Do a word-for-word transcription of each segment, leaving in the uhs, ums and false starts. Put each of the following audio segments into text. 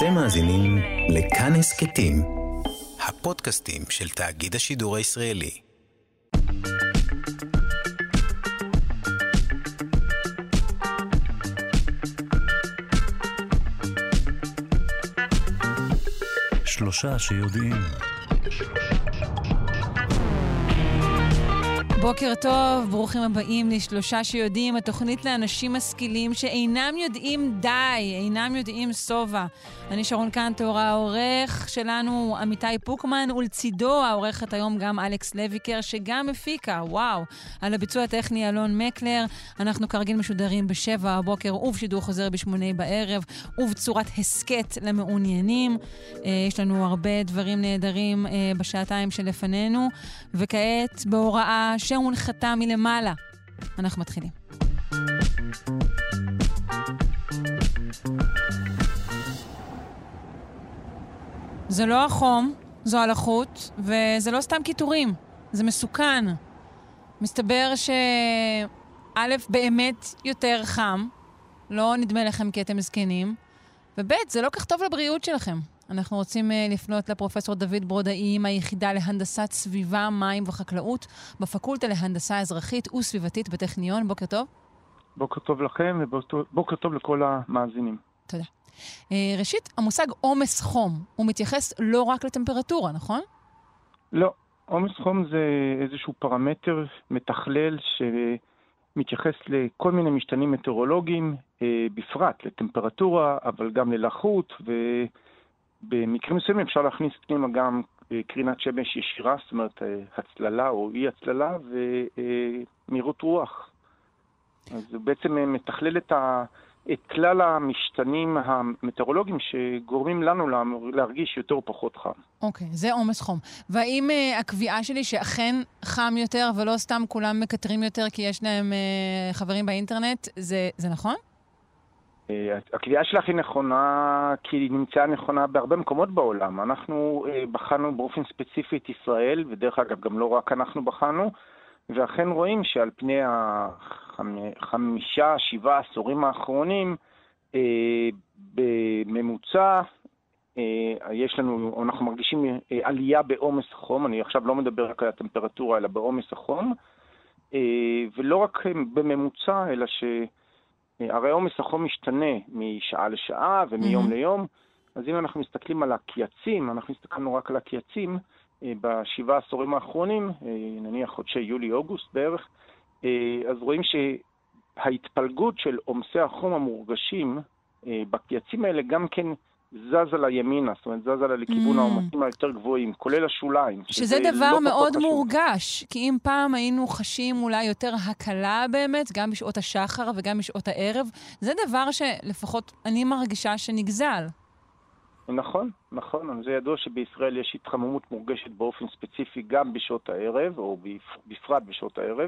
אתם מאזינים לכאן הסכתים, הפודקאסטים של תאגיד השידור הישראלי. שלושה שיודעים. בוקר טוב, ברוכים הבאים לשלושה שיודעים, התוכנית לאנשים משכילים שאינם יודעים די, אינם יודעים סובה. אני שרון קנטור, העורך שלנו עמיתי פוקמן, ולצידו העורכת היום גם אלכס לויקר, שגם הפיקה, וואו, על הביצוע הטכני אלון מקלר. אנחנו כרגיל משודרים בשבע הבוקר, ובשידור חוזר בשמונה בערב, ובצורת הסקט למעוניינים. יש לנו הרבה דברים נהדרים בשעתיים שלפנינו, וכעת בהוראה שהונחתה מלמעלה. אנחנו מתחילים. זה לא החום, זו הלחות, וזה לא סתם כיתורים, זה מסוכן. מסתבר שא' באמת יותר חם, לא נדמה לכם כי אתם זקנים, וב' זה לא כך טוב לבריאות שלכם. אנחנו רוצים לפנות לפרופסור דוד ברודאי מהיחידה להנדסת סביבה, מים וחקלאות בפקולטה להנדסה אזרחית וסביבתית בטכניון. בוקר טוב. בוקר טוב לכם ובוקר טוב לכל המאזינים. תודה. ראשית, המושג עומס חום, הוא מתייחס לא רק לטמפרטורה, נכון? לא. עומס חום זה איזשהו פרמטר מתכלל שמתייחס לכל מיני משתנים מטאורולוגיים, בפרט לטמפרטורה, אבל גם ללחות, ובמקרים מסוימים אפשר להכניס פנימה גם קרינת שמש ישירה, זאת אומרת הצללה או אי הצללה, ומהירות רוח. אז זה בעצם מתכלל את ה... את כלל המשתנים המטאורולוגיים שגורמים לנו להרגיש יותר או פחות חם. אוקיי, okay, זה עומס חום. והאם uh, הקביעה שלי שאכן חם יותר ולא סתם כולם מקטרים יותר כי יש להם uh, חברים באינטרנט, זה, זה נכון? Uh, הקביעה שלך היא נכונה כי היא נמצאה נכונה בהרבה מקומות בעולם. אנחנו uh, בחנו באופן ספציפי את ישראל, ודרך אגב גם לא רק אנחנו בחנו, ואכן רואים שעל פני החמישה, שבעה עשורים האחרונים, אה, בממוצע, אה, יש לנו, אנחנו מרגישים אה, עלייה בעומס החום, אני עכשיו לא מדבר רק על הטמפרטורה, אלא בעומס החום, אה, ולא רק בממוצע, אלא שהרי עומס החום משתנה משעה לשעה ומיום mm-hmm. ליום, אז אם אנחנו מסתכלים על הקייצים, אנחנו מסתכלנו רק על הקייצים, בשבעה עשורים האחרונים, נניח חודשי יולי-אוגוסט בערך, אז רואים שההתפלגות של עומסי החום המורגשים בקייצים האלה גם כן זזה לימינה, זאת אומרת זזה לכיוון mm. העומסים היותר גבוהים, כולל השוליים. שזה דבר לא מאוד מורגש, כי אם פעם היינו חשים אולי יותר הקלה באמת, גם בשעות השחר וגם בשעות הערב, זה דבר שלפחות אני מרגישה שנגזל. נכון, נכון. זה ידוע שבישראל יש התחממות מורגשת באופן ספציפי גם בשעות הערב, או בפרט בשעות הערב.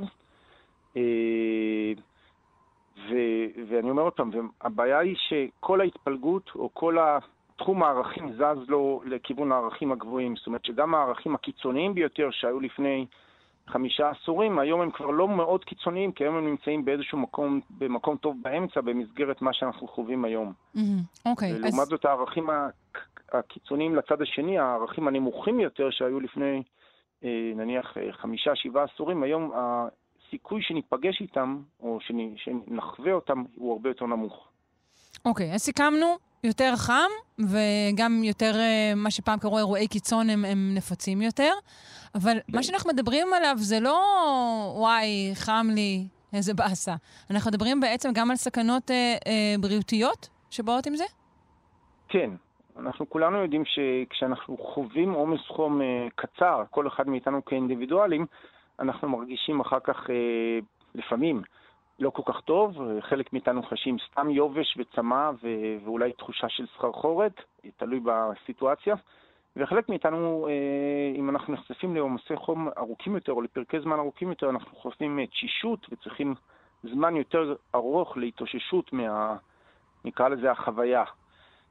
ו- ואני אומר אותם, הבעיה היא שכל ההתפלגות, או כל התחום הערכים זז לו לכיוון הערכים הגבוהים. זאת אומרת שגם הערכים הקיצוניים ביותר שהיו לפני חמישה עשורים, היום הם כבר לא מאוד קיצוניים, כי היום הם נמצאים באיזשהו מקום, במקום טוב באמצע, במסגרת מה שאנחנו חווים היום. אוקיי. ולעומת זאת הערכים הקיצוניים לצד השני, הערכים הנמוכים יותר שהיו לפני, נניח, חמישה, שבעה עשורים, היום הסיכוי שניפגש איתם, או שנחווה אותם, הוא הרבה יותר נמוך. אוקיי, אז סיכמנו יותר חם, וגם יותר, מה שפעם קראו אירועי קיצון, הם, הם נפוצים יותר. אבל מה שאנחנו מדברים עליו זה לא, וואי, חם לי, איזה באסה. אנחנו מדברים בעצם גם על סכנות אה, אה, בריאותיות שבאות עם זה? כן. אנחנו כולנו יודעים שכשאנחנו חווים עומס חום אה, קצר, כל אחד מאיתנו כאינדיבידואלים, אנחנו מרגישים אחר כך אה, לפעמים לא כל כך טוב. חלק מאיתנו חשים סתם יובש וצמא ו- ואולי תחושה של סחרחורת, תלוי בסיטואציה. וחלק מאיתנו, אם אנחנו נחשפים לעומסי חום ארוכים יותר או לפרקי זמן ארוכים יותר, אנחנו חושבים תשישות וצריכים זמן יותר ארוך להתאוששות מה, נקרא לזה החוויה.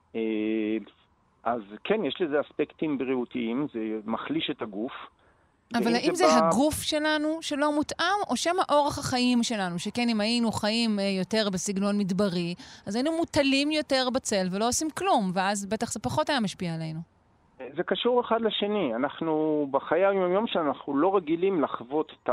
אז כן, יש לזה אספקטים בריאותיים, זה מחליש את הגוף, אבל האם זה בא... הגוף שלנו שלא מותאם, או שמה אורח החיים שלנו, שכן אם היינו חיים יותר בסגנון מדברי, אז היינו מוטלים יותר בצל ולא עושים כלום, ואז בטח זה פחות היה משפיע עלינו. זה קשור אחד לשני. אנחנו בחיי היום-יום שלנו, אנחנו לא רגילים לחוות את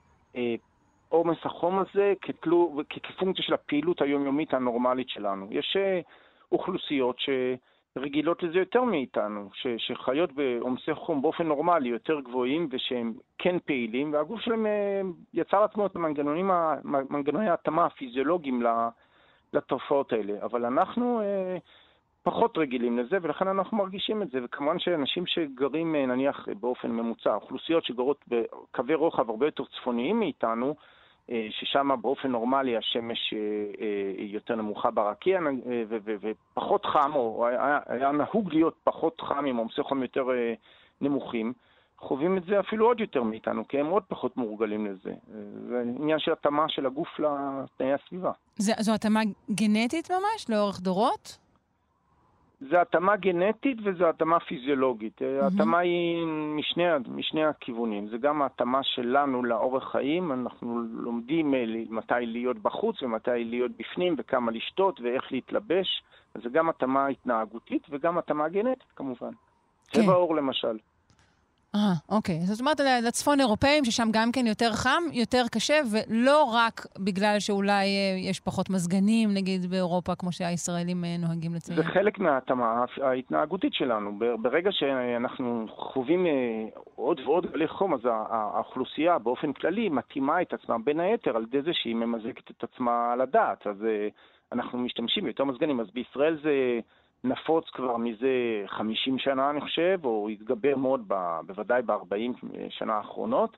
העומס החום הזה כתלו, כפונקציה של הפעילות היומיומית הנורמלית שלנו. יש אוכלוסיות שרגילות לזה יותר מאיתנו, ש, שחיות בעומסי חום באופן נורמלי יותר גבוהים ושהם כן פעילים, והגוף שלהם יצר לעצמו את המנגנונים, מנגנוני ההתאמה הפיזיולוגיים לתופעות האלה. אבל אנחנו פחות רגילים לזה, ולכן אנחנו מרגישים את זה. וכמובן שאנשים שגרים נניח באופן ממוצע, אוכלוסיות שגרות בקווי רוחב הרבה יותר צפוניים מאיתנו, ששם באופן נורמלי השמש יותר נמוכה ברקיע ופחות חם, או היה נהוג להיות פחות חם עם עומסי חום יותר נמוכים, חווים את זה אפילו עוד יותר מאיתנו, כי הם עוד פחות מורגלים לזה. זה עניין של התאמה של הגוף לתנאי הסביבה. זו התאמה גנטית ממש, לאורך דורות? זה התאמה גנטית וזו התאמה פיזיולוגית. Mm-hmm. התאמה היא משני, משני הכיוונים. זה גם התאמה שלנו לאורך חיים. אנחנו לומדים מתי להיות בחוץ ומתי להיות בפנים וכמה לשתות ואיך להתלבש. אז זה גם התאמה התנהגותית וגם התאמה גנטית כמובן. צבע okay. אור למשל. אה, אוקיי. זאת אומרת, לצפון אירופאים, ששם גם כן יותר חם, יותר קשה, ולא רק בגלל שאולי יש פחות מזגנים, נגיד באירופה, כמו שהישראלים נוהגים לציין. זה חלק מההתאמה ההתנהגותית שלנו. ברגע שאנחנו חווים עוד ועוד גלי חום, אז האוכלוסייה באופן כללי מתאימה את עצמה בין היתר על ידי זה שהיא ממזגת את עצמה על הדעת. אז אנחנו משתמשים ביותר מזגנים. אז בישראל זה נפוץ כבר מזה חמישים שנה, אני חושב, או התגבר מאוד ב, בוודאי ב-ארבעים שנה האחרונות.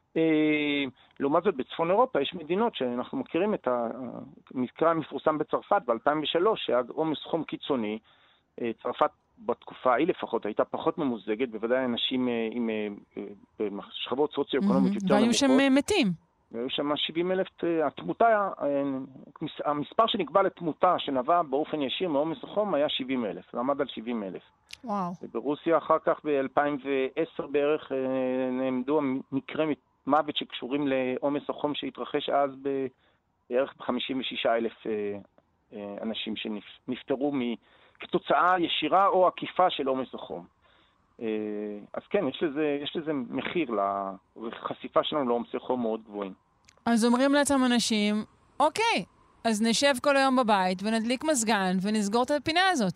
לעומת זאת, בצפון אירופה יש מדינות שאנחנו מכירים את המקרה המפורסם בצרפת ב-אלפיים ושלוש, שהיה עומס חום קיצוני. צרפת בתקופה ההיא לפחות הייתה פחות ממוזגת, בוודאי אנשים עם שכבות סוציו-אקונומית יותר נמוכות. והיו שם מתים. והיו שם שבעים אלף, התמותה, המספר שנקבע לתמותה שנבע באופן ישיר מעומס החום היה שבעים אלף, זה עמד על שבעים אלף. וואו. וברוסיה אחר כך ב-אלפיים ועשר בערך נעמדו מקרי מוות שקשורים לעומס החום שהתרחש אז בערך ב-חמישים ושישה אלף אנשים שנפטרו כתוצאה ישירה או עקיפה של עומס החום. אז כן, יש לזה, יש לזה מחיר לחשיפה שלנו לעומסי חום מאוד גבוהים. אז אומרים לעצם אנשים, אוקיי, אז נשב כל היום בבית ונדליק מזגן ונסגור את הפינה הזאת.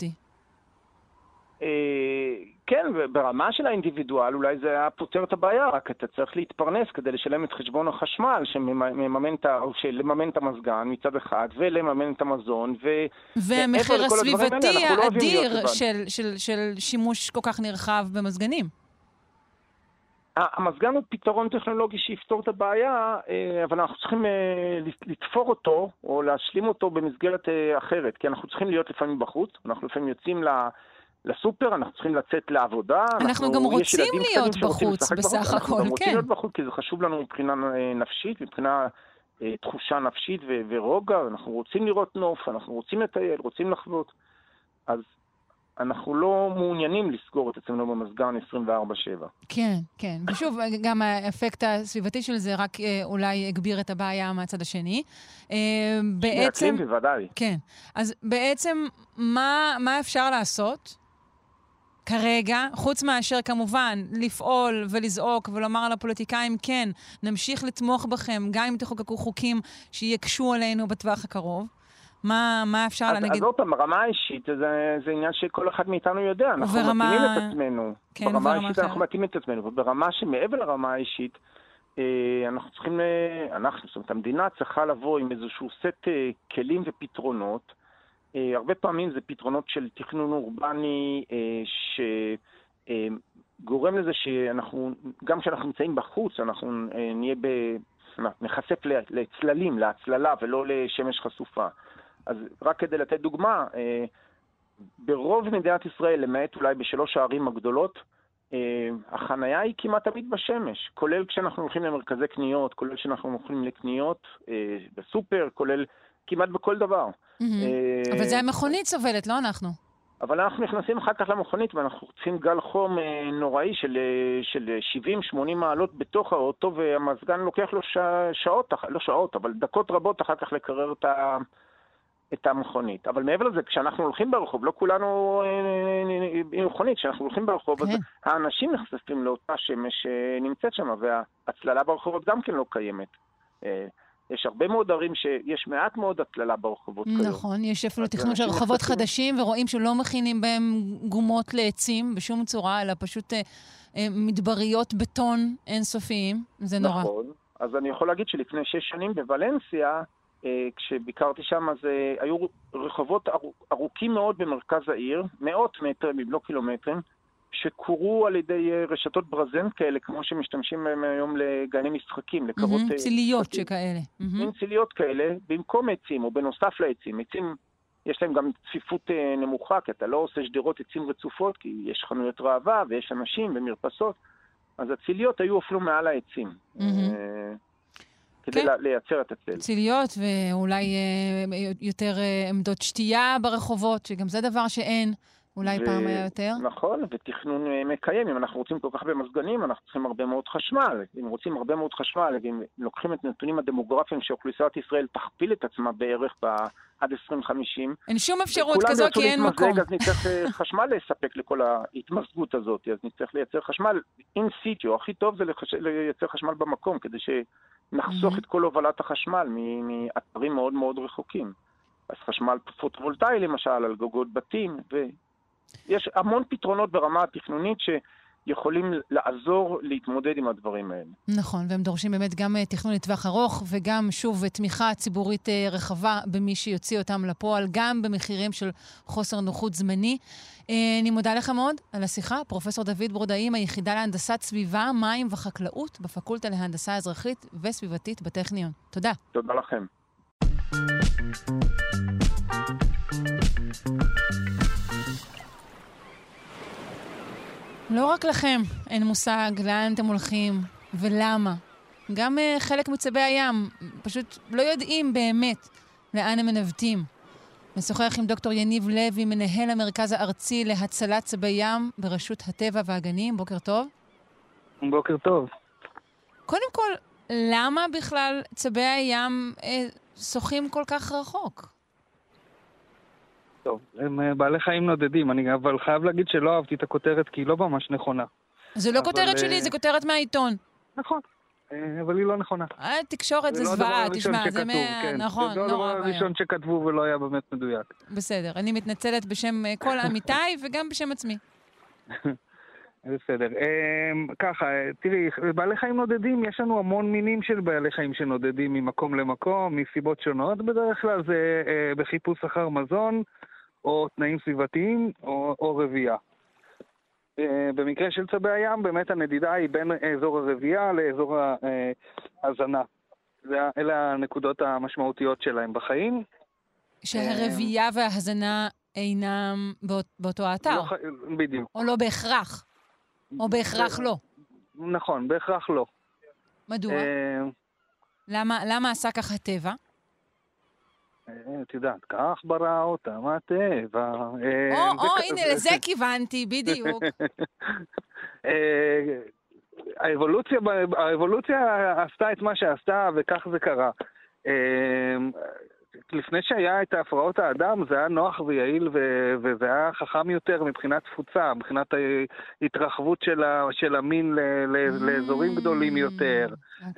כן, ברמה של האינדיבידואל אולי זה היה פותר את הבעיה, רק אתה צריך להתפרנס כדי לשלם את חשבון החשמל שמממן את, או לממן את המזגן מצד אחד, ולממן את המזון, ו... והמחיר הסביבתי האדיר של, של, של שימוש כל כך נרחב במזגנים. המזגן הוא פתרון טכנולוגי שיפתור את הבעיה, אבל אנחנו צריכים לתפור אותו, או להשלים אותו במסגרת אחרת, כי אנחנו צריכים להיות לפעמים בחוץ, אנחנו לפעמים יוצאים ל... לסופר, אנחנו צריכים לצאת לעבודה. אנחנו, אנחנו גם רוצים להיות בחוץ, בסך הכל, כן. אנחנו גם רוצים להיות בחוץ, כי זה חשוב לנו מבחינה נפשית, מבחינה אה, תחושה נפשית ו- ורוגע, אנחנו רוצים לראות נוף, אנחנו רוצים לטייל, רוצים לחוות. אז אנחנו לא מעוניינים לסגור את עצמנו במזגן עשרים וארבע שבע. כן, כן. ושוב, גם האפקט הסביבתי של זה רק אה, אולי הגביר את הבעיה מהצד השני. אה, בעצם... שני בוודאי. כן. אז בעצם, מה, מה אפשר לעשות כרגע, חוץ מאשר כמובן לפעול ולזעוק ולומר לפוליטיקאים, כן, נמשיך לתמוך בכם, גם אם תחוקקו חוקים שיקשו עלינו בטווח הקרוב. מה, מה אפשר אז, להגיד? אז עוד פעם, ברמה האישית, זה, זה עניין שכל אחד מאיתנו יודע. אנחנו וברמה... מתאימים את עצמנו. כן, ברמה האישית אחרת. אנחנו מתאימים את עצמנו. וברמה שמעבר לרמה האישית, אנחנו צריכים, אנחנו, זאת אומרת, המדינה צריכה לבוא עם איזשהו סט כלים ופתרונות, הרבה פעמים זה פתרונות של תכנון אורבני שגורם לזה שאנחנו, גם כשאנחנו נמצאים בחוץ, אנחנו נהיה ב... נחשף לצללים, להצללה ולא לשמש חשופה. אז רק כדי לתת דוגמה, ברוב מדינת ישראל, למעט אולי בשלוש הערים הגדולות, החנייה היא כמעט תמיד בשמש, כולל כשאנחנו הולכים למרכזי קניות, כולל כשאנחנו הולכים לקניות בסופר, כולל כמעט בכל דבר. אבל זה המכונית סובלת, לא אנחנו. אבל אנחנו נכנסים אחר כך למכונית, ואנחנו צריכים גל חום נוראי של, של שבעים שמונים מעלות בתוך האוטו, והמזגן לוקח לו שעות, לא שעות, אבל דקות רבות אחר כך לקרר את ה... את המכונית. אבל מעבר לזה, כשאנחנו הולכים ברחוב, לא כולנו עם מכונית, כשאנחנו הולכים ברחוב, אז האנשים נחשפים לאותה שמש שנמצאת שם, וההצללה ברחובות גם כן לא קיימת. יש הרבה מאוד ערים שיש מעט מאוד הצללה ברחובות כיום. נכון, יש אפילו תכנון של רחובות חדשים, ורואים שלא מכינים בהם גומות לעצים בשום צורה, אלא פשוט מדבריות בטון אינסופיים. זה נורא. נכון. אז אני יכול להגיד שלפני שש שנים בוולנסיה, כשביקרתי שם, אז היו רחובות ארוכים מאוד במרכז העיר, מאות מטרים, אם לא קילומטרים, שקורו על ידי רשתות ברזנט כאלה, כמו שמשתמשים בהם היום לגני משחקים, לקרות... ציליות שכאלה. מין ציליות כאלה, במקום עצים, או בנוסף לעצים. עצים, יש להם גם צפיפות נמוכה, כי אתה לא עושה שדרות עצים רצופות, כי יש חנויות ראווה, ויש אנשים ומרפסות, אז הציליות היו אפילו מעל העצים. כדי לייצר את הצל. ציליות, ואולי יותר עמדות שתייה ברחובות, שגם זה דבר שאין, אולי פעם היה יותר. נכון, ותכנון מקיים. אם אנחנו רוצים כל כך הרבה מזגנים, אנחנו צריכים הרבה מאוד חשמל. אם רוצים הרבה מאוד חשמל, ואם לוקחים את הנתונים הדמוגרפיים שאוכלוסיית ישראל תכפיל את עצמה בערך עד עשרים חמשים. אין שום אפשרות כזו, כי אין מקום. אז נצטרך חשמל לספק לכל ההתמזגות הזאת, אז נצטרך לייצר חשמל אין סיטיו. הכי טוב זה לייצר חשמל במקום, כדי שנחסוך את כל הובלת החשמל מאתרים מאוד מאוד רחוקים. אז חשמל פוטו-וולטאי למשל, על גגות בתים, ויש המון פתרונות ברמה התכנונית שיכולים לעזור להתמודד עם הדברים האלה. נכון, והם דורשים באמת גם תכנון לטווח ארוך, וגם שוב תמיכה ציבורית רחבה במי שיוציא אותם לפועל, גם במחירים של חוסר נוחות זמני. אני מודה לך מאוד על השיחה, פרופסור דוד ברודאי, היחידה להנדסת סביבה, מים וחקלאות, בפקולטה להנדסה אזרחית וסביבתית בטכניון. תודה. תודה לכם. לא רק לכם אין מושג לאן אתם הולכים ולמה. גם uh, חלק מצבי הים פשוט לא יודעים באמת לאן הם מנווטים. נשוחח עם דוקטור יניב לוי, מנהל המרכז הארצי להצלת צבי ים ברשות הטבע והגנים. בוקר טוב. בוקר טוב. קודם כל, למה בכלל צבי הים אה, שוחים כל כך רחוק? טוב, הם בעלי חיים נודדים, אני אבל חייב להגיד שלא אהבתי את הכותרת כי היא לא ממש נכונה. זה לא אבל... כותרת שלי, זה כותרת מהעיתון. נכון, אבל היא לא נכונה. תקשורת זה זוועה, תשמע, זה מה... כן. נכון, זה נורא הדבר הראשון שכתבו ולא היה באמת מדויק. בסדר, אני מתנצלת בשם כל עמיתיי וגם בשם עצמי. בסדר. ככה, תראי, בעלי חיים נודדים, יש לנו המון מינים של בעלי חיים שנודדים ממקום למקום, מסיבות שונות. בדרך כלל זה בחיפוש אחר מזון, או תנאים סביבתיים, או, או רבייה. במקרה של צבי הים, באמת הנדידה היא בין אזור הרבייה לאזור ההזנה. אלה הנקודות המשמעותיות שלהם בחיים. שהרבייה וההזנה אינם באותו האתר. לא, בדיוק. או לא בהכרח. או בהכרח לא. נכון, בהכרח לא. מדוע? למה, למה עשה כך הטבע? את יודעת, כך ברא אותם הטבע. או, או, הנה, לזה כיוונתי, בדיוק. האבולוציה, האבולוציה עשתה את מה שעשתה, וכך זה קרה. לפני שהיה את ההפרעות האדם, זה היה נוח ויעיל, וזה היה חכם יותר מבחינת תפוצה, מבחינת ההתרחבות של המין לאזורים גדולים יותר,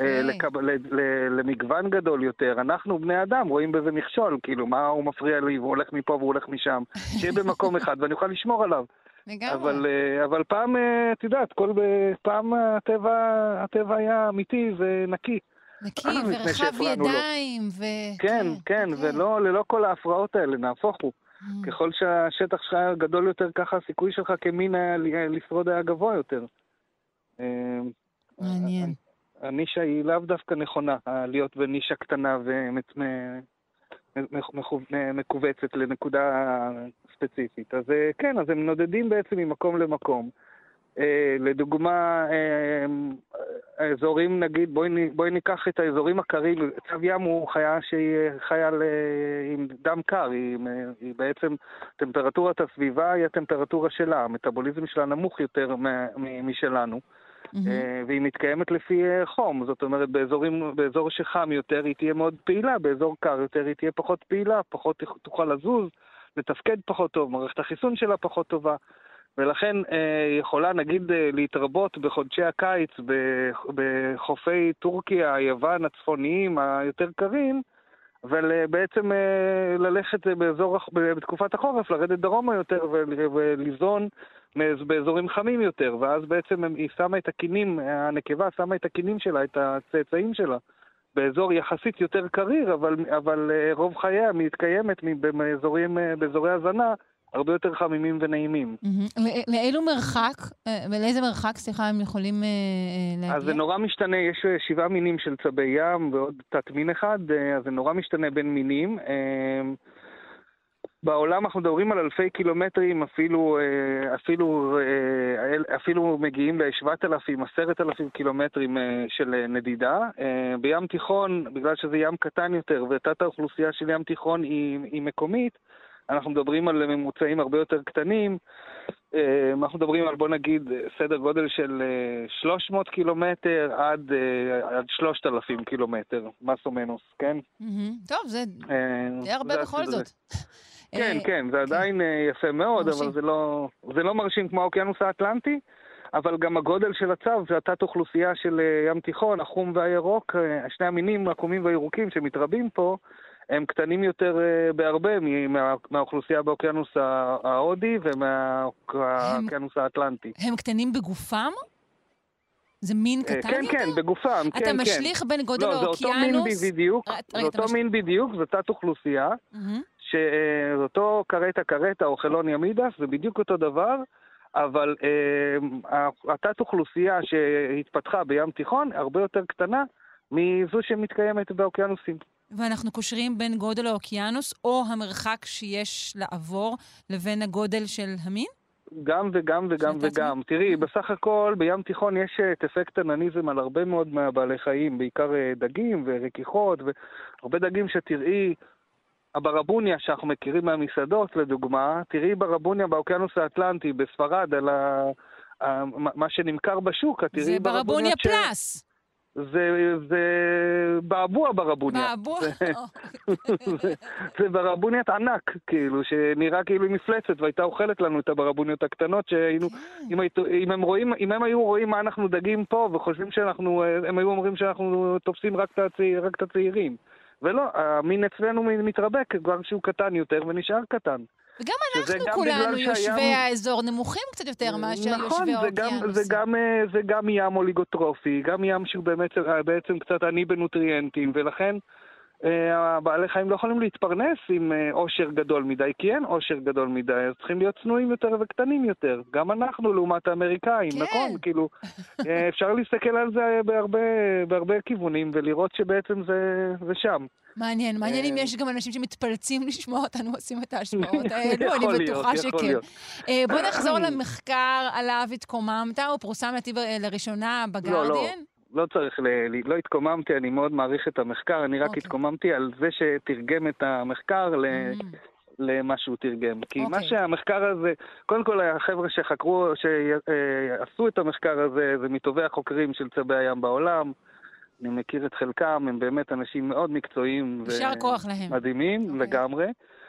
למגוון גדול יותר. אנחנו, בני אדם, רואים בזה מכשול, כאילו, מה הוא מפריע לי, והוא הולך מפה והוא הולך משם, שיהיה במקום אחד, ואני אוכל לשמור עליו. אבל, אבל פעם, את יודעת, כל פעם הטבע, הטבע היה אמיתי ונקי. נקי ורחב ידיים ו... כן, כן, ולא ללא כל ההפרעות האלה, נהפוך הוא. ככל שהשטח שלך גדול יותר, ככה הסיכוי שלך כמין לשרוד היה גבוה יותר. מעניין. הנישה היא לאו דווקא נכונה, להיות בנישה קטנה ומקובצת לנקודה ספציפית. אז כן, אז הם נודדים בעצם ממקום למקום. לדוגמה, האזורים, נגיד, בואי, בואי ניקח את האזורים הקרים. צב ים הוא חיה שהיא חיה עם דם קר, היא, היא בעצם, טמפרטורת הסביבה היא הטמפרטורה שלה, המטאבוליזם שלה נמוך יותר משלנו, mm-hmm. והיא מתקיימת לפי חום, זאת אומרת, באזורים, באזור שחם יותר היא תהיה מאוד פעילה, באזור קר יותר היא תהיה פחות פעילה, פחות תוכל לזוז, לתפקד פחות טוב, מערכת החיסון שלה פחות טובה, ולכן אה, יכולה נגיד אה, להתרבות בחודשי הקיץ בחופי טורקיה, יוון, הצפוניים, היותר קרים, אבל אה, בעצם אה, ללכת באזור, בתקופת החורף, לרדת דרומה יותר וליזון באזורים חמים יותר, ואז בעצם היא שמה את הקינים, הנקבה שמה את הקינים שלה, את הצאצאים שלה, באזור יחסית יותר קריר, אבל, אבל אה, רוב חייה מתקיימת באזורים, אה, באזורי הזנה, הרבה יותר חמימים ונעימים. לאילו מרחק, ולאיזה מרחק, סליחה, הם יכולים להגיע? אז זה נורא משתנה, יש שבעה מינים של צבי ים ועוד תת מין אחד, אז זה נורא משתנה בין מינים. בעולם אנחנו מדברים על אלפי קילומטרים, אפילו, אפילו, אפילו מגיעים ל-שבעת אלפים, עשרת אלפים קילומטרים של נדידה. בים תיכון, בגלל שזה ים קטן יותר, ותת האוכלוסייה של ים תיכון היא, היא מקומית, אנחנו מדברים על ממוצעים הרבה יותר קטנים, אנחנו מדברים על, בוא נגיד, סדר גודל של שלוש מאות קילומטר עד, עד שלושת אלפים קילומטר, מסו מנוס, כן? טוב, זה די הרבה בכל זאת. כן, כן, זה עדיין יפה מאוד, אבל זה לא, זה לא מרשים כמו האוקיינוס האטלנטי, אבל גם הגודל של הצו, זה התת אוכלוסייה של ים תיכון, החום והירוק, שני המינים, החומים והירוקים שמתרבים פה, הם קטנים יותר uh, בהרבה מה, מהאוכלוסייה באוקיינוס ההודי ומהאוקיינוס האטלנטי. הם קטנים בגופם? זה מין קטן כן, יותר? כן, בגופם, אתה כן, כן. אתה משליך בין גודל לא, האוקיינוס? זה אותו מין בדיוק, זה אותו מש... מין בדיוק, זה תת אוכלוסייה, mm-hmm. שזה אותו קרטה קרטה או חלון ימידס, זה בדיוק אותו דבר, אבל אה, התת אוכלוסייה שהתפתחה בים תיכון הרבה יותר קטנה מזו שמתקיימת באוקיינוסים. ואנחנו קושרים בין גודל האוקיינוס או המרחק שיש לעבור לבין הגודל של המין? גם וגם וגם וגם. תראי, בסך הכל בים תיכון יש את אפקט הנניזם על הרבה מאוד מהבעלי חיים, בעיקר דגים ורקיחות, והרבה דגים שתראי, הברבוניה שאנחנו מכירים מהמסעדות לדוגמה, תראי ברבוניה באוקיינוס האטלנטי, בספרד, על ה... מה שנמכר בשוק, תראי זה ברבוניה ש... פלאס. זה, זה בעבוע ברבוניה. בעבוע? זה, זה ברבוניית ענק, כאילו, שנראה כאילו היא מפלצת, והייתה אוכלת לנו את הברבוניות הקטנות, שהיינו, אם, אם, הם רואים, אם הם היו רואים מה אנחנו דגים פה, וחושבים שאנחנו, הם היו אומרים שאנחנו תופסים רק את, הצעיר, רק את הצעירים. ולא, המין אצלנו מתרבק, כבר שהוא קטן יותר ונשאר קטן. וגם אנחנו כולנו יושבי האזור נמוכים קצת יותר מאשר יושבי האוקיינוסים. זה גם, זה גם ים אוליגוטרופי, גם ים שהוא באמת, בעצם קצת עני בנוטריאנטים, ולכן הבעלי חיים לא יכולים להתפרנס עם עושר גדול מדי, כי אין עושר גדול מדי, אז צריכים להיות צנועים יותר וקטנים יותר. גם אנחנו לעומת האמריקאים, כן. נכון? כאילו, אפשר להסתכל על זה בהרבה, בהרבה כיוונים, ולראות שבעצם זה, זה שם. מעניין, מעניין אם יש גם אנשים שמתפלצים לשמוע אותנו עושים את ההשפעות האלו, אני בטוחה שכן. בוא נחזור למחקר עליו התקוממת, הוא פורסם לראשונה בגרדיאן? לא צריך, לא התקוממתי, אני מאוד מעריך את המחקר, אני רק התקוממתי על זה שתרגם את המחקר למה שהוא תרגם. כי מה שהמחקר הזה, קודם כל החבר'ה שחקרו, שעשו את המחקר הזה, זה מטובי החוקרים של צבי הים בעולם, אני מכיר את חלקם, הם באמת אנשים מאוד מקצועיים ומדהימים לגמרי.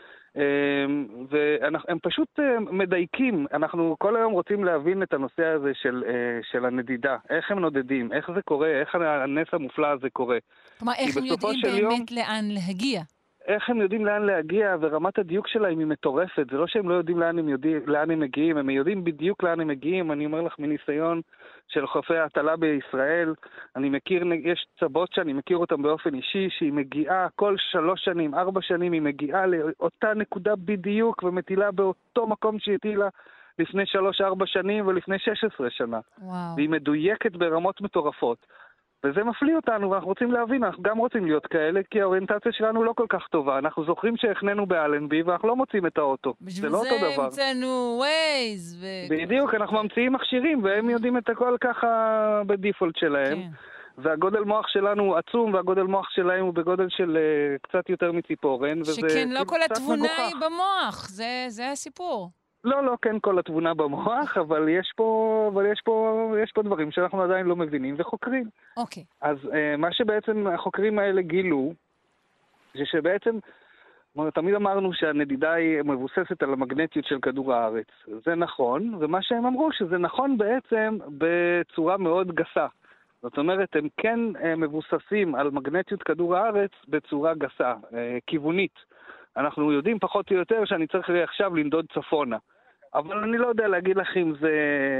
והם פשוט מדייקים, אנחנו כל היום רוצים להבין את הנושא הזה של, של הנדידה, איך הם נודדים, איך זה קורה, איך הנס המופלא הזה קורה. כלומר, איך הם יודעים באמת יום, לאן להגיע? איך הם יודעים לאן להגיע, ורמת הדיוק שלהם היא מטורפת, זה לא שהם לא יודעים לאן הם, יודעים, לאן הם מגיעים, הם יודעים בדיוק לאן הם מגיעים, אני אומר לך מניסיון של חופי ההטלה בישראל, אני מכיר, יש צבות שאני מכיר אותם באופן אישי, שהיא מגיעה כל שלוש שנים, ארבע שנים, היא מגיעה לאותה נקודה בדיוק, ומטילה באותו מקום שהיא הטילה לפני שלוש, ארבע שנים ולפני שש עשרה שנה. וואו. והיא מדויקת ברמות מטורפות. וזה מפליא אותנו, ואנחנו רוצים להבין, אנחנו גם רוצים להיות כאלה, כי האוריינטציה שלנו לא כל כך טובה. אנחנו זוכרים שהכננו באלנבי, ואנחנו לא מוצאים את האוטו. זה לא אותו דבר. בשביל זה המצאנו ווייז. בדיוק, אנחנו ממציאים מכשירים, והם יודעים את הכל ככה בדיפולט שלהם. כן. והגודל מוח שלנו הוא עצום, והגודל מוח שלהם הוא בגודל של uh, קצת יותר מציפורן. שכן, לא כל התבונה היא במוח, זה, זה הסיפור. לא, לא, כן כל התבונה במוח, אבל יש פה, אבל יש פה, יש פה דברים שאנחנו עדיין לא מבינים וחוקרים. אוקיי. אז uh, מה שבעצם החוקרים האלה גילו, זה שבעצם, תמיד אמרנו שהנדידה היא מבוססת על המגנטיות של כדור הארץ. זה נכון, ומה שהם אמרו שזה נכון בעצם בצורה מאוד גסה. זאת אומרת, הם כן מבוססים על מגנטיות כדור הארץ בצורה גסה, כיוונית. אנחנו יודעים פחות או יותר שאני צריך עכשיו לנדוד צפונה. אבל אני לא יודע להגיד לך אם זה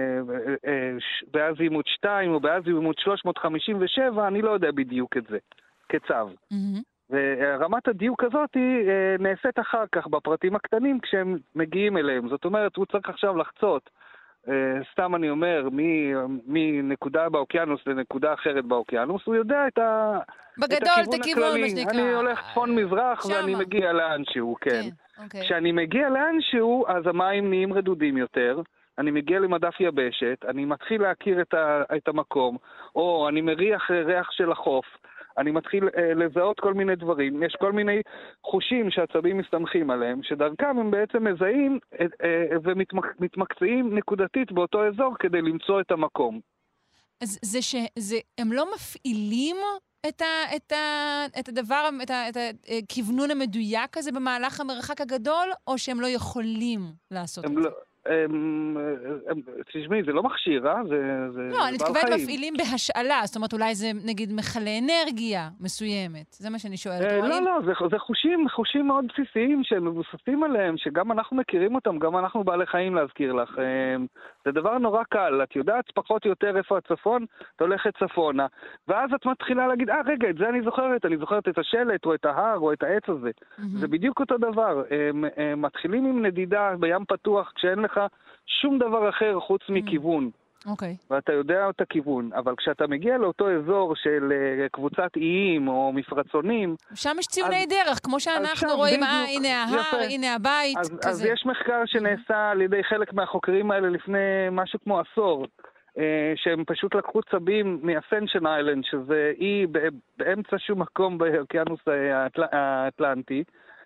באזימוט שתיים או באזימוט שלוש מאות חמישים ושבע, אני לא יודע בדיוק את זה, כצו. Mm-hmm. ורמת הדיוק הזאת היא נעשית אחר כך בפרטים הקטנים כשהם מגיעים אליהם. זאת אומרת, הוא צריך עכשיו לחצות. סתם אני אומר, מנקודה באוקיינוס לנקודה אחרת באוקיינוס, הוא יודע את, ה... בגדול, את הכיוון את הכיוון, הכללי. מה שנקרא. אני הולך צפון מזרח שמה. ואני מגיע לאנשהו, כן. כן, אוקיי. כשאני מגיע לאנשהו, אז המים נהיים רדודים יותר, אני מגיע למדף יבשת, אני מתחיל להכיר את, ה... את המקום, או אני מריח ריח של החוף, אני מתחיל אה, לזהות כל מיני דברים, יש כל מיני חושים שהעצבים מסתמכים עליהם, שדרכם הם בעצם מזהים אה, אה, ומתמקצעים נקודתית באותו אזור כדי למצוא את המקום. אז זה שהם לא מפעילים את, ה, את, ה, את הדבר, את, ה, את הכיוונון המדויק הזה במהלך המרחק הגדול, או שהם לא יכולים לעשות את לא... זה? תשמעי, זה לא מכשיר, אה? זה לא, אני מתכוונת מפעילים בהשאלה, זאת אומרת, אולי זה, נגיד, מכלה אנרגיה מסוימת. זה מה שאני שואלת. לא, לא, זה חושים, חושים מאוד בסיסיים שהם מבוססים עליהם, שגם אנחנו מכירים אותם, גם אנחנו בעלי חיים להזכיר לך. זה דבר נורא קל, את יודעת פחות או יותר איפה הצפון, את הולכת צפונה, ואז את מתחילה להגיד, אה, רגע, את זה אני זוכרת, אני זוכרת את השלט, או את ההר, או את העץ הזה. זה בדיוק אותו דבר. מתחילים עם נדידה בים פתוח, כשאין לך שום דבר אחר חוץ מכיוון. אוקיי. ואתה יודע את הכיוון, אבל כשאתה מגיע לאותו אזור של קבוצת איים או מפרצונים... שם יש ציוני דרך, כמו שאנחנו רואים, אה, הנה ההר, הנה הבית, כזה. אז יש מחקר שנעשה על ידי חלק מהחוקרים האלה לפני משהו כמו עשור, שהם פשוט לקחו צבים מאסנשן איילנד, שזה אי באמצע שום מקום באוקיינוס האטלנטי,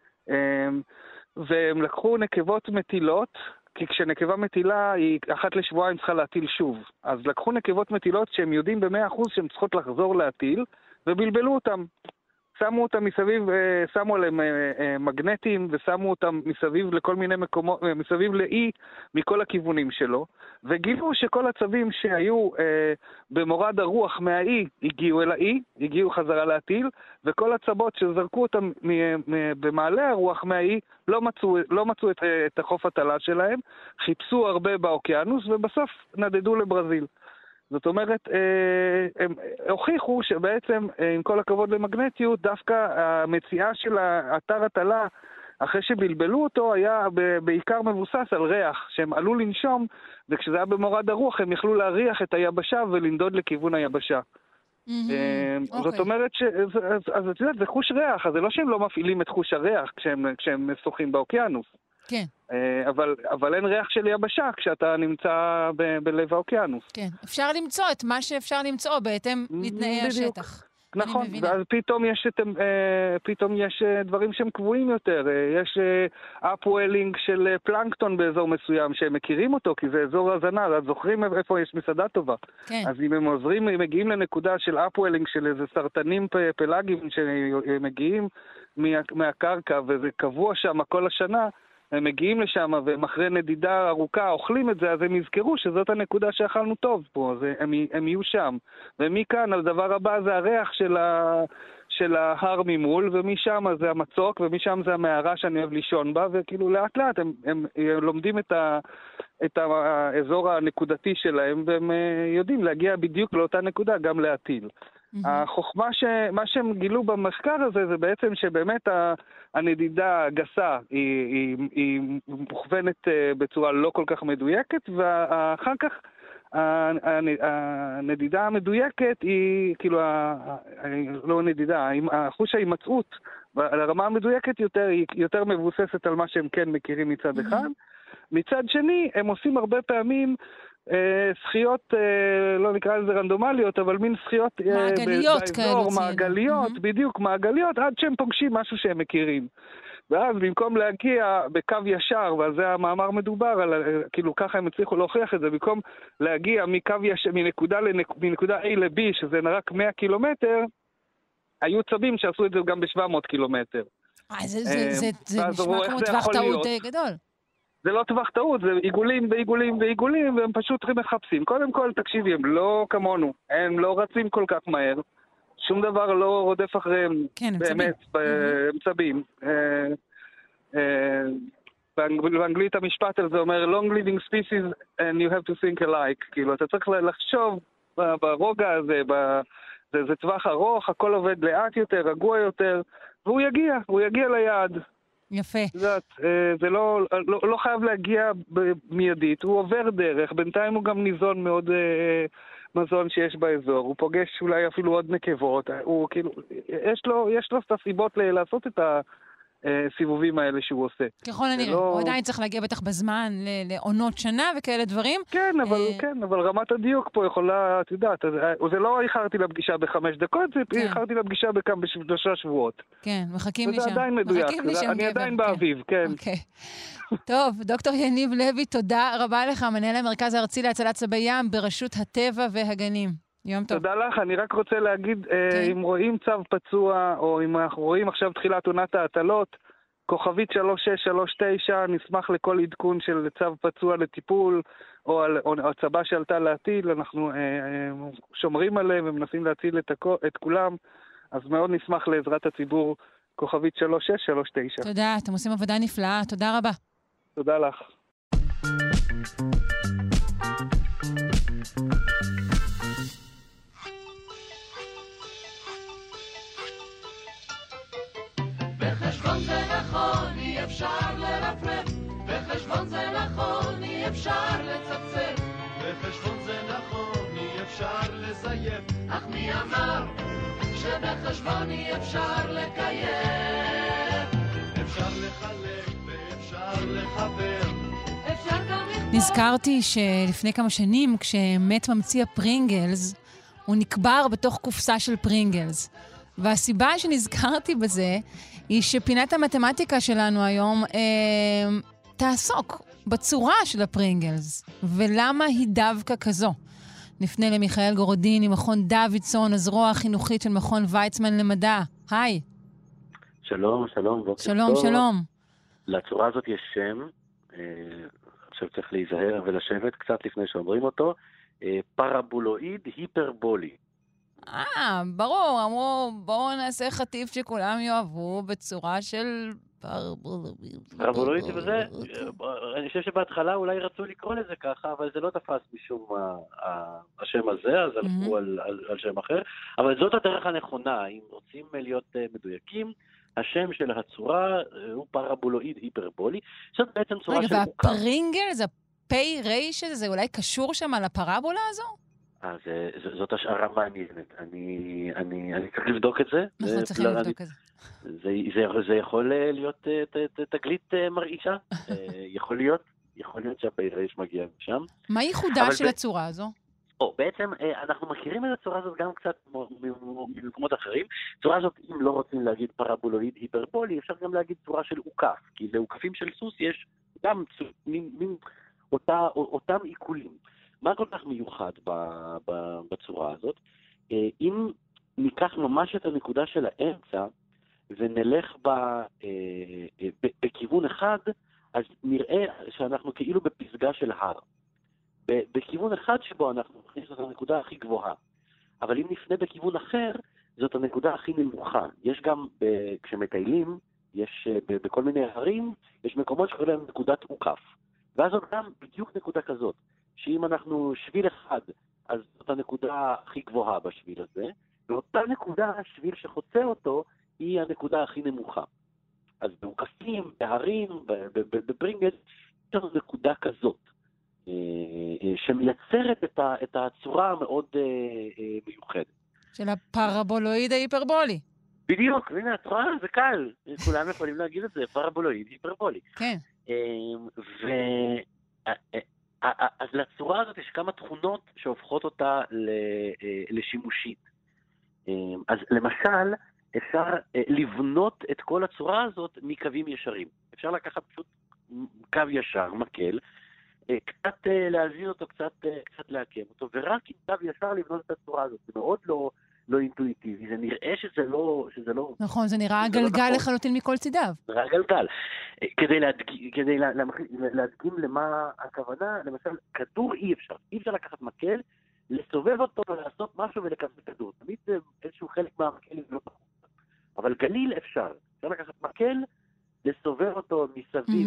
והם לקחו נקבות מטילות, כי כשנקבה מטילה, היא אחת לשבועיים צריכה להטיל שוב. אז לקחו נקבות מטילות שהם יודעים במאה אחוז שהן צריכות לחזור להטיל, ובלבלו אותם. שמו אותם מסביב, שמו עליהם מגנטים, ושמו אותם מסביב לכל מיני מקומות, מסביב לאי, מכל הכיוונים שלו, וגילו שכל הצבים שהיו אה, במורד הרוח מהאי, הגיעו אל האי, הגיעו חזרה להטיל, וכל הצבות שזרקו אותם במעלה הרוח מהאי, לא מצאו, לא מצאו את, את החוף הטלה שלהם, חיפשו הרבה באוקיינוס, ובסוף נדדו לברזיל. זאת אומרת, הם הוכיחו שבעצם, עם כל הכבוד למגנטיות, דווקא המציאה של האתר הטלה, אחרי שבלבלו אותו, היה בעיקר מבוסס על ריח, שהם עלו לנשום, וכשזה היה במורד הרוח, הם יכלו להריח את היבשה ולנדוד לכיוון היבשה. זאת אומרת, אז את יודעת, זה חוש ריח, אז זה לא שהם לא מפעילים את חוש הריח כשהם שוחים באוקיינוס. כן. אבל, אבל אין ריח של יבשה כשאתה נמצא ב- בלב האוקיינוס. כן, אפשר למצוא את מה שאפשר למצוא בהתאם לתנאי השטח. נכון, ואז פתאום יש, פתאום יש דברים שהם קבועים יותר. יש אפוולינג של פלנקטון באזור מסוים שהם מכירים אותו, כי זה אזור הזנה, אז זוכרים איפה יש מסעדה טובה. כן. אז אם הם עוזרים, הם מגיעים לנקודה של אפוולינג של איזה סרטנים פלאגיים שמגיעים מהקרקע, וזה קבוע שם כל השנה, הם מגיעים לשם, והם אחרי נדידה ארוכה אוכלים את זה, אז הם יזכרו שזאת הנקודה שאכלנו טוב פה, אז הם, הם יהיו שם. ומכאן, הדבר הבא זה הריח של, ה, של ההר ממול, ומשם זה המצוק, ומשם זה המערה שאני אוהב לישון בה, וכאילו לאט לאט הם, הם, הם לומדים את, ה, את האזור הנקודתי שלהם, והם יודעים להגיע בדיוק לאותה נקודה, גם להטיל. החוכמה ש... מה שהם גילו במחקר הזה זה בעצם שבאמת הנדידה הגסה היא, היא, היא מוכוונת בצורה לא כל כך מדויקת, ואחר כך הנדידה המדויקת היא, כאילו, לא נדידה, החוש ההימצאות, הרמה המדויקת יותר, היא יותר מבוססת על מה שהם כן מכירים מצד אחד. מצד שני, הם עושים הרבה פעמים שחיות, לא נקרא לזה רנדומליות, אבל מין שחיות מעגליות כאלו. מעגליות, בדיוק, מעגליות, עד שהם פוגשים משהו שהם מכירים. ואז במקום להגיע בקו ישר, ועל זה המאמר מדובר, על, כאילו ככה הם הצליחו להוכיח את זה, במקום להגיע מקו ישר, מנקודה, לנק, מנקודה A ל-B, שזה רק מאה קילומטר, היו צבים שעשו את זה גם ב-שבע מאות קילומטר. אה, זה, זה, זה, זה נשמע כמו טווח טעות גדול. זה לא טווח טעות, זה עיגולים ועיגולים ועיגולים, והם פשוט מחפשים. קודם כל, תקשיבי, הם לא כמונו, הם לא רצים כל כך מהר, שום דבר לא רודף אחריהם, כן, באמת, הם צבים. באנגלית המשפט הזה אומר, long living species and you have to think alike. כאילו, אתה צריך לחשוב ברוגע הזה, זה טווח ארוך, הכל עובד לאט יותר, רגוע יותר, והוא יגיע, הוא יגיע ליעד. יפה. זאת, זה לא, לא, לא חייב להגיע מיידית, הוא עובר דרך, בינתיים הוא גם ניזון מאוד מזון שיש באזור, הוא פוגש אולי אפילו עוד נקבות, הוא כאילו, יש לו, יש לו את הסיבות לעשות את הסיבובים האלה שהוא עושה. ככל הנראה, לא... הוא עדיין צריך להגיע בטח בזמן לעונות שנה וכאלה דברים. כן, אבל, כן, אבל רמת הדיוק פה יכולה, את יודעת, זה לא איחרתי לפגישה בחמש דקות, זה כן. איחרתי לפגישה בכמה בשלושה שבועות. כן, מחכים לי שם. וזה עדיין מדויק, זה, אני גבר. עדיין באביב, כן. אוקיי. טוב, דוקטור יניב לוי, תודה רבה לך, מנהל המרכז הארצי להצלת צבי ים ברשות הטבע והגנים. יום טוב. תודה לך, אני רק רוצה להגיד, כן. אם רואים צב פצוע, או אם אנחנו רואים עכשיו תחילת עונת ההטלות, כוכבית שלוש שש שלוש תשע, נשמח לכל עדכון של צב פצוע לטיפול, או על הצבה שעלתה להטיל, אנחנו אה, אה, שומרים עליהם ומנסים להציל את, הכ... את כולם, אז מאוד נשמח לעזרת הציבור, כוכבית שלוש שש שלוש תשע. תודה, אתם עושים עבודה נפלאה, תודה רבה. תודה לך. בחשבון זה נכון, אי אפשר לרפרף, בחשבון זה נכון, אי אפשר לצפצף, בחשבון זה נכון, אי אפשר לזייף, אך מי אמר שבחשבון אי אפשר לקיים, אפשר לחלק ואפשר לחבר, אפשר גם לכתוב. נזכרתי שלפני כמה שנים כשמת ממציא הפרינגלס, הוא נקבר בתוך קופסה של פרינגלס. והסיבה שנזכרתי בזה היא שפינת המתמטיקה שלנו היום אה, תעסוק בצורה של הפרינגלס, ולמה היא דווקא כזו. נפנה למיכאל גורדיני, מכון דוידסון, הזרוע החינוכית של מכון ויצמן למדע. היי. שלום, שלום. שלום, טוב. שלום. לצורה הזאת יש שם, אה, עכשיו צריך להיזהר ולשבת קצת לפני שאומרים אותו, אה, פרבולואיד היפרבולי. אה, ברור, אמרו, בואו נעשה חטיף שכולם יאהבו בצורה של פרבולואיד, וזה, אני חושב שבהתחלה אולי רצו לקרוא לזה ככה, אבל זה לא תפס משום השם הזה, אז הלכו על שם אחר, אבל זאת הדרך הנכונה, אם רוצים להיות מדויקים, השם של הצורה הוא פרבולואיד היפרבולי, זאת בעצם צורה של מוכר. רגע, והפרינגל, זה פי רייש, זה אולי קשור שם על הפרבולה הזו? אז זאת השערה מעניינת. אני, אני, אני צריך לבדוק את זה. נכון, צריכים לבדוק את זה. זה, זה, זה יכול להיות תגלית מרעישה. יכול להיות, יכול להיות שהפיירש מגיע משם. מה ייחודה של הצורה הזו? או, בעצם אנחנו מכירים את הצורה הזאת גם קצת ממקומות אחרים. צורה הזאת, אם לא רוצים להגיד פרבולואיד היפרבולי, אפשר גם להגיד צורה של עוקף. כי לעוקפים של סוס יש גם אותם עיקולים. מה כל כך מיוחד בצורה הזאת? אם ניקח ממש את הנקודה של האמצע, ונלך בכיוון אחד, אז נראה שאנחנו כאילו בפסגה של הר. בכיוון אחד שבו אנחנו נכניס את הנקודה הכי גבוהה. אבל אם נפנה בכיוון אחר, זאת הנקודה הכי נמוכה. יש גם, כשמטיילים, יש בכל מיני הרים, יש מקומות שקוראים להם נקודת עוקף. ואז זאת גם בדיוק נקודה כזאת. שאם אנחנו שביל אחד, אז זאת הנקודה הכי גבוהה בשביל הזה, ואותה נקודה, השביל שחוצה אותו, היא הנקודה הכי נמוכה. אז בעוקפים, בהרים, בפרינגלס, יש לנו נקודה כזאת. שמייצרת את, ה, את הצורה המאוד אה, אה, מיוחדת. של הפרבולואיד ההיפרבולי. בדיוק, הנה, את רואה, זה קל. כולם יכולים להגיד את זה, פרבולואיד היפרבולי. כן. ו... אז לצורה הזאת יש כמה תכונות שהופכות אותה לשימושית. אז למשל, אפשר לבנות את כל הצורה הזאת מקווים ישרים. אפשר לקחת פשוט קו ישר, מקל, קצת להזין אותו, קצת, קצת להקם אותו, ורק עם קו ישר לבנות את הצורה הזאת. זה מאוד לא, לא אינטואיטיבי, זה נראה שזה לא... שזה לא נכון, זה נראה גלגל לא לחלוטין מכל צידיו. זה נראה גלגל. כדי להדגים, כדי להדגים למה הכוונה, למשל, כדור אי אפשר. אי אפשר לקחת מקל, לסובב אותו ולעשות משהו ולקבל כדור. תמיד זה איזשהו חלק מהמקל לא פחות. אבל גליל אפשר. אפשר לקחת מקל, לסובב אותו מסביב,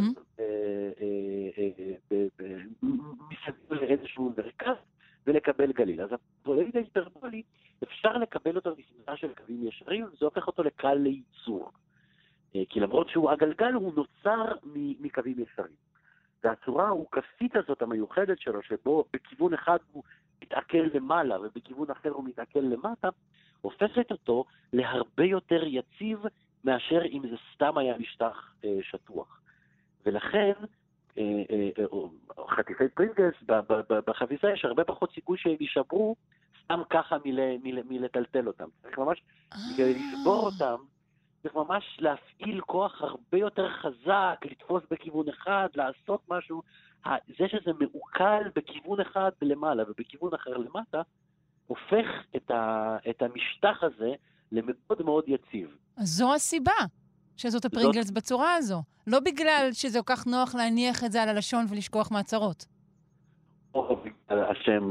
מסביב לאיזשהו מרכז, ולקבל גליל. אז הפרבולואיד ההיפרבולי, אפשר לקבל אותו בסדרה של קווים ישרים, וזה הופך אותו לקל לייצור. כי למרות שהוא הגלגל, הוא נוצר מקווים ישרים. והצורה ההוקפית הזאת המיוחדת שלו, שבו בכיוון אחד הוא מתעכל למעלה, ובכיוון אחר הוא מתעכל למטה, הופכת אותו להרבה יותר יציב, מאשר אם זה סתם היה משטח אה, שטוח. ולכן, אה, אה, אה, חטיפי פרינגלס, בחביזה יש הרבה פחות סיכוי שהם יישברו, סתם ככה מל, מל, מלטלטל אותם. צריך ממש, כדי לשבור אותם, צריך ממש להפעיל כוח הרבה יותר חזק, לתפוס בכיוון אחד, לעשות משהו. זה שזה מעוקל בכיוון אחד למעלה, ובכיוון אחר למטה, הופך את, ה, את המשטח הזה למאוד מאוד יציב. אז זו הסיבה שזאת הפרינגלס זאת... בצורה הזו. לא בגלל שזה כל כך נוח להניח את זה על הלשון ולשכוח מעצרות. או בגלל השם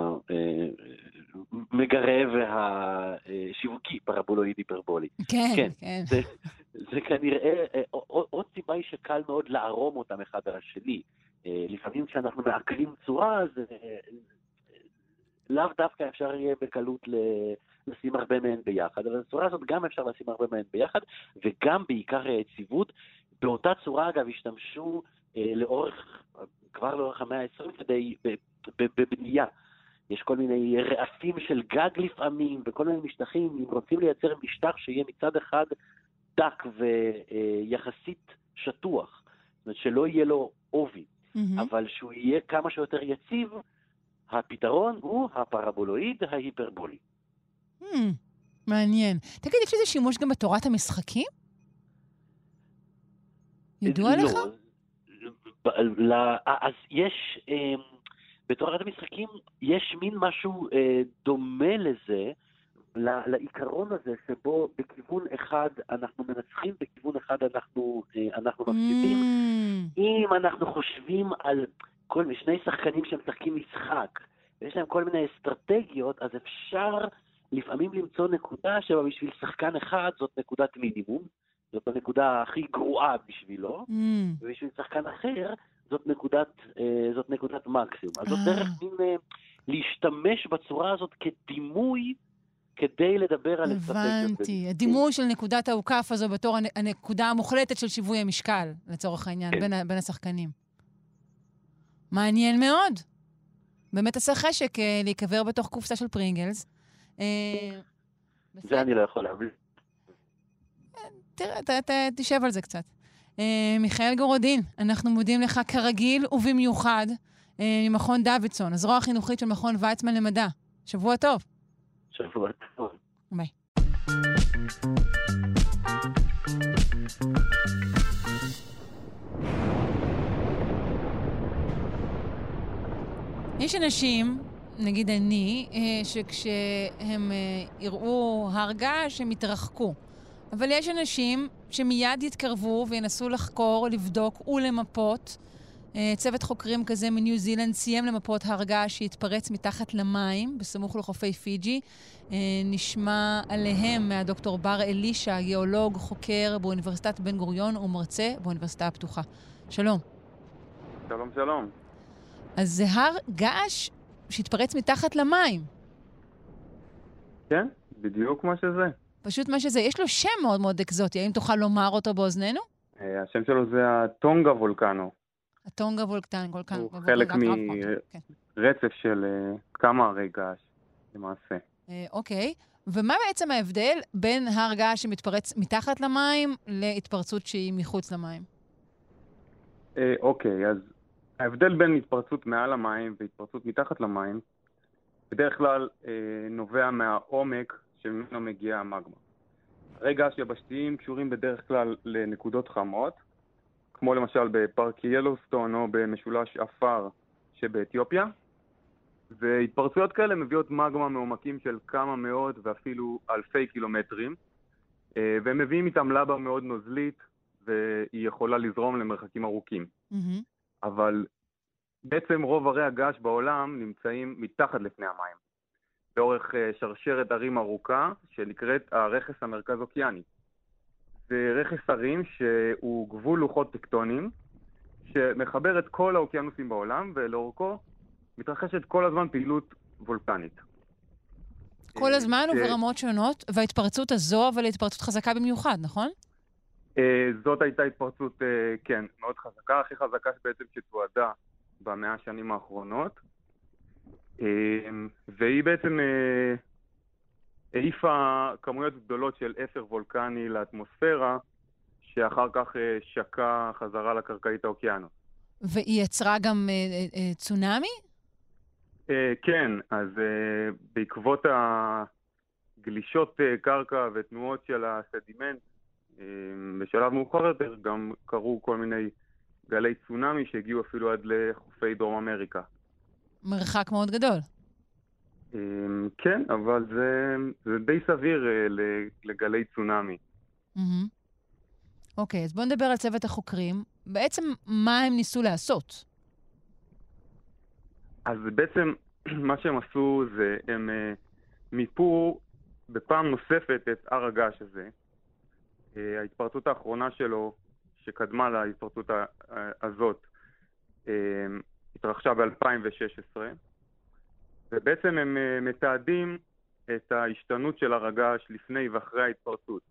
המגרה והשיווקי, פרבולואיד היפרבולי. כן, כן. כן. זה, זה כנראה, עוד סיבה היא שקל מאוד לערום אותם אחד על השני. לפעמים כשאנחנו מעקלים צורה, זה לאו דווקא אפשר יהיה בקלות ל... לשים הרבה מהן ביחד, אבל בצורה הזאת גם אפשר לשים הרבה מהן ביחד, וגם בעיקר היציבות. באותה צורה, אגב, השתמשו אה, לאורך, כבר לאורך המאה ה-עשרים, כדי, בבנייה. יש כל מיני רעפים של גג לפעמים, וכל מיני משטחים, אם רוצים לייצר משטח שיהיה מצד אחד דק ויחסית שטוח, זאת אומרת שלא יהיה לו עובי, mm-hmm. אבל שהוא יהיה כמה שיותר יציב, הפתרון הוא הפרבולואיד ההיפרבולי. Hmm, מעניין. תגיד, יש לזה שימוש גם בתורת המשחקים? ידוע לך? לא. אז יש, בתורת המשחקים יש מין משהו דומה לזה, לעיקרון הזה שבו בכיוון אחד אנחנו מנצחים, בכיוון אחד אנחנו, אנחנו מפסידים. אם אנחנו חושבים על כל שני שחקנים שמשחקים משחק, ויש להם כל מיני אסטרטגיות, אז אפשר לפעמים למצוא נקודה שבה בשביל שחקן אחד זאת נקודת מינימום, זאת הנקודה הכי גרועה בשבילו, mm. ובשביל שחקן אחר זאת נקודת, אה, זאת נקודת מקסימום. אז זאת דרך מין אה, להשתמש בצורה הזאת כדימוי כדי לדבר על אסטרטגיות. הבנתי. הדימוי של נקודת האוכף הזו בתור הנקודה המוחלטת של שיווי המשקל, לצורך העניין, כן. בין, בין השחקנים. מעניין מאוד. באמת עשה חשק אה, להיקבר בתוך קופסה של פרינגלס. זה אני לא יכול להבין. תראה, תשב על זה קצת. מיכאל גורודין, אנחנו מודים לך כרגיל ובמיוחד ממכון דוידסון, הזרוע החינוכית של מכון ויצמן למדע. שבוע טוב. שבוע טוב. ביי. יש אנשים, נגיד אני, שכשהם יראו הרגש, הם יתרחקו. אבל יש אנשים שמיד יתקרבו וינסו לחקור, לבדוק ולמפות. צוות חוקרים כזה מניו זילנד סיים למפות הרגש שהתפרץ מתחת למים, בסמוך לחופי פיג'י. נשמע עליהם מהדוקטור בר אלישע, גיאולוג, חוקר באוניברסיטת בן גוריון ומרצה באוניברסיטה הפתוחה. שלום. שלום, שלום. אז זה הר געש שהתפרץ מתחת למים. כן, בדיוק מה שזה. פשוט מה שזה. יש לו שם מאוד מאוד אקזוטי. האם תוכל לומר אותו באוזנינו? השם שלו זה הטונגה וולקנו. הטונגה וולקן, וולקן. הוא חלק מרצף של כמה הרי געש, למעשה. אוקיי. ומה בעצם ההבדל בין הר געש שמתפרץ מתחת למים להתפרצות שהיא מחוץ למים? אוקיי, אז ההבדל בין התפרצות מעל המים והתפרצות מתחת למים, בדרך כלל נובע מהעומק שממנו מגיעה המגמה. הרי געש יבשתיים קשורים בדרך כלל לנקודות חמות, כמו למשל בפארק ילוסטון או במשולש אפר שבאתיופיה, והתפרצויות כאלה מביאות מגמה מעומקים של כמה מאות ואפילו אלפי קילומטרים, והם מביאים איתם לבה מאוד נוזלית, והיא יכולה לזרום למרחקים ארוכים. Mm-hmm. אבל בעצם רוב הרי הגעש בעולם נמצאים מתחת לפני המים, באורך שרשרת הרים ארוכה שנקראת הרכס המרכז אוקיאני. זה רכס הרים שהוא גבול לוחות טקטוניים, שמחבר את כל האוקיינוסים בעולם, ולאורכו מתרחשת כל הזמן פעילות וולקנית. כל הזמן ש... וברמות שונות, וההתפרצות הזו, אבל התפרצות חזקה במיוחד, נכון? זאת הייתה התפרצות, כן, מאוד חזקה, הכי חזקה שבעצם שתועדה במאה השנים האחרונות, והיא בעצם העיפה כמויות גדולות של אפר וולקני לאטמוספירה, שאחר כך שקע חזרה לקרקעית האוקיינוס. והיא יצרה גם צונאמי? כן, אז בעקבות הגלישות קרקע ותנועות של הסדימנט, בשלב מאוחר יותר גם קרו כל מיני גלי צונאמי שהגיעו אפילו עד לחופי דרום אמריקה. מרחק מאוד גדול. כן, אבל זה, זה די סביר לגלי צונאמי. אוקיי, אז בואו נדבר על צוות החוקרים. בעצם מה הם ניסו לעשות? אז בעצם מה שהם עשו זה הם מיפו בפעם נוספת את הר הגעש הזה. ההתפרצות האחרונה שלו, שקדמה להתפרצות הזאת, התרחשה ב-אלפיים ושש עשרה, ובעצם הם מתעדים את ההשתנות של הר הגעש לפני ואחרי ההתפרצות.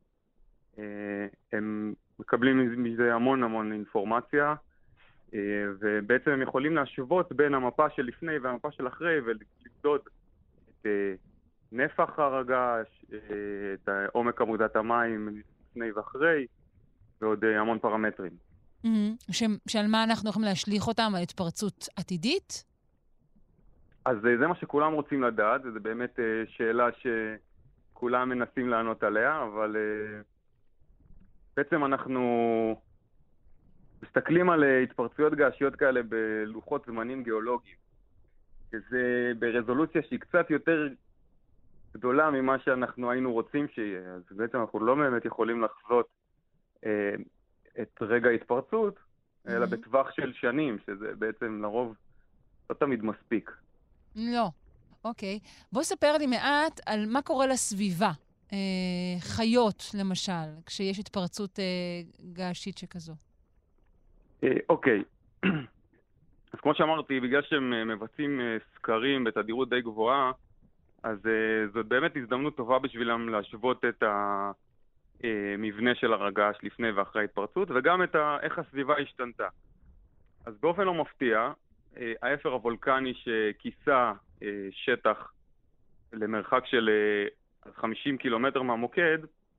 הם מקבלים מזה המון המון אינפורמציה, ובעצם הם יכולים להשוות בין המפה של לפני והמפה של אחרי, ולמדוד את נפח הר הגעש, את עומק עמודת המים לפני ואחרי, ועוד המון פרמטרים. שעל מה אנחנו יכולים להשליך אותם? על התפרצות עתידית? אז זה מה שכולם רוצים לדעת, וזה באמת שאלה שכולם מנסים לענות עליה, אבל בעצם אנחנו מסתכלים על התפרצויות געשיות כאלה בלוחות זמנים גיאולוגיים. שזה ברזולוציה שהיא קצת יותר גדולה ממה שאנחנו היינו רוצים שיהיה. אז בעצם אנחנו לא באמת יכולים לחזות אה, את רגע ההתפרצות, mm-hmm. אלא בטווח של שנים, שזה בעצם לרוב לא תמיד מספיק. לא. אוקיי. בוא ספר לי מעט על מה קורה לסביבה. אה, חיות, למשל, כשיש התפרצות אה, געשית שכזו. אה, אוקיי. אז כמו שאמרתי, בגלל שהם מבצעים אה, סקרים בתדירות די גבוהה, אז uh, זאת באמת הזדמנות טובה בשבילם להשוות את המבנה של הר הגעש לפני ואחרי ההתפרצות, וגם את ה- איך הסביבה השתנתה. אז באופן לא מפתיע, uh, האפר הוולקני שכיסה uh, שטח למרחק של uh, חמישים קילומטר מהמוקד,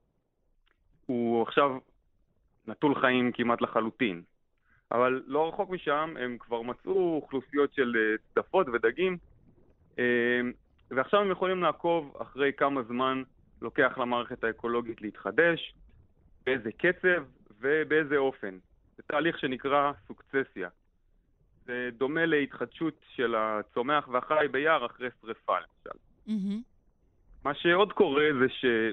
הוא עכשיו נטול חיים כמעט לחלוטין. אבל לא רחוק משם, הם כבר מצאו אוכלוסיות של uh, צדפות ודגים, uh, ועכשיו הם יכולים לעקוב אחרי כמה זמן לוקח למערכת האקולוגית להתחדש, באיזה קצב ובאיזה אופן. זה תהליך שנקרא סוקצסיה. זה דומה להתחדשות של הצומח והחי ביער אחרי שריפה, למשל. Mm-hmm. מה שעוד קורה זה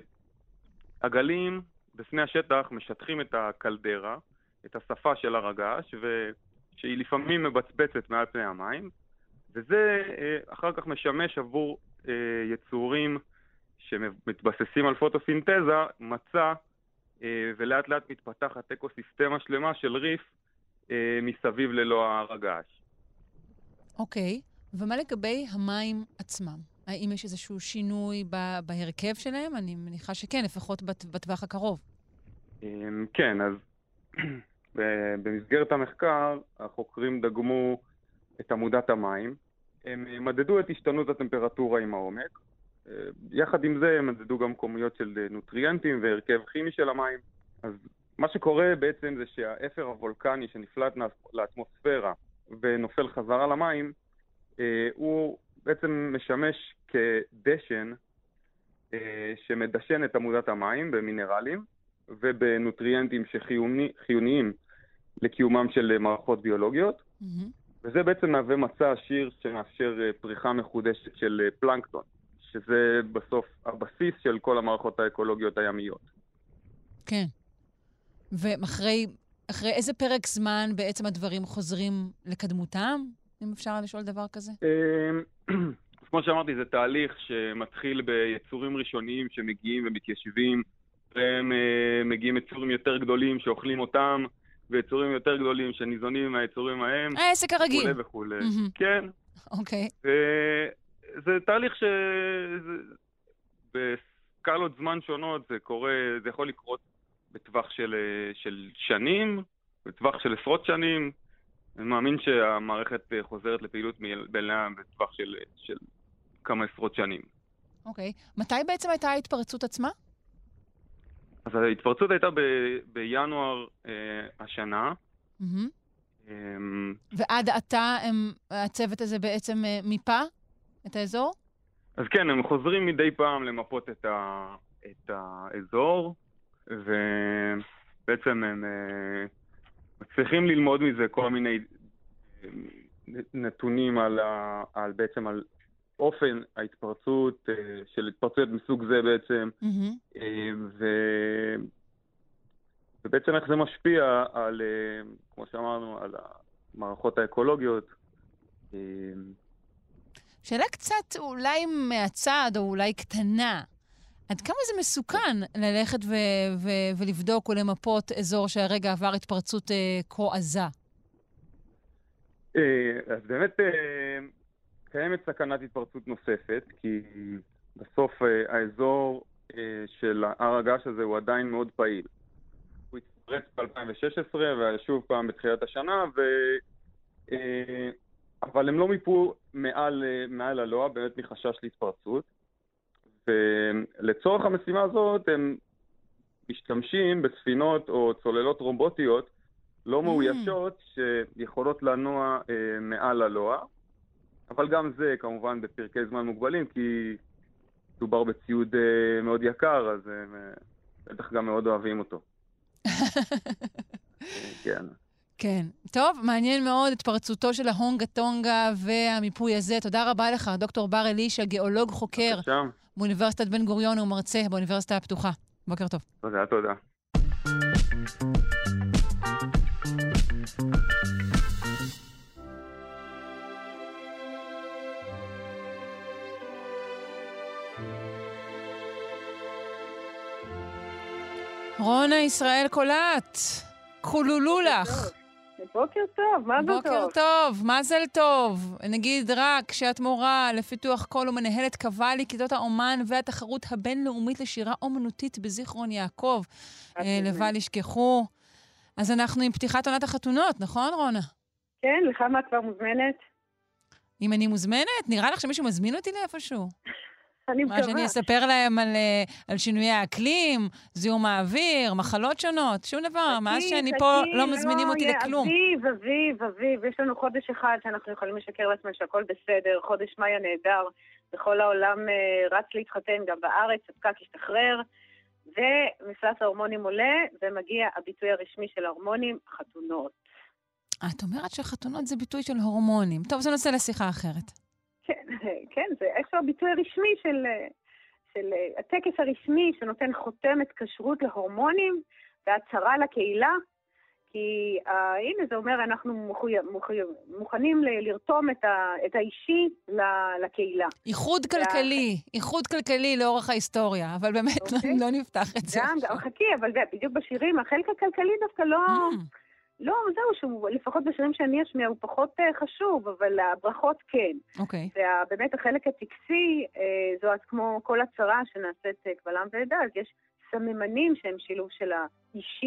שהגלים בפני השטח משטחים את הקלדרה, את השפה של הר הגעש, ושהיא לפעמים מבצבצת מעל פני המים, וזה אחר כך משמש עבור יצורים שמתבססים על פוטוסינתזה, מצא, ולאט לאט מתפתחת אקוסיסטמה שלמה של ריף מסביב ללא הר הגעש. אוקיי, ומה לגבי המים עצמם? האם יש איזשהו שינוי בהרכב שלהם? אני מניחה שכן, לפחות בטווח הקרוב. כן, אז במסגרת המחקר, החוקרים דגמו את עמודת המים, הם מדדו את השתנות הטמפרטורה עם העומק, יחד עם זה הם מדדו גם כמויות של נוטריאנטים והרכב כימי של המים. אז מה שקורה בעצם זה שהאפר הוולקני שנפלט לאטמוספירה ונופל חזרה למים, הוא בעצם משמש כדשן שמדשן את עמודת המים במינרלים ובנוטריאנטים שחיוניים לקיומם של מערכות ביולוגיות. Mm-hmm. וזה בעצם מהווה מצע עשיר שמאפשר פריחה מחודשת של פלנקטון, שזה בסוף הבסיס של כל המערכות האקולוגיות הימיות. כן. ואחרי אחרי איזה פרק זמן בעצם הדברים חוזרים לקדמותם? אם אפשר לשאול דבר כזה? כמו שאמרתי, זה תהליך שמתחיל ביצורים ראשוניים שמגיעים ומתיישבים, והם מגיעים יצורים יותר גדולים שאוכלים אותם, ויצורים יותר גדולים שניזונים מהיצורים ההם. העסק הרגיל. וכו' וכו'. כן. אוקיי. זה תהליך ש... בסקלות זמן שונות זה קורה, זה יכול לקרות בטווח של, של שנים, בטווח של עשרות שנים. אני מאמין שהמערכת חוזרת לפעילות מלאה בטווח של, של כמה עשרות שנים. אוקיי. מתי בעצם הייתה ההתפרצות עצמה? אז ההתפרצות הייתה ב, בינואר אה, השנה. Mm-hmm. אה, ועד עתה הם, הצוות הזה בעצם אה, מיפה את האזור? אז כן, הם חוזרים מדי פעם למפות את, ה, את האזור, ובעצם הם אה, מצליחים ללמוד מזה כל מיני אה, נתונים על, ה, על בעצם על אופן ההתפרצות, של התפרצויות מסוג זה בעצם, mm-hmm. ו... ובעצם איך זה משפיע על, כמו שאמרנו, על המערכות האקולוגיות. שאלה קצת אולי מהצד או אולי קטנה, עד כמה זה מסוכן ללכת ו- ו- ולבדוק או למפות אזור שהרגע עבר התפרצות כה עזה? אז באמת... קיימת סכנת התפרצות נוספת, כי בסוף האזור של הר הגעש הזה הוא עדיין מאוד פעיל. הוא התפרץ ב-אלפיים ושש עשרה ושוב פעם בתחילת השנה, ו... אבל הם לא מיפו מעל, מעל הלוע, באמת מחשש להתפרצות. ולצורך המשימה הזאת הם משתמשים בספינות או צוללות רובוטיות לא מאוישות שיכולות לנוע מעל הלוע. אבל גם זה כמובן בפרקי זמן מוגבלים, כי דובר בציוד uh, מאוד יקר, אז הם uh, בטח גם מאוד אוהבים אותו. כן. כן. טוב, מעניין מאוד התפרצותו של ההונגה טונגה והמיפוי הזה. תודה רבה לך, דוקטור בר אלישע, גיאולוג חוקר באוניברסיטת בן גוריון ומרצה באוניברסיטה הפתוחה. בוקר טוב. תודה, תודה. רונה ישראל קולט, קולולו לך. בוקר טוב, מה זה טוב? בוקר טוב, מזל טוב. נגיד רק שאת מורה לפיתוח קול ומנהלת קבלי כיתות האומן והתחרות הבינלאומית לשירה אומנותית בזיכרון יעקב. לבל ישכחו. אז אנחנו עם פתיחת עונת החתונות, נכון רונה? כן, לכמה את כבר מוזמנת? אם אני מוזמנת? נראה לך שמישהו מזמין אותי לאיפשהו? אני מקווה. מה שאני אספר להם על, על שינויי האקלים, זיהום האוויר, מחלות שונות, שום דבר. מאז שאני פה לא מזמינים אותי לכלום. אביב, אביב, אביב. יש לנו חודש אחד שאנחנו יכולים לשקר לעצמנו שהכל בסדר. חודש מאי הנהדר. בכל העולם רץ להתחתן, גם בארץ, הפקק השתחרר. ומפלס ההורמונים עולה, ומגיע הביטוי הרשמי של ההורמונים, חתונות. את אומרת שחתונות זה ביטוי של הורמונים. טוב, זה נושא לשיחה אחרת. כן, כן, זה איכשהו הביטוי הרשמי של, של הטקס הרשמי שנותן חותמת כשרות להורמונים והצהרה לקהילה, כי uh, הנה זה אומר אנחנו מוכי, מוכי, מוכנים ל, לרתום את, ה, את האישי ל, לקהילה. איחוד כלכלי, וה... איחוד כלכלי לאורך ההיסטוריה, אבל באמת okay. לא, לא נפתח את זה. גם, גם, חכי, אבל זה, בדיוק בשירים, החלק הכלכלי דווקא לא... Mm. לא, זהו, שהוא, לפחות בשירים שאני אשמיע, הוא פחות uh, חשוב, אבל הברכות כן. אוקיי. Okay. ובאמת החלק הטקסי, uh, זו כמו כל הצהרה שנעשית uh, קבל עם ועדה, אז יש סממנים שהם שילוב של האישי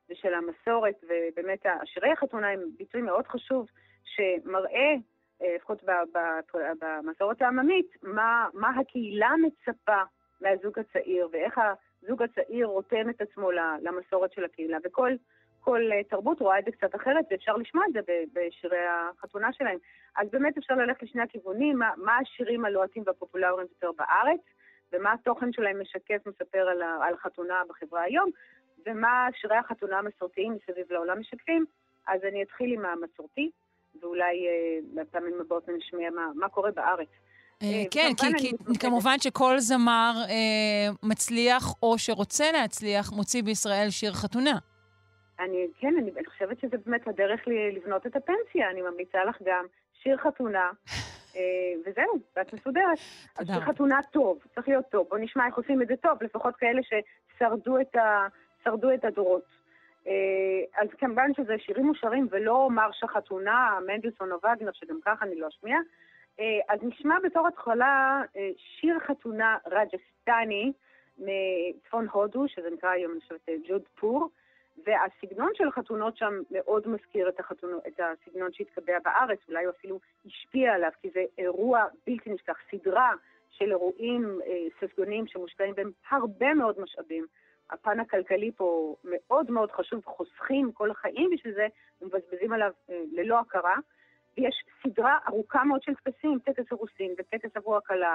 ושל המסורת, ובאמת השירי החתונה הם ביטוי מאוד חשוב, שמראה, לפחות במסורת העממית, מה, מה הקהילה מצפה מהזוג הצעיר, ואיך הזוג הצעיר רותם את עצמו למסורת של הקהילה, וכל כל תרבות רואה את זה קצת אחרת, ואפשר לשמוע את זה בשירי החתונה שלהם. אז באמת אפשר ללכת לשני הכיוונים, מה, מה השירים הלוהטים והפופולריים יותר בארץ, ומה התוכן שלהם משקף, מספר על, על חתונה בחברה היום, ומה שירי החתונה המסורתיים מסביב לעולם משקפים. אז אני אתחיל עם המסורתי, ואולי בפעמים הבאות נשמיע מה, מה קורה בארץ. כן, כי כמובן שכל זמר מצליח או שרוצה להצליח מוציא בישראל שיר חתונה. אני, כן, אני, אני חושבת שזה באמת הדרך לי, לבנות את הפנסיה. אני ממליצה לך גם שיר חתונה, וזהו, ואת מסודרת. אז שיר חתונה טוב, צריך להיות טוב. בוא נשמע איך עושים את זה טוב, לפחות כאלה ששרדו את, ה, שרדו את הדורות. אז כמובן שזה שירים מושרים ולא מרש החתונה, מנדלסון או וגנר, שגם ככה אני לא אשמיע. אז נשמע בתור התחלה שיר חתונה רג'סטני מצפון הודו, שזה נקרא היום נשבת ג'ודפור, והסגנון של החתונות שם מאוד מזכיר את, החתונות, את הסגנון שהתקבע בארץ, אולי הוא אפילו השפיע עליו, כי זה אירוע בלתי נשכח, סדרה של אירועים ססגוניים שמושקעים בהם הרבה מאוד משאבים. הפן הכלכלי פה מאוד מאוד חשוב, חוסכים כל החיים בשביל זה, ומבזבזים עליו ללא הכרה. ויש סדרה ארוכה מאוד של טקסים, טקס אירוסין וטקס עבור הכלה,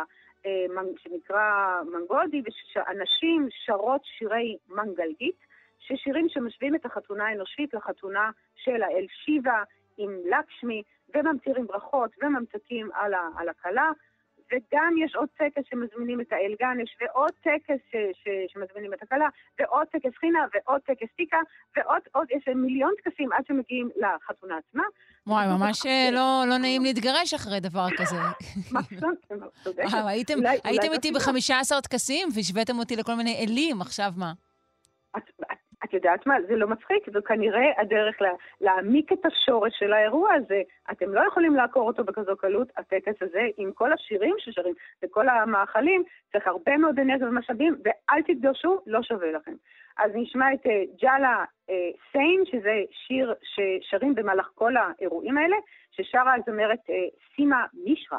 שנקרא מנגודי, ושאנשים שרות שירי מנגלגית, ששירים שמשווים את החתונה האנושית לחתונה של האל שיבה עם לקשמי, וממצירים ברכות וממצקים על, ה, על הכלה, וגם יש עוד טקס שמזמינים את האל גנש, ועוד טקס ש, ש, שמזמינים את הכלה, ועוד טקס חינה, ועוד טקס טיקה, ועוד עוד, יש מיליון טקסים עד שמגיעים לחתונה עצמה. וואי, ממש לא, לא נעים להתגרש אחרי דבר כזה. וואו, הייתם, הייתם איתי ב-חמישה עשר טקסים, והשוויתם אותי לכל מיני אלים, עכשיו מה? את, את, את יודעת מה? זה לא מצחיק, זה כנראה הדרך לה, להעמיק את השורש של האירוע הזה. אתם לא יכולים לעקור אותו בכזו קלות, הטקס הזה, עם כל השירים ששרים, וכל המאכלים, צריך הרבה מאוד אנרגיה ומשאבים, ואל תתגרשו, לא שווה לכם. אז נשמע את ג'אלה סיין, שזה שיר ששרים במהלך כל האירועים האלה, ששרה הזמרת סימה מישרה.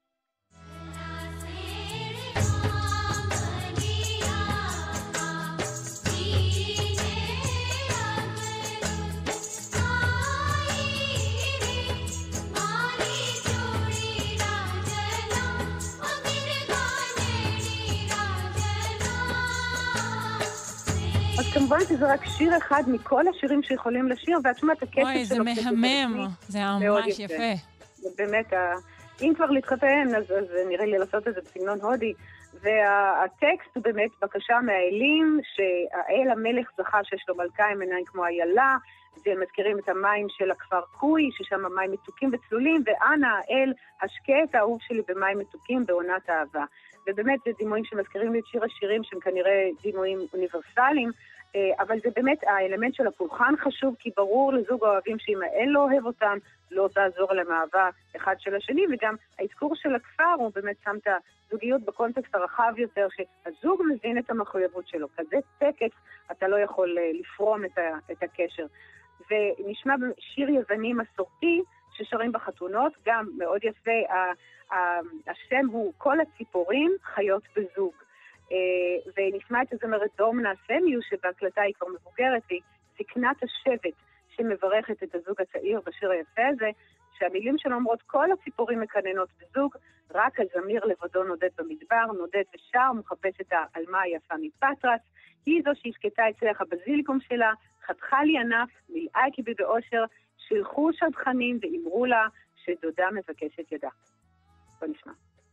אז כמובן שזה רק שיר אחד מכל השירים שיכולים לשיר, ואת שומעת הקצב שלו. וואי, זה מהמם, זה ממש יפה. באמת, אם כבר להתחתן, אז נראה לי לעשות את זה בסגנון הודי, והטקסט הוא באמת בקשה מהאלים, שהאל המלך זכה שיש לו מלכה עם עיניים כמו איילה, והם מזכירים את המים של הכפר קוי, ששם המים מתוקים וצלולים, ואנא האל השקה את האהוב שלי במים מתוקים בעונת האהבה. ובאמת זה דימויים שמזכירים לי את שיר השירים שהם כנראה דימויים אוניברסליים, אבל זה באמת האלמנט של הפולחן חשוב, כי ברור לזוג האוהבים שאם האל לא אוהב אותם, לא תעזור להם אהבה אחד של השני, וגם האזכור של הכפר הוא באמת שם את הזוגיות בקונטקסט הרחב יותר, שהזוג מבין את המחויבות שלו. כזה טקס אתה לא יכול לפרום את, ה, את הקשר. ונשמע שיר יווני מסורתי ששרים בחתונות, גם מאוד יפה, השם הוא כל הציפורים חיות בזוג. ונשמע את הזמרת דומנה סמיו, שבהקלטה היא כבר מבוגרת, והיא זקנת השבט שמברכת את הזוג הצעיר בשיר היפה הזה, שהמילים שלו אומרות, כל הציפורים מקננות בזוג, רק הזמיר לבדו נודד במדבר, נודד ושר, מחפש את העלמה היפה מפטרס, היא זו שהשקטה אצלך הבזיליקום שלה, חתכה לי ענף, מילאה קיבי באושר, שילחו שדכנים ואמרו לה שדודה מבקשת ידה. בוא נשמע.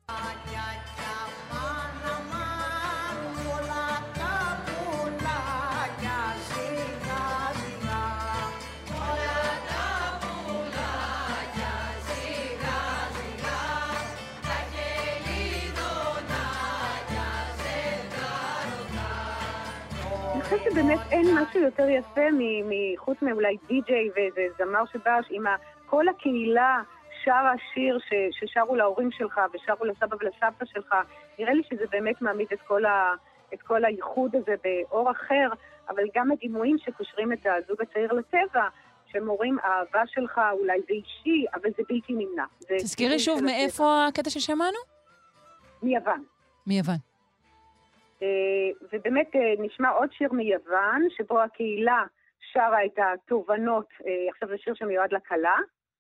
אני חושבת שבאמת אין משהו יותר יפה מחוץ מאולי די-ג'יי ואיזה זמר שבא עם כל הקהילה שרה שיר ששרו להורים שלך ושרו לסבא ולסבתא שלך. נראה לי שזה באמת מעמיד את כל, ה, את כל הייחוד הזה באור אחר, אבל גם הדימויים שקושרים את הזוג הצעיר לטבע, שמורים אהבה שלך, אולי זה אישי, אבל זה בלתי נמנע. תזכירי שוב מאיפה הקטע ששמענו? מיוון. מיוון. ובאמת נשמע עוד שיר מיוון, שבו הקהילה שרה את התובנות, עכשיו זה שיר שמיועד לקלה.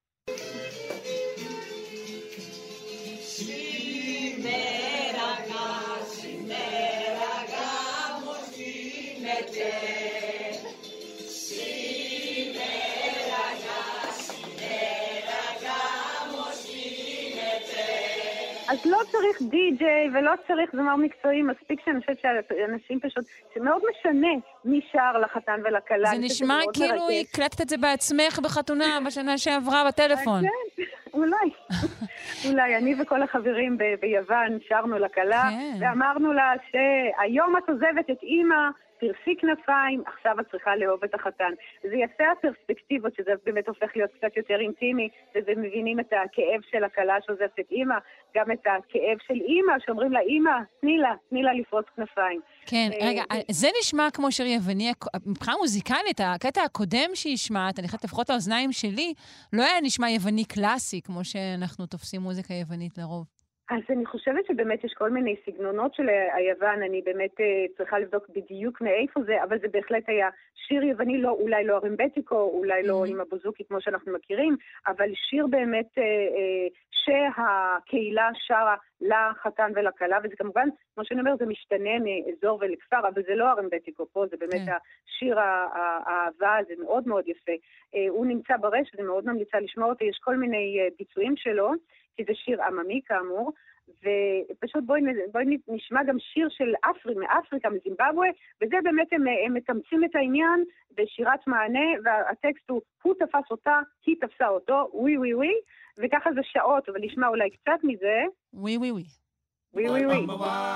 אז לא צריך די-ג'יי ולא צריך זמר מקצועי, מספיק שאני חושבת שאנשים פשוט, שמאוד משנה מי שר לחתן ולכלה. זה נשמע כאילו הקלטת את זה בעצמך בחתונה בשנה שעברה בטלפון. כן, אולי. אולי, אני וכל החברים ביוון שרנו לכלה, ואמרנו לה שהיום את עוזבת את אימא, פרסי כנפיים, עכשיו את צריכה לאהוב את החתן. זה יפה הפרספקטיבות, שזה באמת הופך להיות קצת יותר אינטימי, ומבינים את הכאב של הכלה שעוזבת את אימא, גם את הכאב של אימא, שאומרים לה, אימא, תני לה, תני לה לפרוץ כנפיים. כן, רגע, זה נשמע כמו שיר יווני, מבחינה מוזיקלית, הקטע הקודם שהשמעת, אני חושבת לפחות האוזניים שלי, לא היה נשמע יווני קלאסי, כמו שאנחנו תופסים מוזיקה יוונית לרוב. אז אני חושבת שבאמת יש כל מיני סגנונות של היוון, אני באמת צריכה לבדוק בדיוק מאיפה זה, אבל זה בהחלט היה שיר יווני, לא, אולי לא הרמבטיקו, אולי mm-hmm. לא עם הבוזוקי כמו שאנחנו מכירים, אבל שיר באמת שהקהילה שרה לחתן ולכלה, וזה כמובן, כמו שאני אומר, זה משתנה מאזור ולכפר, אבל זה לא הרמבטיקו פה, זה באמת yeah. השיר האהבה, זה מאוד מאוד יפה. הוא נמצא ברשת, זה מאוד ממליצה לשמוע אותו, יש כל מיני ביצועים שלו, כי זה שיר עממי כאמור, ופשוט בואי, בואי נשמע גם שיר של אפרי, מאפריקה, מזימבבואה, וזה באמת הם, הם מתמצים את העניין בשירת מענה, והטקסט הוא, הוא תפס אותה, היא תפסה אותו, ווי ווי ווי, וככה זה שעות, אבל נשמע אולי קצת מזה. ווי ווי ווי. ווי ווי ווי.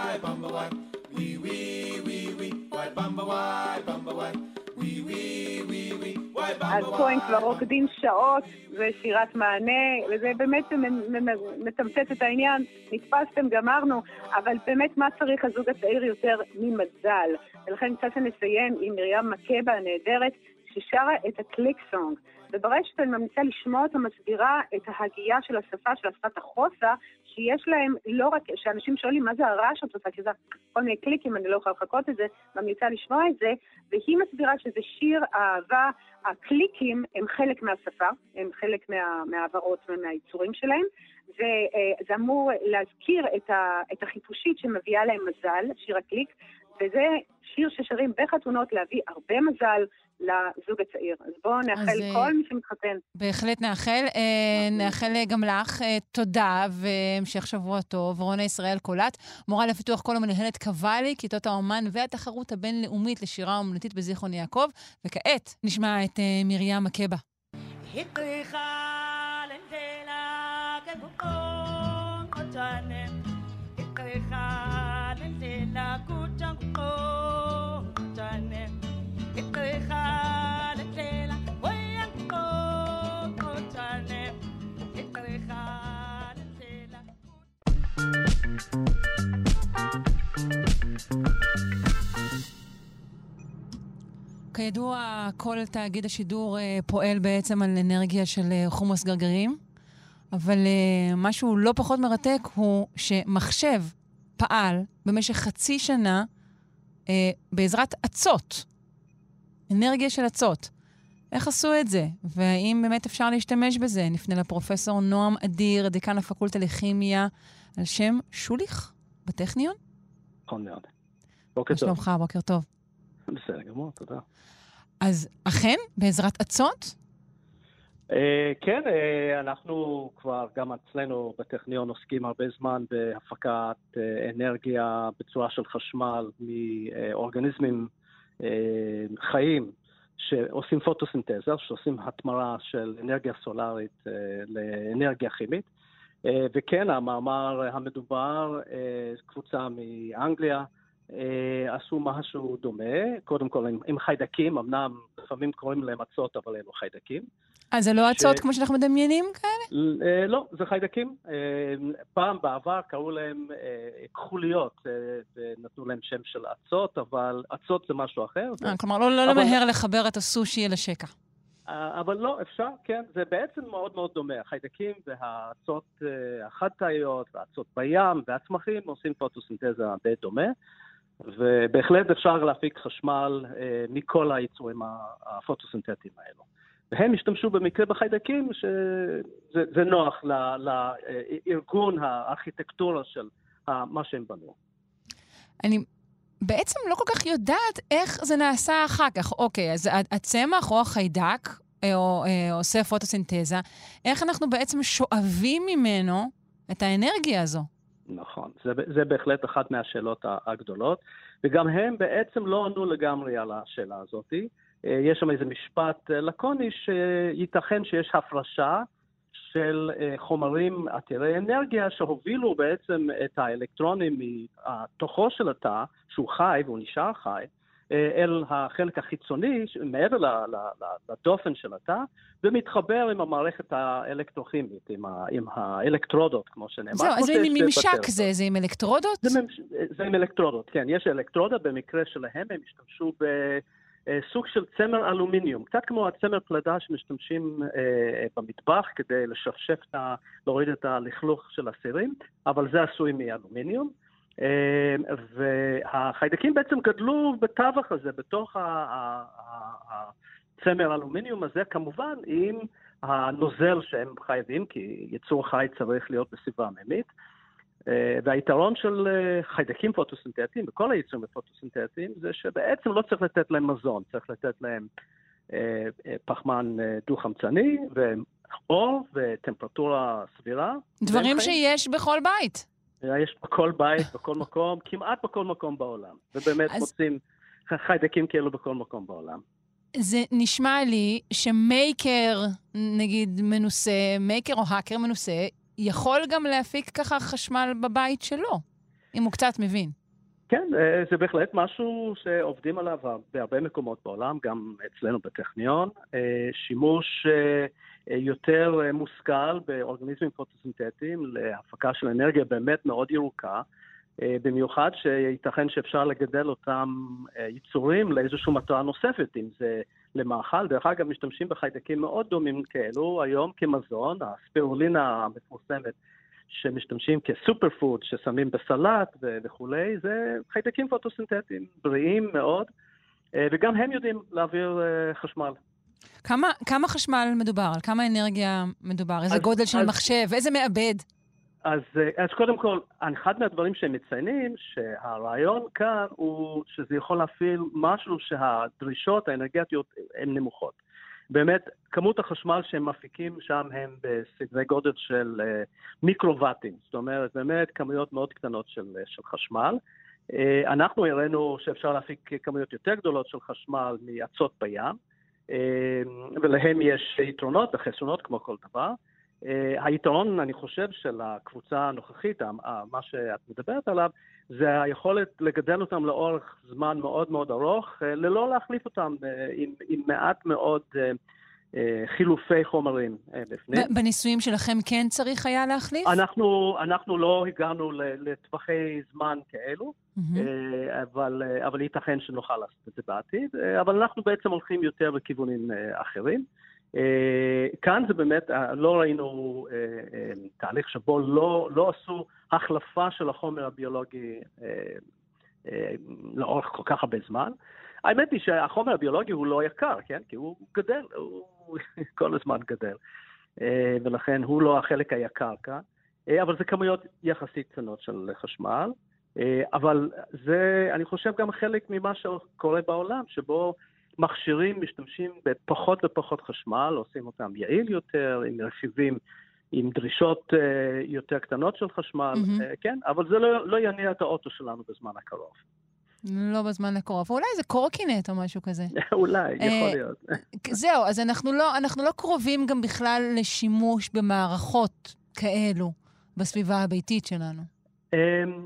אז פה הם כבר רוקדים שעות, זה שירת מענה, וזה באמת מתמצת את העניין, נתפסתם, גמרנו, אבל באמת מה צריך הזוג הצעיר יותר ממזל? ולכן קצת שנסיים עם מרים מקבה הנהדרת, ששרה את הקליק סונג. וברשת אני ממליצה לשמוע אותה מסבירה את ההגייה של השפה, של השפת החוסה, שיש להם לא רק, שאנשים שואלים מה זה הרעש הזאת, כי זה כל מיני קליקים, אני לא יכולה לחכות את זה, ממליצה לשמוע את זה, והיא מסבירה שזה שיר אהבה, הקליקים הם חלק מהשפה, הם חלק מה, מהעברות ומהיצורים שלהם, וזה אמור להזכיר את, ה, את החיפושית שמביאה להם מזל, שיר הקליק, וזה שיר ששרים בחתונות להביא הרבה מזל לזוג הצעיר. אז בואו נאחל אז, כל מי שמתחתן. בהחלט נאחל. אה, נאחל גם לך. אה, תודה והמשך שבוע טוב. רונה ישראל קולט, מורה לפיתוח קול ומנהלת קוואלי, כיתות האומן והתחרות הבינלאומית לשירה אומנותית בזיכרון יעקב. וכעת נשמע את אה, מרים מקבה. כידוע, כל תאגיד השידור פועל בעצם על אנרגיה של חומוס גרגרים, אבל משהו לא פחות מרתק הוא שמחשב פעל במשך חצי שנה בעזרת עצות, אנרגיה של עצות. איך עשו את זה? והאם באמת אפשר להשתמש בזה? נפנה לפרופסור נועם אדיר, דיקן הפקולטה לכימיה, על שם שוליך בטכניון? נכון מאוד. בוקר טוב. שלומך, בוקר טוב. בסדר גמור, תודה. אז אכן, בעזרת עצות? כן, אנחנו כבר גם אצלנו בטכניון עוסקים הרבה זמן בהפקת אנרגיה בצורה של חשמל מאורגניזמים חיים שעושים פוטוסינתזה, שעושים התמרה של אנרגיה סולארית לאנרגיה כימית. וכן, המאמר המדובר, קבוצה מאנגליה, עשו משהו דומה, קודם כל עם, עם חיידקים, אמנם לפעמים קוראים להם עצות, אבל אלו חיידקים. אז זה לא עצות ש... כמו שאנחנו מדמיינים כאלה? לא, זה חיידקים. פעם בעבר קראו להם כחוליות, ונתנו להם שם של עצות, אבל עצות זה משהו אחר. אה, כלומר, לא, לא אבל... למהר לחבר את הסושי אל השקע. אבל לא, אפשר, כן. זה בעצם מאוד מאוד דומה. החיידקים והעצות החד-תאיות, והעצות בים והצמחים עושים פוטוסינתזה די דומה. ובהחלט אפשר להפיק חשמל אה, מכל היצורים הפוטוסינתטיים האלו. והם השתמשו במקרה בחיידקים שזה זה נוח לארגון הארכיטקטורה של מה שהם בנו. אני בעצם לא כל כך יודעת איך זה נעשה אחר כך. אוקיי, אז הצמח או החיידק או, או, עושה פוטוסינתזה, איך אנחנו בעצם שואבים ממנו את האנרגיה הזו? נכון, זה, זה בהחלט אחת מהשאלות הגדולות, וגם הם בעצם לא ענו לגמרי על השאלה הזאת. יש שם איזה משפט לקוני שייתכן שיש הפרשה של חומרים עתירי אנרגיה שהובילו בעצם את האלקטרונים מתוכו של התא, שהוא חי והוא נשאר חי, אל החלק החיצוני, מעבר לדופן של התא, ומתחבר עם המערכת האלקטרוכימית, עם, ה, עם האלקטרודות, כמו שנאמר. זהו, אז זה עם ממשק זה, זה עם אלקטרודות? זה, זה עם אלקטרודות, כן. יש אלקטרודה, במקרה שלהם הם השתמשו בסוג של צמר אלומיניום, קצת כמו הצמר פלדה שמשתמשים אה, במטבח כדי לשפשף, ה, להוריד את הלכלוך של הסירים, אבל זה עשוי מאלומיניום. והחיידקים בעצם גדלו בתווך הזה, בתוך הצמר אלומיניום הזה, כמובן עם הנוזל שהם חייבים, כי יצור חי צריך להיות בסביבה מימית. והיתרון של חיידקים פוטוסינתטיים, בכל היצורים הפוטוסינתטיים, זה שבעצם לא צריך לתת להם מזון, צריך לתת להם פחמן דו-חמצני, ואור וטמפרטורה סבירה. דברים שיש בכל בית. יש בכל בית, בכל מקום, כמעט בכל מקום בעולם. ובאמת אז... מוצאים חיידקים כאלו בכל מקום בעולם. זה נשמע לי שמייקר, נגיד מנוסה, מייקר או האקר מנוסה, יכול גם להפיק ככה חשמל בבית שלו, אם הוא קצת מבין. כן, זה בהחלט משהו שעובדים עליו בהרבה מקומות בעולם, גם אצלנו בטכניון. שימוש יותר מושכל באורגניזמים פוטוסינתטיים להפקה של אנרגיה באמת מאוד ירוקה, במיוחד שייתכן שאפשר לגדל אותם יצורים לאיזושהי מטרה נוספת, אם זה למאכל. דרך אגב, משתמשים בחיידקים מאוד דומים כאלו, היום כמזון, הספירולינה המפורסמת, שמשתמשים כסופר פוד, ששמים בסלט וכולי, זה חיידקים פוטוסינתטיים, בריאים מאוד, וגם הם יודעים להעביר חשמל. כמה, כמה חשמל מדובר? על כמה אנרגיה מדובר? איזה אז, גודל של אז, מחשב? איזה מעבד? אז, אז קודם כל, אחד מהדברים שהם מציינים, שהרעיון כאן הוא שזה יכול להפעיל משהו שהדרישות האנרגטיות הן נמוכות. באמת, כמות החשמל שהם מפיקים שם הם בסדרי גודל של מיקרו-וטים. זאת אומרת, באמת כמויות מאוד קטנות של, של חשמל. אנחנו הראינו שאפשר להפיק כמויות יותר גדולות של חשמל מאצות בים, ולהם יש יתרונות וחסרונות כמו כל דבר. היתרון, אני חושב, של הקבוצה הנוכחית, מה שאת מדברת עליו, זה היכולת לגדל אותם לאורך זמן מאוד מאוד ארוך, ללא להחליף אותם עם, עם מעט מאוד חילופי חומרים בפנים. בניסויים שלכם כן צריך היה להחליף? אנחנו, אנחנו לא הגענו לטווחי זמן כאלו, mm-hmm. אבל, אבל ייתכן שנוכל לעשות את זה בעתיד, אבל אנחנו בעצם הולכים יותר בכיוונים אחרים. כאן זה באמת, לא ראינו תהליך שבו לא, לא עשו החלפה של החומר הביולוגי לאורך כל כך הרבה זמן. האמת היא שהחומר הביולוגי הוא לא יקר, כן? כי הוא גדל, הוא כל הזמן גדל. ולכן הוא לא החלק היקר כאן. אבל זה כמויות יחסית קטנות של חשמל. אבל זה, אני חושב, גם חלק ממה שקורה בעולם, שבו מכשירים משתמשים בפחות ופחות חשמל, עושים אותם יעיל יותר, עם רכיבים, עם דרישות יותר קטנות של חשמל, mm-hmm. כן? אבל זה לא, לא יניע את האוטו שלנו בזמן הקרוב. לא בזמן הקרוב. אולי זה קורקינט או משהו כזה. אולי, יכול להיות. זהו, אז אנחנו לא, אנחנו לא קרובים גם בכלל לשימוש במערכות כאלו בסביבה הביתית שלנו.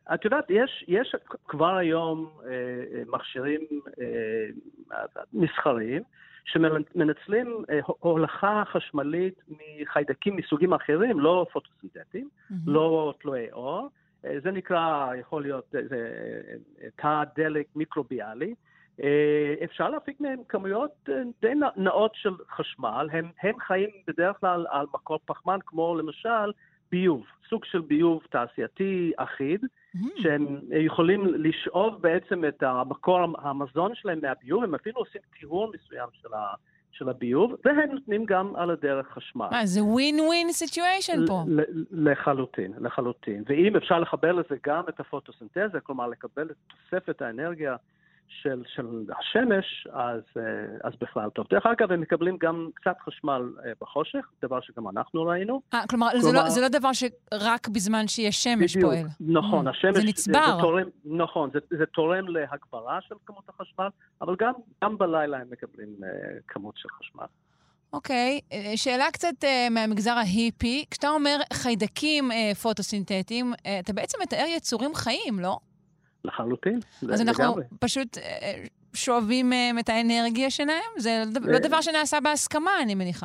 את יודעת, יש, יש כבר היום אה, מכשירים אה, מסחריים שמנצלים אה, הולכה חשמלית מחיידקים מסוגים אחרים, לא פוטוסינתטיים, mm-hmm. לא תלויי אור. אה, זה נקרא, יכול להיות, זה, זה תא דלק מיקרוביאלי. אה, אפשר להפיק מהם כמויות די נאות של חשמל. הם, הם חיים בדרך כלל על מקור פחמן, כמו למשל ביוב, סוג של ביוב תעשייתי אחיד, mm-hmm. שהם יכולים לשאוב בעצם את המקור המזון שלהם מהביוב, הם אפילו עושים טיהור מסוים של, ה, של הביוב, והם נותנים גם על הדרך חשמל. מה, זה ווין-ווין סיטואשן פה. לחלוטין, לחלוטין. ואם אפשר לחבר לזה גם את הפוטוסינתזה, כלומר לקבל את תוספת האנרגיה של, של השמש, אז, אז בכלל טוב. דרך אגב, הם מקבלים גם קצת חשמל בחושך, דבר שגם אנחנו ראינו. 아, כלומר, כלומר זה, לא, זה לא דבר שרק בזמן שיש שמש בדיוק, פועל. נכון, mm, השמש... זה נצבר. זה, זה תורם, נכון, זה, זה תורם להגברה של כמות החשמל, אבל גם, גם בלילה הם מקבלים uh, כמות של חשמל. אוקיי, okay. שאלה קצת uh, מהמגזר ההיפי. כשאתה אומר חיידקים uh, פוטוסינתטיים, uh, אתה בעצם מתאר יצורים חיים, לא? לחלוטין. אז אנחנו לגמרי. פשוט שואבים מהם את האנרגיה שלהם? זה לא דבר שנעשה בהסכמה, אני מניחה.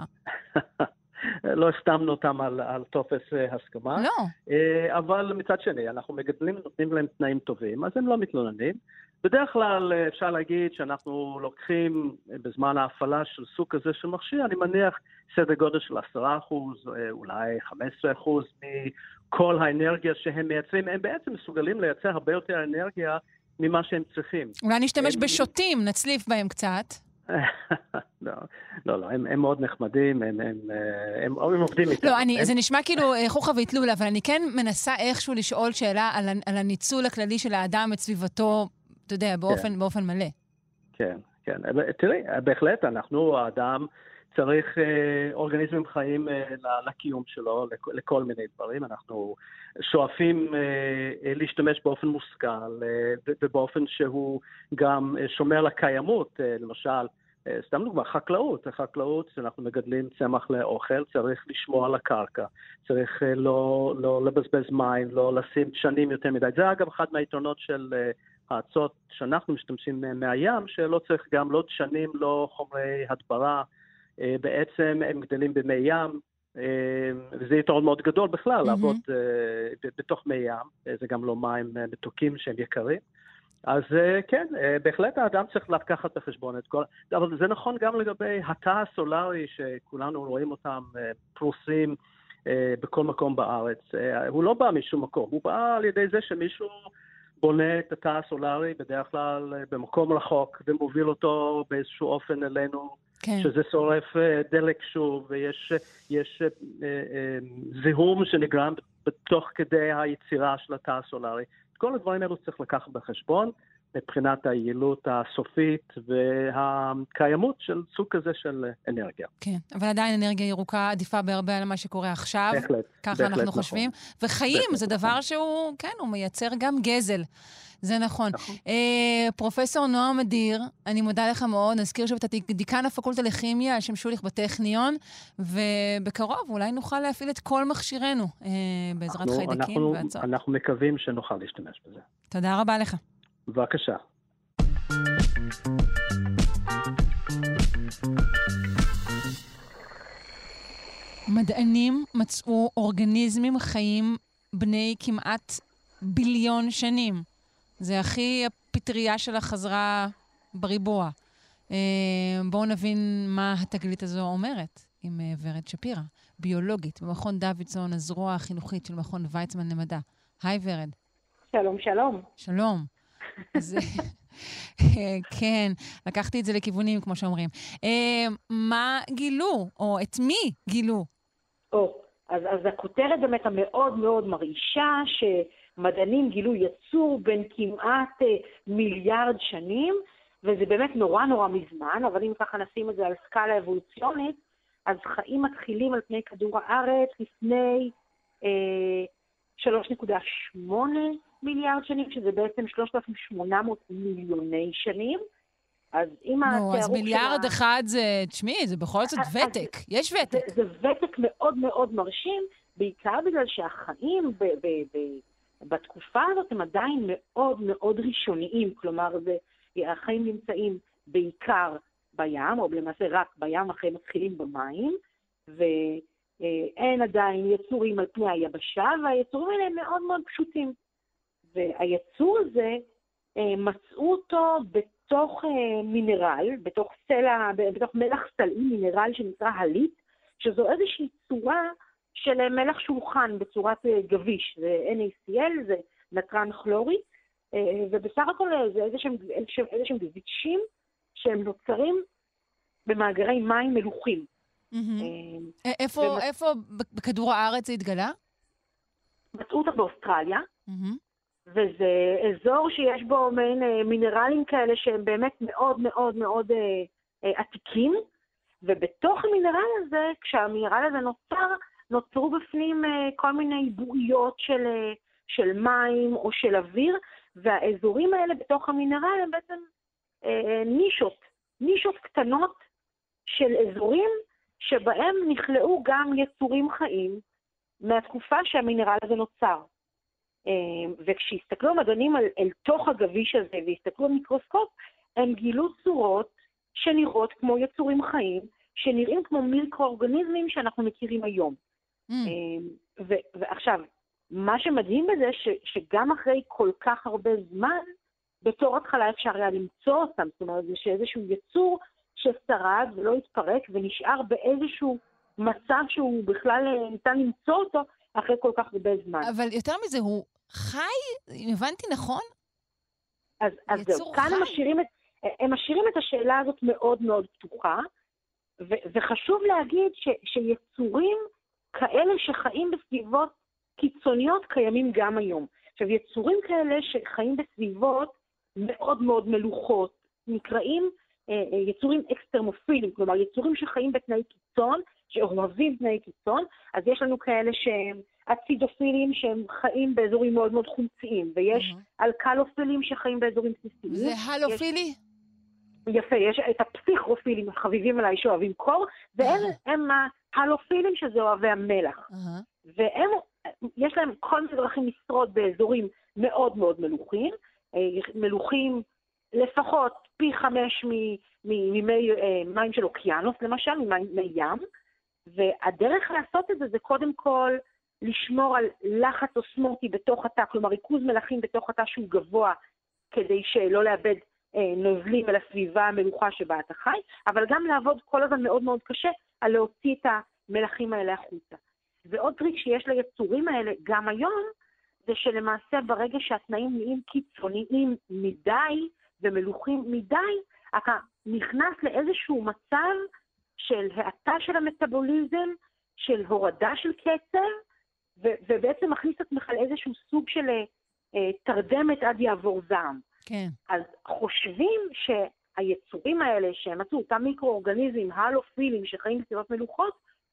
לא הסתמנו אותם על, על טופס הסכמה. לא. אבל מצד שני, אנחנו מגדלים, נותנים להם תנאים טובים, אז הם לא מתלוננים. בדרך כלל אפשר להגיד שאנחנו לוקחים בזמן ההפעלה של סוג כזה של מכשיר, אני מניח סדר גודל של עשרה אחוז, אולי חמישה עשר אחוז מכל האנרגיה שהם מייצרים, הם בעצם מסוגלים לייצר הרבה יותר אנרגיה ממה שהם צריכים. אולי נשתמש הם... בשוטים, נצליף בהם קצת. לא, לא, לא, הם, הם מאוד נחמדים, הם, הם, הם, הם עובדים איתם. לא, אני, הם... זה נשמע כאילו חוכא ואטלולא, אבל אני כן מנסה איכשהו לשאול שאלה על, על הניצול הכללי של האדם את סביבתו, אתה יודע, באופן, כן. באופן מלא. כן, כן. תראי, בהחלט, אנחנו, האדם, צריך אה, אורגניזמים חיים אה, לקיום שלו, לכ, לכל מיני דברים. אנחנו שואפים אה, להשתמש באופן מושכל, אה, ובאופן שהוא גם אה, שומר לקיימות, אה, למשל, אה, סתם דוגמה, חקלאות. החקלאות, שאנחנו מגדלים צמח לאוכל, צריך לשמור על הקרקע, צריך אה, לא, לא לבזבז מים, לא לשים דשנים יותר מדי. זה אגב אחד מהיתרונות של... אה, העצות שאנחנו משתמשים מהים, שלא צריך גם לא דשנים, לא חומרי הדברה, בעצם הם גדלים במי ים, וזה יתרון מאוד גדול בכלל, mm-hmm. לעבוד בתוך מי ים, זה גם לא מים מתוקים שהם יקרים. אז כן, בהחלט האדם צריך לקחת בחשבון את כל... אבל זה נכון גם לגבי התא הסולרי, שכולנו רואים אותם פרוסים בכל מקום בארץ. הוא לא בא משום מקום, הוא בא על ידי זה שמישהו... בונה את התא הסולרי בדרך כלל במקום רחוק, ומוביל אותו באיזשהו אופן אלינו, כן. שזה שורף דלק שוב, ויש יש, אה, אה, זיהום שנגרם בתוך כדי היצירה של התא הסולרי. כל הדברים האלו צריך לקחת בחשבון, מבחינת היעילות הסופית והקיימות של סוג כזה של אנרגיה. כן, אבל עדיין אנרגיה ירוקה עדיפה בהרבה על מה שקורה עכשיו. בהחלט, ככה בהחלט אנחנו נכון. חושבים. וחיים בהחלט זה דבר נכון. שהוא, כן, הוא מייצר גם גזל. זה נכון. נכון. אה, פרופסור נועם אדיר, אני מודה לך מאוד. נזכיר שאתה דיקן הפקולטה לכימיה על שם שוליך בטכניון, ובקרוב אולי נוכל להפעיל את כל מכשירנו אה, בעזרת אנחנו, חיידקים אנחנו, והצעות. אנחנו מקווים שנוכל להשתמש בזה. תודה רבה לך. בבקשה. מדענים מצאו אורגניזמים חיים בני כמעט ביליון שנים. זה הכי הפטריה שלה חזרה בריבוע. בואו נבין מה התגלית הזו אומרת עם ורד שפירא, ביולוגית, במכון דוידסון, הזרוע החינוכית של מכון ויצמן למדע. היי ורד. שלום, שלום. שלום. אז, כן, לקחתי את זה לכיוונים, כמו שאומרים. מה גילו, או את מי גילו? או, אז, אז הכותרת באמת המאוד מאוד מרעישה, שמדענים גילו יצור בין כמעט מיליארד שנים, וזה באמת נורא נורא מזמן, אבל אם ככה נשים את זה על סקאלה אבולוציונית, אז חיים מתחילים על פני כדור הארץ לפני אה, שלוש נקודה שמונה מיליארד שנים, שזה בעצם שלושת אלפים ושמונה מאות מיליוני שנים. אז אם נו, אז מיליארד שלה... אחד זה, תשמעי, זה בכל זאת ותק, אז, יש ותק. זה, זה ותק מאוד מאוד מרשים, בעיקר בגלל שהחיים ב, ב, ב, בתקופה הזאת הם עדיין מאוד מאוד ראשוניים, כלומר זה, החיים נמצאים בעיקר בים, או למעשה רק בים, החיים מתחילים במים, ואין עדיין יצורים על פני היבשה, והיצורים האלה הם מאוד מאוד פשוטים. והיצור הזה, מצאו אותו בתוך מינרל, בתוך סלע, בתוך מלח סלעי, מינרל שנקרא הלית, שזו איזושהי צורה של מלח שולחן בצורת גביש, זה אן איי סי אל, זה נטרן כלורי, ובסך הכל זה איזשהם גבישים שהם נוצרים במאגרי מים מלוחים. איפה בכדור הארץ זה התגלה? מצאו אותה באוסטרליה, וזה אזור שיש בו מעין מינרלים כאלה שהם באמת מאוד מאוד מאוד עתיקים, ובתוך המינרל הזה, כשהמינרל הזה נוצר, נוצרו בפנים כל מיני בועיות של, של מים או של אוויר, והאזורים האלה בתוך המינרל הם בעצם אה, נישות, נישות קטנות של אזורים שבהם נכלאו גם יצורים חיים מהתקופה שהמינרל הזה נוצר. אה, וכשהסתכלו המדענים אל, אל תוך הגביש הזה והסתכלו במיקרוסקופ, הם גילו צורות שנראות כמו יצורים חיים, שנראים כמו מיקרואורגניזמים שאנחנו מכירים היום. Mm. ו- ועכשיו, מה שמדהים בזה, ש- שגם אחרי כל כך הרבה זמן, בתור התחלה אפשר היה למצוא אותם, זאת אומרת, זה שאיזשהו יצור ששרד ולא התפרק, ונשאר באיזשהו מצב שהוא בכלל ניתן למצוא אותו, אחרי כל כך הרבה זמן. אבל יותר מזה, הוא חי? אם הבנתי נכון? אז, אז זהו, כאן הם משאירים, את, הם משאירים את השאלה הזאת מאוד מאוד פתוחה, ו- וחשוב להגיד ש- שיצורים כאלה שחיים בסביבות קיצוניות קיימים גם היום. עכשיו, יצורים כאלה שחיים בסביבות מאוד מאוד מלוכות, נקראים אה, יצורים אקסטרמופילים, כלומר יצורים שחיים בתנאי קיצון, שאוהבים תנאי קיצון, אז יש לנו כאלה שהם אצידופילים שהם חיים באזורים מאוד מאוד חומציים, ויש mm-hmm. אלקלופילים שחיים באזורים בסיסיים. זה הלופילי? יש... יפה, יש את הפסיכרופילים החביבים עליי שאוהבים קור, והם uh-huh. הם ההלופילים שזה אוהבי המלח. Uh-huh. והם, יש להם כל מיני דרכים לשרוד באזורים מאוד מאוד מלוכים, מלוכים לפחות פי חמש ממי מים של אוקיינוס, למשל, ממי ים, והדרך לעשות את זה זה קודם כל לשמור על לחץ אוסמוטי בתוך התא, כלומר ריכוז מלחים בתוך התא שהוא גבוה, כדי שלא לאבד נוזלים אל הסביבה המלוכה שבה אתה חי, אבל גם לעבוד כל הזמן מאוד מאוד קשה על להוציא את המלחים האלה החוצה. ועוד טריק שיש ליצורים האלה גם היום, זה שלמעשה ברגע שהתנאים נהיים קיצוניים מדי ומלוכים מדי, אתה נכנס לאיזשהו מצב של האטה של המטאבוליזם, של הורדה של קצב, ו- ובעצם מכניס את עצמך לאיזשהו סוג של אה, תרדמת עד יעבור זעם. כן. אז חושבים שהיצורים האלה, שהם מצאו אותם מיקרואורגניזמים, הלופילים שחיים בסביבות מלוכות,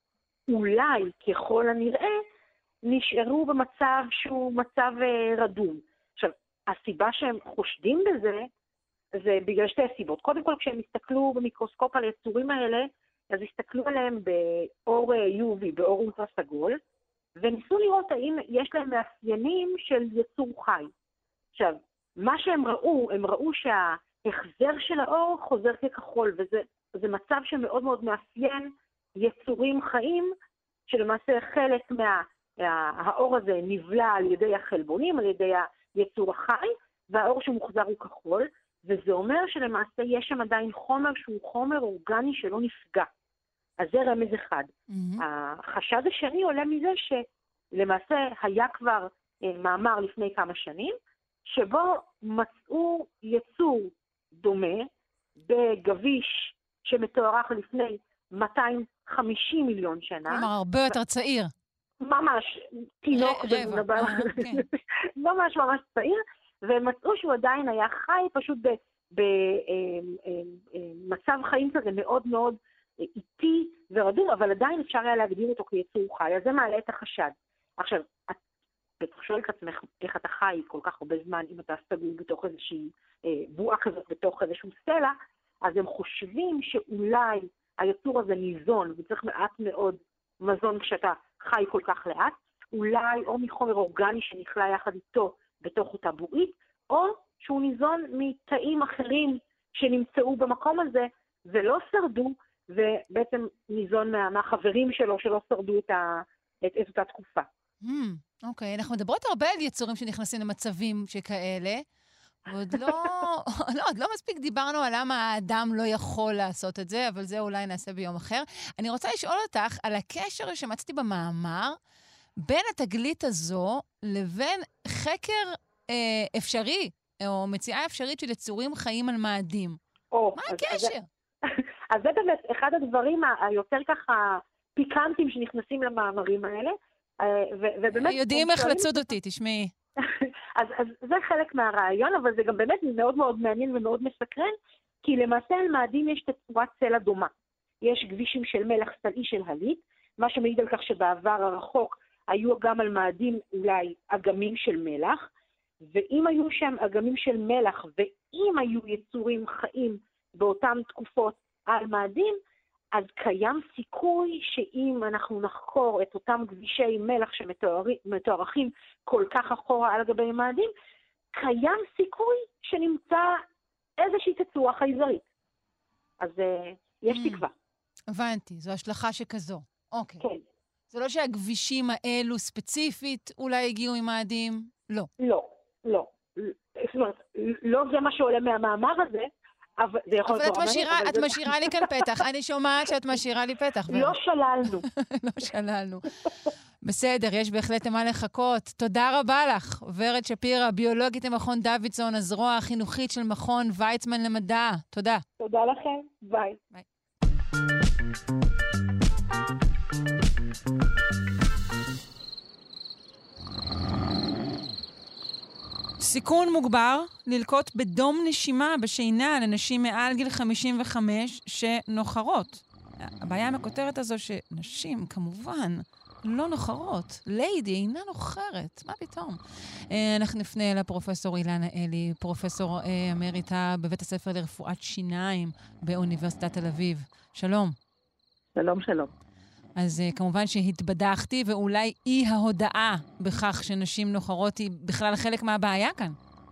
אולי ככל הנראה נשארו במצב שהוא מצב uh, רדום. עכשיו, הסיבה שהם חושדים בזה, זה בגלל שתי סיבות. קודם כל, כשהם הסתכלו במיקרוסקופ על היצורים האלה, אז הסתכלו עליהם באור יו וי, באור אולטרה סגול, וניסו לראות האם יש להם מאפיינים של יצור חי. עכשיו, מה שהם ראו, הם ראו שההחזר של האור חוזר ככחול, וזה זה מצב שמאוד מאוד מאפיין יצורים חיים, שלמעשה חלק מה, האור הזה נבלע על ידי החלבונים, על ידי היצור החי, והאור שמוחזר הוא כחול, וזה אומר שלמעשה יש שם עדיין חומר שהוא חומר אורגני שלא נפגע. אז זה רמז אחד. Mm-hmm. החשד השני עולה מזה שלמעשה היה כבר מאמר לפני כמה שנים, שבו מצאו יצור דומה בגביש שמתוארך לפני מאתיים וחמישים מיליון שנה. כלומר, הרבה יותר צעיר. ממש, תינוק. רבע. ממש ממש צעיר, ומצאו שהוא עדיין היה חי, פשוט במצב חיים כזה מאוד מאוד איטי ורדום, אבל עדיין אפשר היה להגדיר אותו כיצור חי, אז זה מעלה את החשד. עכשיו, אתה שואל את עצמך איך אתה חי כל כך הרבה זמן, אם אתה סגור בתוך איזושהי בועה כזאת, בתוך איזשהו סלע, אז הם חושבים שאולי היצור הזה ניזון, וצריך מעט מאוד מזון כשאתה חי כל כך לאט, אולי או מחומר אורגני שנכלה יחד איתו בתוך אותה בועית, או שהוא ניזון מתאים אחרים שנמצאו במקום הזה ולא שרדו, ובעצם ניזון מה, מהחברים שלו שלא שרדו את, ה, את, את אותה תקופה. אוקיי, אנחנו מדברות הרבה על יצורים שנכנסים למצבים שכאלה, ועוד לא, לא, עוד לא מספיק דיברנו על למה האדם לא יכול לעשות את זה, אבל זה אולי נעשה ביום אחר. אני רוצה לשאול אותך על הקשר שמצאתי במאמר, בין התגלית הזו לבין חקר אה, אפשרי, או מציאה אפשרית של יצורים חיים על מאדים. או, מה אז, הקשר? אז, אז זה באמת אחד הדברים היותר ככה פיקנטים שנכנסים למאמרים האלה, ו, ובאמת... יודעים איך לצוד אותי, תשמעי. אז, אז זה חלק מהרעיון, אבל זה גם באמת מאוד מאוד מעניין ומאוד מסקרן, כי למעשה על מאדים יש תצורת צלע דומה. יש גבישים של מלח סלעי של הלית, מה שמעיד על כך שבעבר הרחוק היו גם על מאדים אולי אגמים של מלח, ואם היו שם אגמים של מלח, ואם היו יצורים חיים באותן תקופות על מאדים, אז קיים סיכוי שאם אנחנו נחקור את אותם גבישי מלח שמתוארכים כל כך אחורה על גבי מאדים, קיים סיכוי שנמצא איזושהי תצורה חייזרית. אז uh, יש mm. תקווה. הבנתי, זו השלכה שכזו. אוקיי. כן. זה לא שהגבישים האלו ספציפית אולי הגיעו ממאדים? לא. לא, לא. זאת אומרת, לא זה מה שעולה מהמאמר הזה, אבל זה יכול אבל את משאירה, את משאירה לי כאן פתח. אני שומעת שאת משאירה לי פתח. לא שללנו. לא שללנו. בסדר, יש בהחלט מה לחכות. תודה רבה לך, ורד שפירא, ביולוגית למכון דוידסון, הזרוע החינוכית של מכון ויצמן למדע. תודה. תודה לכם. ביי. ביי. סיכון מוגבר ללקות בדום נשימה בשינה לנשים מעל גיל חמישים וחמש שנוחרות. הבעיה עם הכותרת הזו שנשים, כמובן, לא נוחרות. ליידי אינה נוחרת. מה פתאום? אנחנו נפנה לפרופסור אילנה אלי, פרופסור אמריטה בבית הספר לרפואת שיניים באוניברסיטת תל אביב. שלום. שלום, שלום. אז uh, כמובן שהתבדחתי, ואולי אי ההודעה בכך שנשים נוחרות היא בכלל חלק מהבעיה כאן.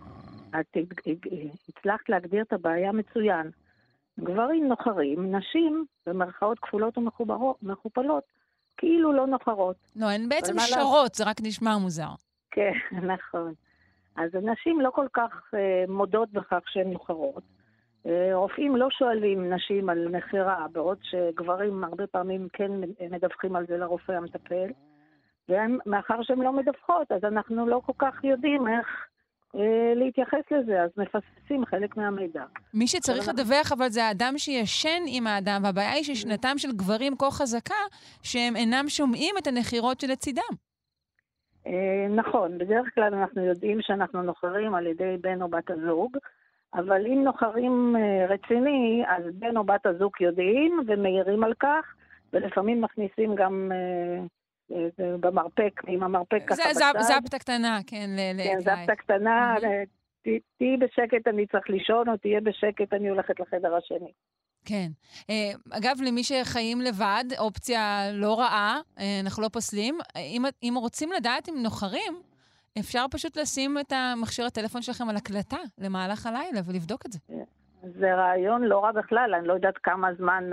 את הצלחת להגדיר את הבעיה מצוין. גברים נוחרים, נשים במרכאות כפולות ומכופלות, כאילו לא נוחרות. לא, הן בעצם שרות, לא... זה רק נשמע מוזר. כן, נכון. אז הנשים לא כל כך uh, מודות בכך שהן נוחרות. רופאים לא שואלים נשים על נחירה, בעוד שגברים הרבה פעמים כן מדווחים על זה לרופא המטפל, ומאחר שהן לא מדווחות, אז אנחנו לא כל כך יודעים איך אה, להתייחס לזה, אז מפספסים חלק מהמידע. מי שצריך לדווח אבל זה האדם שישן עם האדם, והבעיה היא ששנתם של גברים כה חזקה, שהם אינם שומעים את הנחירות שלצידם. אה, נכון, בדרך כלל אנחנו יודעים שאנחנו נוחרים על ידי בן או בת הזוג, אבל אם נוחרים רציני, אז בן או בת הזוג יודעים ומעירים על כך, ולפעמים מכניסים גם אה, במרפק, עם המרפק ככה בצד. זפת הקטנה, כן. כן, זפת הקטנה, תהי בשקט אני צריך לישון, או תהיה בשקט אני הולכת לחדר השני. כן. אגב, למי שחיים לבד, אופציה לא רעה, אנחנו לא פוסלים, אם רוצים לדעת אם נוחרים, אפשר פשוט לשים את המכשיר הטלפון שלכם על הקלטה למהלך הלילה ולבדוק את זה. זה רעיון לא רע בכלל, אני לא יודעת כמה זמן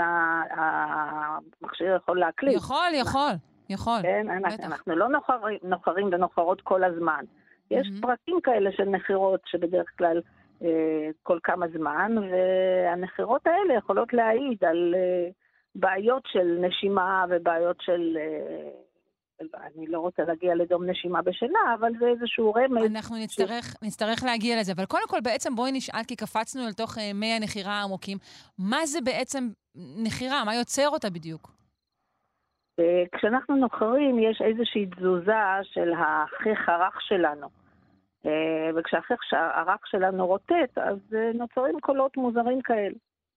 המכשיר יכול להקליט. יכול, יכול, יכול. כן, אנחנו לא נוחרים ונוחרות כל הזמן. יש פרקים כאלה של נחירות שבדרך כלל כל כמה זמן, והנחירות האלה יכולות להעיד על בעיות של נשימה ובעיות של... אני לא רוצה להגיע לדום נשימה בשינה, אבל זה איזשהו רמז. אנחנו נצטרך, ש... נצטרך להגיע לזה, אבל קודם כל בעצם בואי נשאל, כי קפצנו אל תוך uh, מי הנחירה העמוקים, מה זה בעצם נחירה? מה יוצר אותה בדיוק? כשאנחנו נוחרים, יש איזושהי תזוזה של החיך הרך שלנו. וכשהחיך הרך שלנו רוטט, אז נוצרים קולות מוזרים כאלה.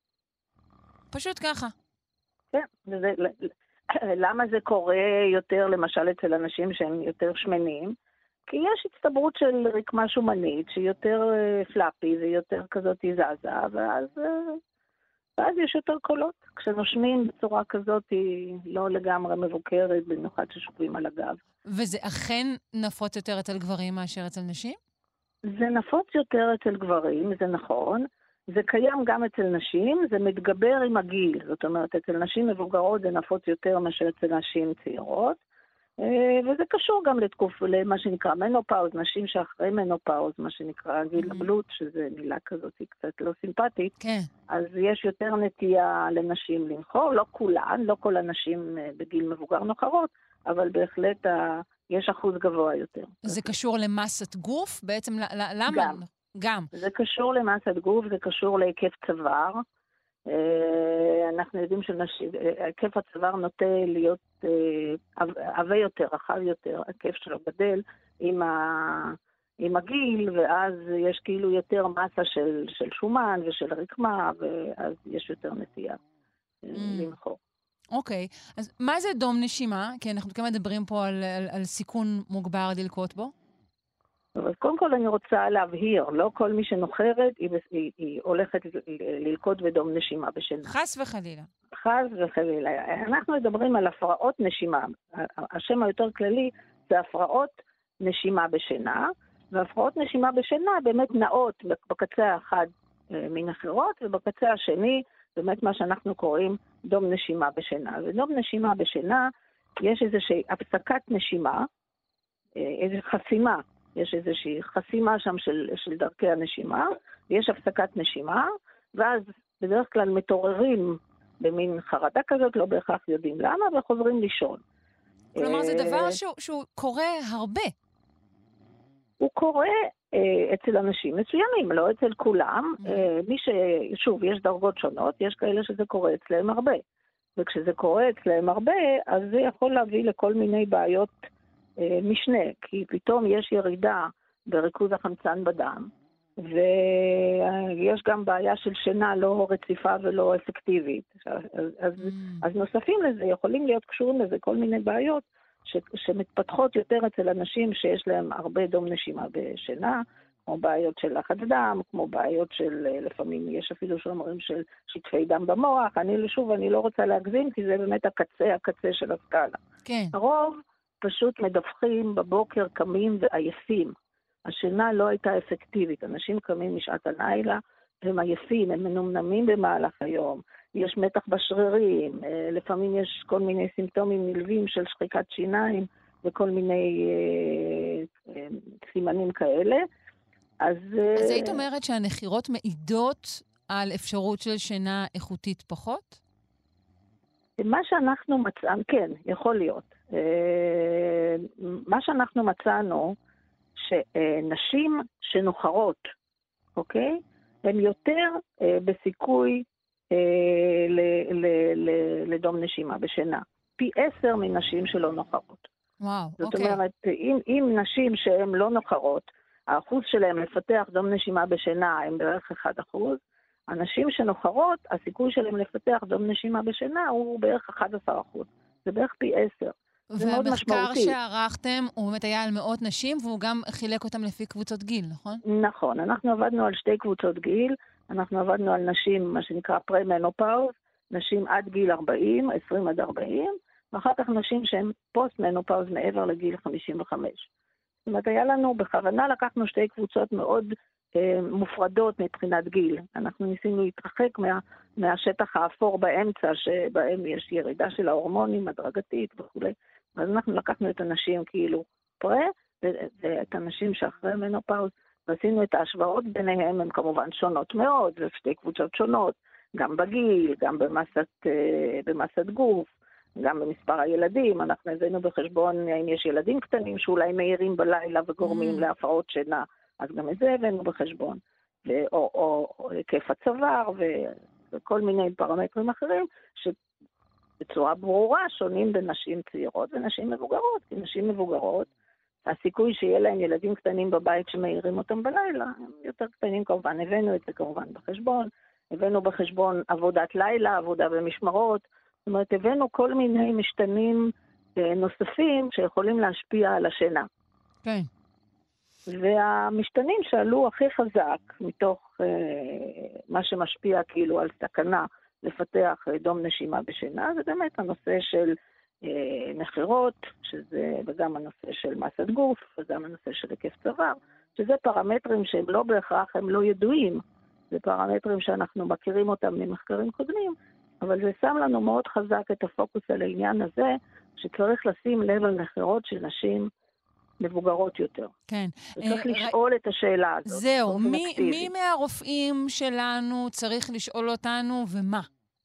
פשוט ככה. כן, וזה... למה זה קורה יותר, למשל, אצל אנשים שהם יותר שמנים? כי יש הצטברות של רקמה שומנית, שהיא יותר פלאפי ויותר כזאת זזה, ואז ואז יש יותר קולות. כשנושמים בצורה כזאת היא לא לגמרי מבוקרת, במיוחד ששוכבים על הגב. וזה אכן נפוץ יותר אצל גברים מאשר אצל נשים? זה נפוץ יותר אצל גברים, זה נכון. זה קיים גם אצל נשים, זה מתגבר עם הגיל. זאת אומרת, אצל נשים מבוגרות זה נפוץ יותר מאשר אצל נשים צעירות. וזה קשור גם לתקוף, למה שנקרא מנופאוז, נשים שאחרי מנופאוז, מה שנקרא גיל הבלוט, שזה מילה כזאת היא קצת לא סימפטית. כן. אז יש יותר נטייה לנשים לנחור, לא כולן, לא כל הנשים בגיל מבוגר נוחרות, אבל בהחלט ה... יש אחוז גבוה יותר. זה קשור למסת גוף? בעצם למה? גם. גם. זה קשור למסת גוף, זה קשור להיקף צוואר. אנחנו יודעים שהיקף הצוואר נוטה להיות עבה יותר, רחב יותר, הכיף שלו גדל עם, ה... עם הגיל, ואז יש כאילו יותר מסה של, של שומן ושל רקמה, ואז יש יותר נטייה mm. לנחור. אוקיי, okay. אז מה זה דום נשימה? כי אנחנו כאן מדברים פה על, על, על סיכון מוגבר ללקות בו. אז קודם כל אני רוצה להבהיר, לא כל מי שנוחרת היא, היא, היא הולכת ללקות בדום נשימה בשינה. חס וחלילה. חס וחלילה. אנחנו מדברים על הפרעות נשימה. השם היותר כללי זה הפרעות נשימה בשינה, והפרעות נשימה בשינה באמת נעות בקצה האחד מן אחרות, ובקצה השני באמת מה שאנחנו קוראים דום נשימה בשינה. ודום נשימה בשינה יש איזושהי הפסקת נשימה, איזו חסימה. יש איזושהי חסימה שם של, של דרכי הנשימה, ויש הפסקת נשימה, ואז בדרך כלל מתעוררים במין חרדה כזאת, לא בהכרח יודעים למה, וחוזרים לישון. כלומר, זה דבר שהוא, שהוא קורה הרבה. הוא קורה אה, אצל אנשים מסוימים, לא אצל כולם. אה, מי ש... שוב, יש דרגות שונות, יש כאלה שזה קורה אצלהם הרבה. וכשזה קורה אצלהם הרבה, אז זה יכול להביא לכל מיני בעיות משנה, כי פתאום יש ירידה בריכוז החמצן בדם, ויש גם בעיה של שינה לא רציפה ולא אפקטיבית. אז, אז, mm. אז נוספים לזה, יכולים להיות קשורים לזה כל מיני בעיות ש, שמתפתחות יותר אצל אנשים שיש להם הרבה דום נשימה בשינה, כמו בעיות של לחץ דם, כמו בעיות של, לפעמים יש אפילו שאומרים של שטפי דם במוח. אני שוב, אני לא רוצה להגזים, כי זה באמת הקצה, הקצה של הסקאלה. כן. הרוב פשוט מדווחים בבוקר, קמים ועייפים. השינה לא הייתה אפקטיבית. אנשים קמים משעת הלילה, הם עייפים, הם מנומנמים במהלך היום. יש מתח בשרירים, לפעמים יש כל מיני סימפטומים נלווים של שחיקת שיניים, וכל מיני אה, אה, סימנים כאלה. אז... אז היית אומרת שהנחירות מעידות על אפשרות של שינה איכותית פחות? מה שאנחנו מצאנו, כן, יכול להיות. מה שאנחנו מצאנו, שנשים שנוחרות, אוקיי? הן יותר בסיכוי לדום נשימה בשינה. פי עשר מנשים שלא נוחרות. וואו, זאת אוקיי. אומרת, אם, אם נשים שהן לא נוחרות, האחוז שלהם לפתח דום נשימה בשינה הם בערך אחד אחוז, אנשים שנוחרות, הסיכוי שלהם לפתח דום נשימה בשינה הוא בערך אחד עשר אחוז. זה בערך פי עשר. זה מאוד משמעותי. והמחקר שערכתם הוא באמת היה על מאות נשים, והוא גם חילק אותם לפי קבוצות גיל, נכון? נכון. אנחנו עבדנו על שתי קבוצות גיל. אנחנו עבדנו על נשים, מה שנקרא פרה-מנופאוז, נשים עד גיל ארבעים, עשרים עד ארבעים, ואחר כך נשים שהן פוסט-מנופאוז מעבר לגיל חמישים וחמש. זאת אומרת, היה לנו, בכוונה לקחנו שתי קבוצות מאוד אה, מופרדות מבחינת גיל. אנחנו ניסינו להתרחק מה, מהשטח האפור באמצע, שבהם יש ירידה של ההורמונים הדרגתית וכו'. אז אנחנו לקחנו את הנשים כאילו פרה, ואת הנשים שאחרי מנופאוז, ועשינו את ההשוואות ביניהם, הן כמובן שונות מאוד, זה שתי קבוצות שונות, גם בגיל, גם במסת, אה, במסת גוף, גם במספר הילדים. אנחנו הבאנו בחשבון אם יש ילדים קטנים שאולי מהירים בלילה וגורמים mm. להפרעות שינה, אז גם את זה הבאנו בחשבון. ו- או, או, או היקף הצוואר ו- וכל מיני פרמטרים אחרים, שבצורה ברורה שונים בין נשים צעירות ונשים מבוגרות. כי נשים מבוגרות, הסיכוי שיהיה להם ילדים קטנים בבית שמהירים אותם בלילה, הם יותר קטנים כמובן. הבאנו את זה כמובן בחשבון. הבאנו בחשבון עבודת לילה, עבודה במשמרות. זאת אומרת, הבאנו כל מיני משתנים אה, נוספים שיכולים להשפיע על השינה. כן. והמשתנים שעלו הכי חזק מתוך אה, מה שמשפיע כאילו על סכנה לפתח דום נשימה בשינה, זה באמת הנושא של אה, נחירות, שזה, וגם הנושא של מסת גוף, וגם הנושא של היקף צוואר, שזה פרמטרים שהם לא בהכרח, הם לא ידועים, זה פרמטרים שאנחנו מכירים אותם ממחקרים קודמים, אבל זה שם לנו מאוד חזק את הפוקוס על העניין הזה, שצריך לשים לב על נחירות של נשים מבוגרות יותר. כן. וצריך לשאול את השאלה הזאת. זהו, מי, מי מהרופאים שלנו צריך לשאול אותנו ומה?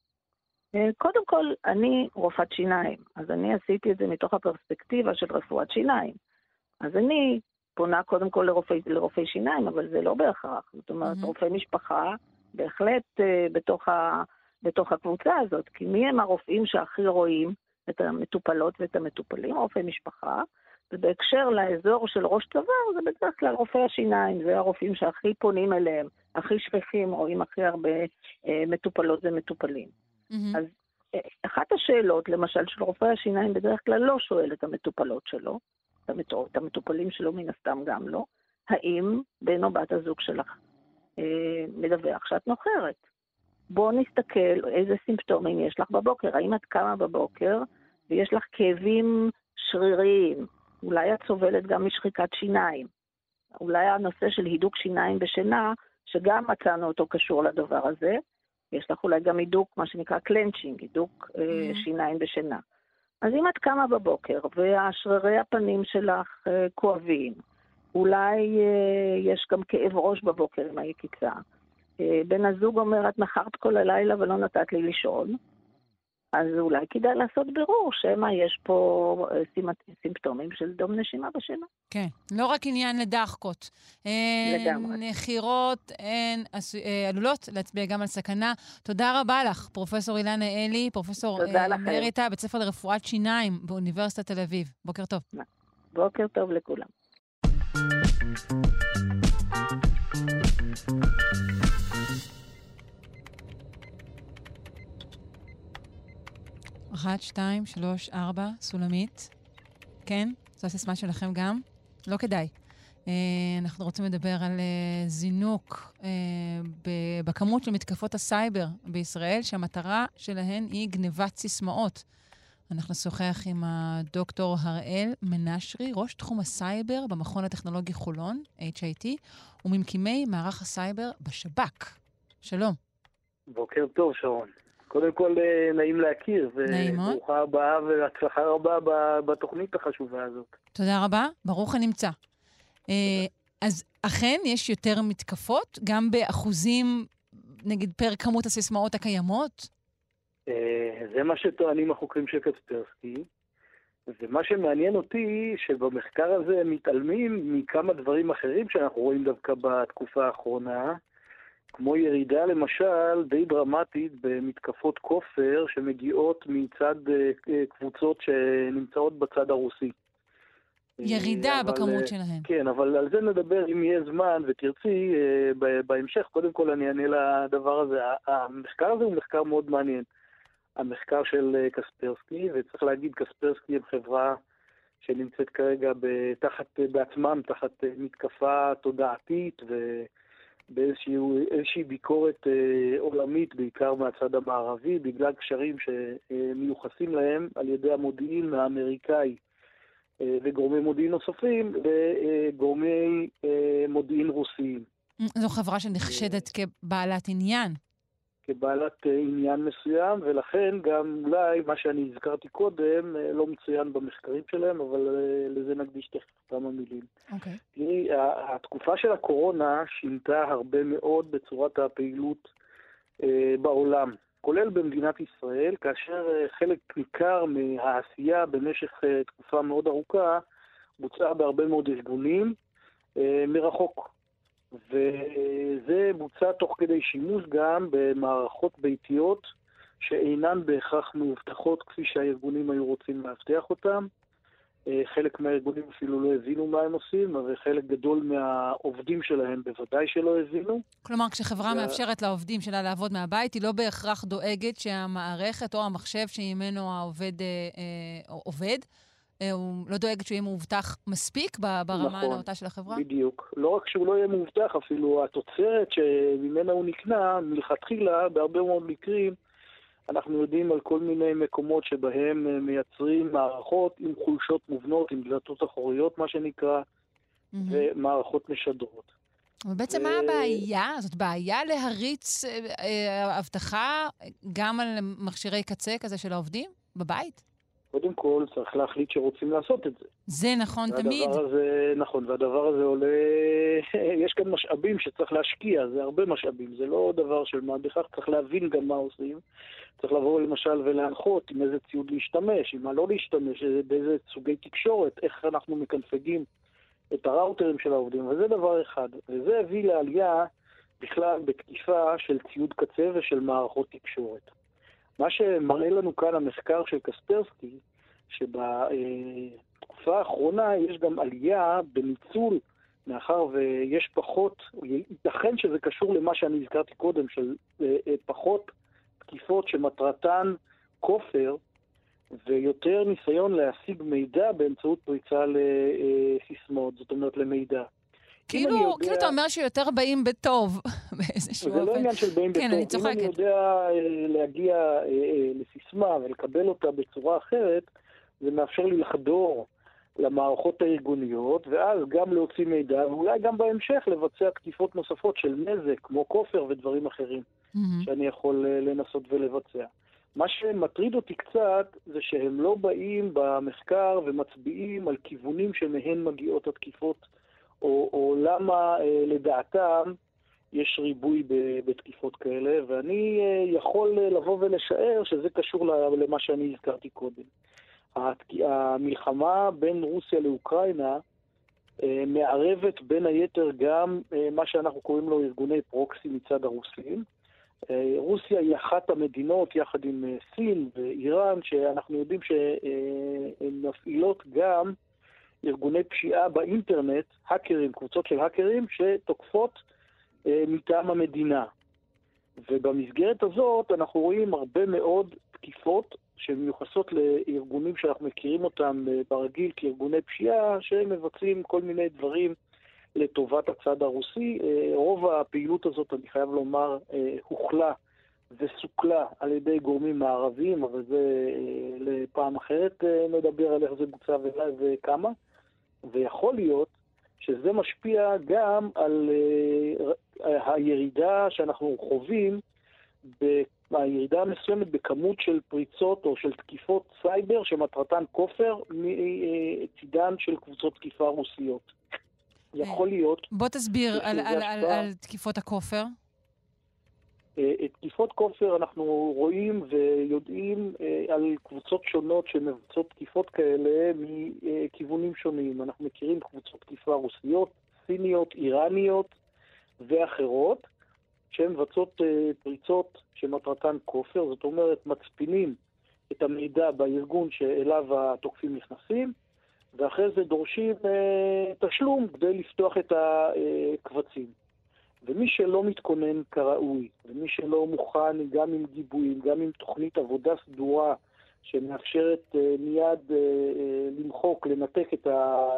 קודם כל, אני רופאת שיניים, אז אני עשיתי את זה מתוך הפרספקטיבה של רפואת שיניים. אז אני פונה קודם כל לרופאי, לרופאי שיניים, אבל זה לא בהכרח. זאת אומרת, mm-hmm. רופאי משפחה, בהחלט uh, בתוך, ה, בתוך הקבוצה הזאת, כי מי הם הרופאים שהכי רואים את המטופלות ואת המטופלים? רופאי משפחה, ובהקשר לאזור של ראש צוואר, זה בדרך כלל רופאי השיניים, זה הרופאים שהכי פונים אליהם, הכי שכיחים, רואים הכי הרבה uh, מטופלות ומטופלים. Mm-hmm. אז אחת השאלות, למשל, של רופא השיניים בדרך כלל לא שואל את המטופלות שלו, את המטופלים שלו מן הסתם גם לא, האם בן או בת הזוג שלך אה, מדווח שאת נוחרת. בואו נסתכל איזה סימפטומים יש לך בבוקר, האם את קמה בבוקר ויש לך כאבים שריריים, אולי את סובלת גם משחיקת שיניים, אולי הנושא של הידוק שיניים בשינה, שגם מצאנו אותו קשור לדבר הזה, יש לך אולי גם הידוק, מה שנקרא קלנצ'ינג, הידוק mm-hmm. שיניים בשינה. אז אם את קמה בבוקר, והשרירי הפנים שלך כואבים, אולי יש גם כאב ראש בבוקר עם היקיצה. בן הזוג אומר, את נחרת כל הלילה ולא נתת לי לישון, אז אולי כדאי לעשות בירור, שמה יש פה סימפטומים של דום נשימה בשינה. כן, לא רק עניין לדחקות. לגמרי. נחירות הן עלולות להצביע גם על סכנה. תודה רבה לך, פרופסור אילנה אלי, פרופסור אמריטה, בית ספר לרפואת שיניים באוניברסיטת תל אביב. בוקר טוב. בוקר טוב לכולם. אחת, שתיים, שלוש, ארבע, סולמית. כן? זו הסיסמה שלכם גם? לא כדאי. אה, אנחנו רוצים לדבר על אה, זינוק אה, ב- בכמות של מתקפות הסייבר בישראל, שהמטרה שלהן היא גנבת סיסמאות. אנחנו נשוחח עם הדוקטור הראל מנשרי, ראש תחום הסייבר במכון הטכנולוגי חולון, אייץ' איי טי, וממקימי מערך הסייבר בשב"כ. שלום. בוקר טוב, שרון. קודם כל נעים להכיר, וברוכה הבאה והצלחה רבה בתוכנית החשובה הזאת. תודה רבה, ברוך הנמצא. אז אכן יש יותר מתקפות, גם באחוזים, נגיד פר כמות הסיסמאות הקיימות? זה מה שטוענים החוקרים של קספרסקי, ומה שמעניין אותי שבמחקר הזה מתעלמים מכמה דברים אחרים שאנחנו רואים דווקא בתקופה האחרונה, כמו ירידה למשל די דרמטית במתקפות כופר שמגיעות מצד קבוצות שנמצאות בצד הרוסי. ירידה אבל, בכמות שלהם. כן, אבל על זה נדבר אם יהיה זמן ותרצי בהמשך. קודם כל אני אענה לדבר הזה. המחקר הזה הוא מחקר מאוד מעניין. המחקר של קספרסקי, וצריך להגיד קספרסקי הם חברה שנמצאת כרגע תחת, בעצמם תחת מתקפה תודעתית ו... באיזושהי ביקורת אה, עולמית, בעיקר מהצד המערבי, בגלל קשרים שמיוחסים להם על ידי המודיעין האמריקאי אה, וגורמי מודיעין נוספים וגורמי אה, מודיעין רוסיים. זו חברה שנחשדת כבעלת עניין. כבעלת אה, עניין מסוים, ולכן גם אולי מה שאני הזכרתי קודם אה, לא מצוין במחקרים שלהם, אבל אה, לזה נקדיש תכף כמה מילים. אוקיי. תראי, התקופה של הקורונה שינתה הרבה מאוד בצורת הפעילות אה, בעולם, כולל במדינת ישראל, כאשר אה, חלק ניכר מהעשייה במשך אה, תקופה מאוד ארוכה בוצעה בהרבה מאוד ארגונים אה, מרחוק. וזה בוצע תוך כדי שימוש גם במערכות ביתיות שאינן בהכרח מאובטחות כפי שהארגונים היו רוצים להבטח אותם. חלק מהארגונים אפילו לא הבינו מה הם עושים, אבל חלק גדול מהעובדים שלהם בוודאי שלא הבינו. כלומר, כשחברה מאפשרת לעובדים שלה לעבוד מהבית, היא לא בהכרח דואגת שהמערכת או המחשב שממנו העובד אה, אה, עובד, הוא לא דואגת שהוא יהיה מאובטח מספיק ברמה הנאותה של החברה? נכון, בדיוק. לא רק שהוא לא יהיה מאובטח, אפילו התוצרת שממנה הוא נקנה, מלכתחילה, בהרבה מאוד מקרים, אנחנו יודעים על כל מיני מקומות שבהם מייצרים מערכות עם חולשות מובנות, עם דלתות אחוריות, מה שנקרא, mm-hmm. ומערכות משדרות. אבל בעצם ו... מה הבעיה? זאת בעיה להריץ הבטחה גם על מכשירי קצה כזה של העובדים בבית? קודם כל צריך להחליט שרוצים לעשות את זה. זה נכון תמיד. הזה, נכון, והדבר הזה עולה, יש כאן משאבים שצריך להשקיע, זה הרבה משאבים, זה לא דבר של מה בכך, צריך להבין גם מה עושים, צריך לבוא למשל ולהנחות עם איזה ציוד להשתמש, עם מה לא להשתמש, באיזה סוגי תקשורת, איך אנחנו מקנפגים את הראוטרים של העובדים, וזה דבר אחד. וזה הביא לעלייה בכלל בתקיפה של ציוד קצה ושל מערכות תקשורת. מה שמראה לנו כאן המחקר של קספרסקי, שבתקופה האחרונה יש גם עלייה בניצול, מאחר ויש פחות, ייתכן שזה קשור למה שאני הזכרתי קודם, של פחות תקיפות שמטרתן כופר, ויותר ניסיון להשיג מידע באמצעות פריצה לסיסמאות, זאת אומרת למידע. כאילו, יודע... כאילו אתה אומר שיותר באים בטוב באיזשהו אופן. זה לא עניין של באים כן, בטוב. אני צוחקת. אם אני יודע להגיע לסיסמה ולקבל אותה בצורה אחרת, זה מאפשר לי לחדור למערכות הארגוניות, ואז גם להוציא מידע, ואולי גם בהמשך לבצע תקיפות נוספות של נזק, כמו כופר ודברים אחרים, mm-hmm. שאני יכול לנסות ולבצע. מה שמטריד אותי קצת זה שהם לא באים במחקר ומצביעים על כיוונים שמהן מגיעות התקיפות, או, או למה אה, לדעתם יש ריבוי בתקיפות כאלה, ואני אה, יכול לבוא ולשער שזה קשור למה שאני הזכרתי קודם. המלחמה בין רוסיה לאוקראינה אה, מערבת בין היתר גם אה, מה שאנחנו קוראים לו ארגוני פרוקסי מצד הרוסים. רוסיה היא אחת המדינות, יחד עם סין ואיראן, שאנחנו יודעים שהן מפעילות גם ארגוני פשיעה באינטרנט, האקרים, קבוצות של האקרים, שתוקפות מטעם המדינה. ובמסגרת הזאת אנחנו רואים הרבה מאוד תקיפות שמיוחסות לארגונים שאנחנו מכירים אותם ברגיל כארגוני פשיעה, שהם מבצעים כל מיני דברים לטובת הצד הרוסי. רוב הפעילות הזאת, אני חייב לומר, הוכלה וסוכלה על ידי גורמים מערביים, אבל זה לפעם אחרת נדבר על איך זה בוצע וכמה. ויכול להיות שזה משפיע גם על הירידה שאנחנו חווים, הירידה מסוימת בכמות של פריצות או של תקיפות סייבר שמטרתן כופר מצידן של קבוצות תקיפה רוסיות. יכול להיות... בוא תסביר על, על, על, על תקיפות הכופר. תקיפות כופר אנחנו רואים ויודעים על קבוצות שונות שמבצעות תקיפות כאלה מכיוונים שונים. אנחנו מכירים קבוצות תקיפה רוסיות, סיניות, איראניות ואחרות, שהן מבצעות פריצות שמטרתן כופר, זאת אומרת מצפינים את המידע בארגון שאליו התוקפים נכנסים, ואחרי זה דורשים אה, תשלום כדי לפתוח את הקבצים. ומי שלא מתכונן כראוי, ומי שלא מוכן גם עם גיבויים, גם עם תוכנית עבודה סדורה, שמאפשרת אה, מיד אה, אה, למחוק, לנתק את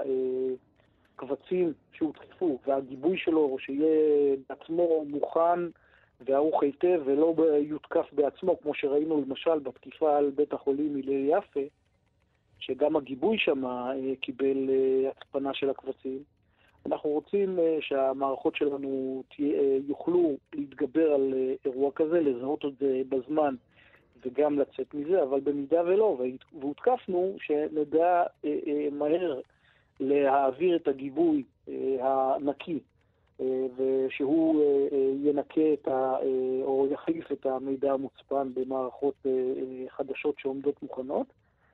הקבצים שהותקפו, והגיבוי שלו שיהיה בעצמו מוכן וערוך היטב, ולא יותקף בעצמו, כמו שראינו למשל בתקיפה על בית החולים הלל יפה, שגם הגיבוי שם קיבל הצפנה של הקבצים. אנחנו רוצים שהמערכות שלנו יוכלו להתגבר על אירוע כזה, לזהות את זה בזמן וגם לצאת מזה, אבל במידה ולא, והותקפנו שנדע מהר להעביר את הגיבוי הנקי, ושהוא ינקה את ה, או יחליף את המידע המוצפן במערכות חדשות שעומדות מוכנות.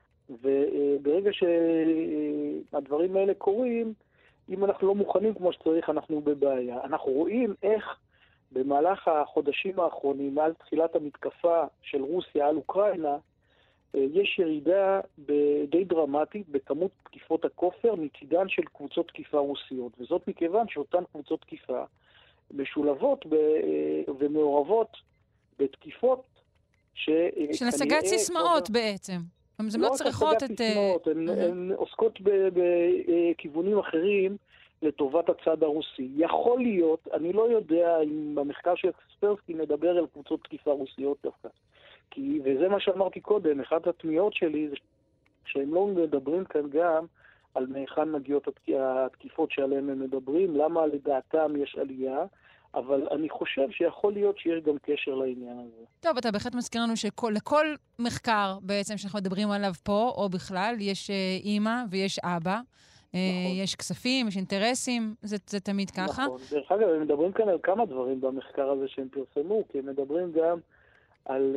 וברגע שהדברים האלה קורים, אם אנחנו לא מוכנים כמו שצריך, אנחנו בבעיה. אנחנו רואים איך במהלך החודשים האחרונים, מעל תחילת המתקפה של רוסיה על אוקראינה, יש ירידה די דרמטית בכמות תקיפות הכופר מצידן של קבוצות תקיפה רוסיות. וזאת מכיוון שאותן קבוצות תקיפה משולבות ומעורבות בתקיפות ש... של השגת סיסמאות בעצם. הן לא צריכות את... הן עוסקות בכיוונים אחרים לטובת הצד הרוסי. יכול להיות, אני לא יודע אם במחקר של קספרסקי מדבר על קבוצות תקיפה רוסיות דווקא. כי, וזה מה שאמרתי קודם, אחת התמיהות שלי זה שהם לא מדברים כאן גם על מהיכן מגיעות התקיפות שעליהן הם מדברים, למה לדעתם יש עלייה, אבל אני חושב שיכול להיות שיש גם קשר לעניין הזה. טוב, אתה בהחלט מזכיר לנו שלכל מחקר בעצם שאנחנו מדברים עליו פה, או בכלל, יש אימא ויש אבא, נכון. יש כספים, יש אינטרסים, זה, זה תמיד ככה. נכון. דרך אגב, הם מדברים כאן על כמה דברים במחקר הזה שהם פרסמו, כי הם מדברים גם על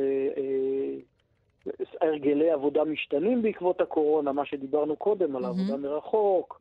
אה, הרגלי עבודה משתנים בעקבות הקורונה, מה שדיברנו קודם, על עבודה מרחוק,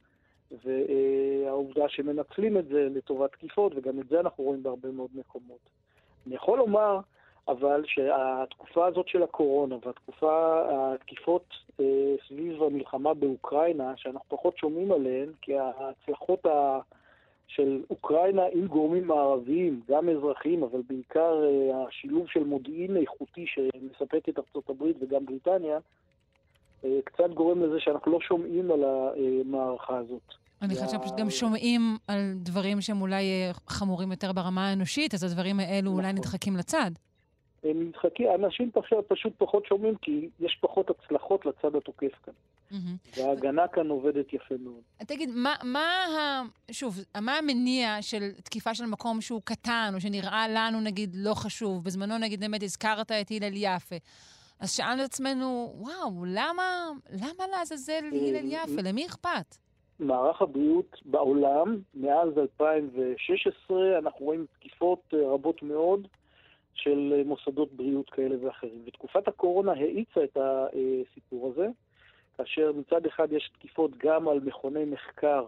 והעובדה שמנצלים את זה לטובת תקיפות, וגם את זה אנחנו רואים בהרבה מאוד מקומות. אני יכול לומר, אבל שהתקופה הזאת של הקורונה, והתקופה, התקיפות אה, סביב המלחמה באוקראינה, שאנחנו פחות שומעים עליהן, כי ההצלחות ה... של אוקראינה עם גורמים מערביים, גם אזרחיים, אבל בעיקר אה, השילוב של מודיעין איכותי שמספק את ארצות הברית וגם בריטניה, אה, קצת גורם לזה שאנחנו לא שומעים על המערכה הזאת. אני חושבת שפשוט גם שומעים על דברים שהם אולי חמורים יותר ברמה האנושית, אז הדברים האלו אולי נדחקים לצד. הם נדחקים, אנשים פשוט, פשוט פחות שומעים, כי יש פחות הצלחות לצד התוקף כאן. וההגנה כאן עובדת יפה מאוד. תגיד, מה, מה, שוב, מה המניע של תקיפה של מקום שהוא קטן, או שנראה לנו, נגיד, לא חשוב? בזמנו, נגיד, באמת הזכרת את הלל יפה. אז שאלנו את עצמנו, וואו, למה, למה לעזאזל הלל יפה? למי אכפת? מערך הבריאות בעולם, מאז אלפיים ושש עשרה, אנחנו רואים תקיפות רבות מאוד של מוסדות בריאות כאלה ואחרים. ותקופת הקורונה האיצה את הסיפור הזה, כאשר מצד אחד יש תקיפות גם על מכוני מחקר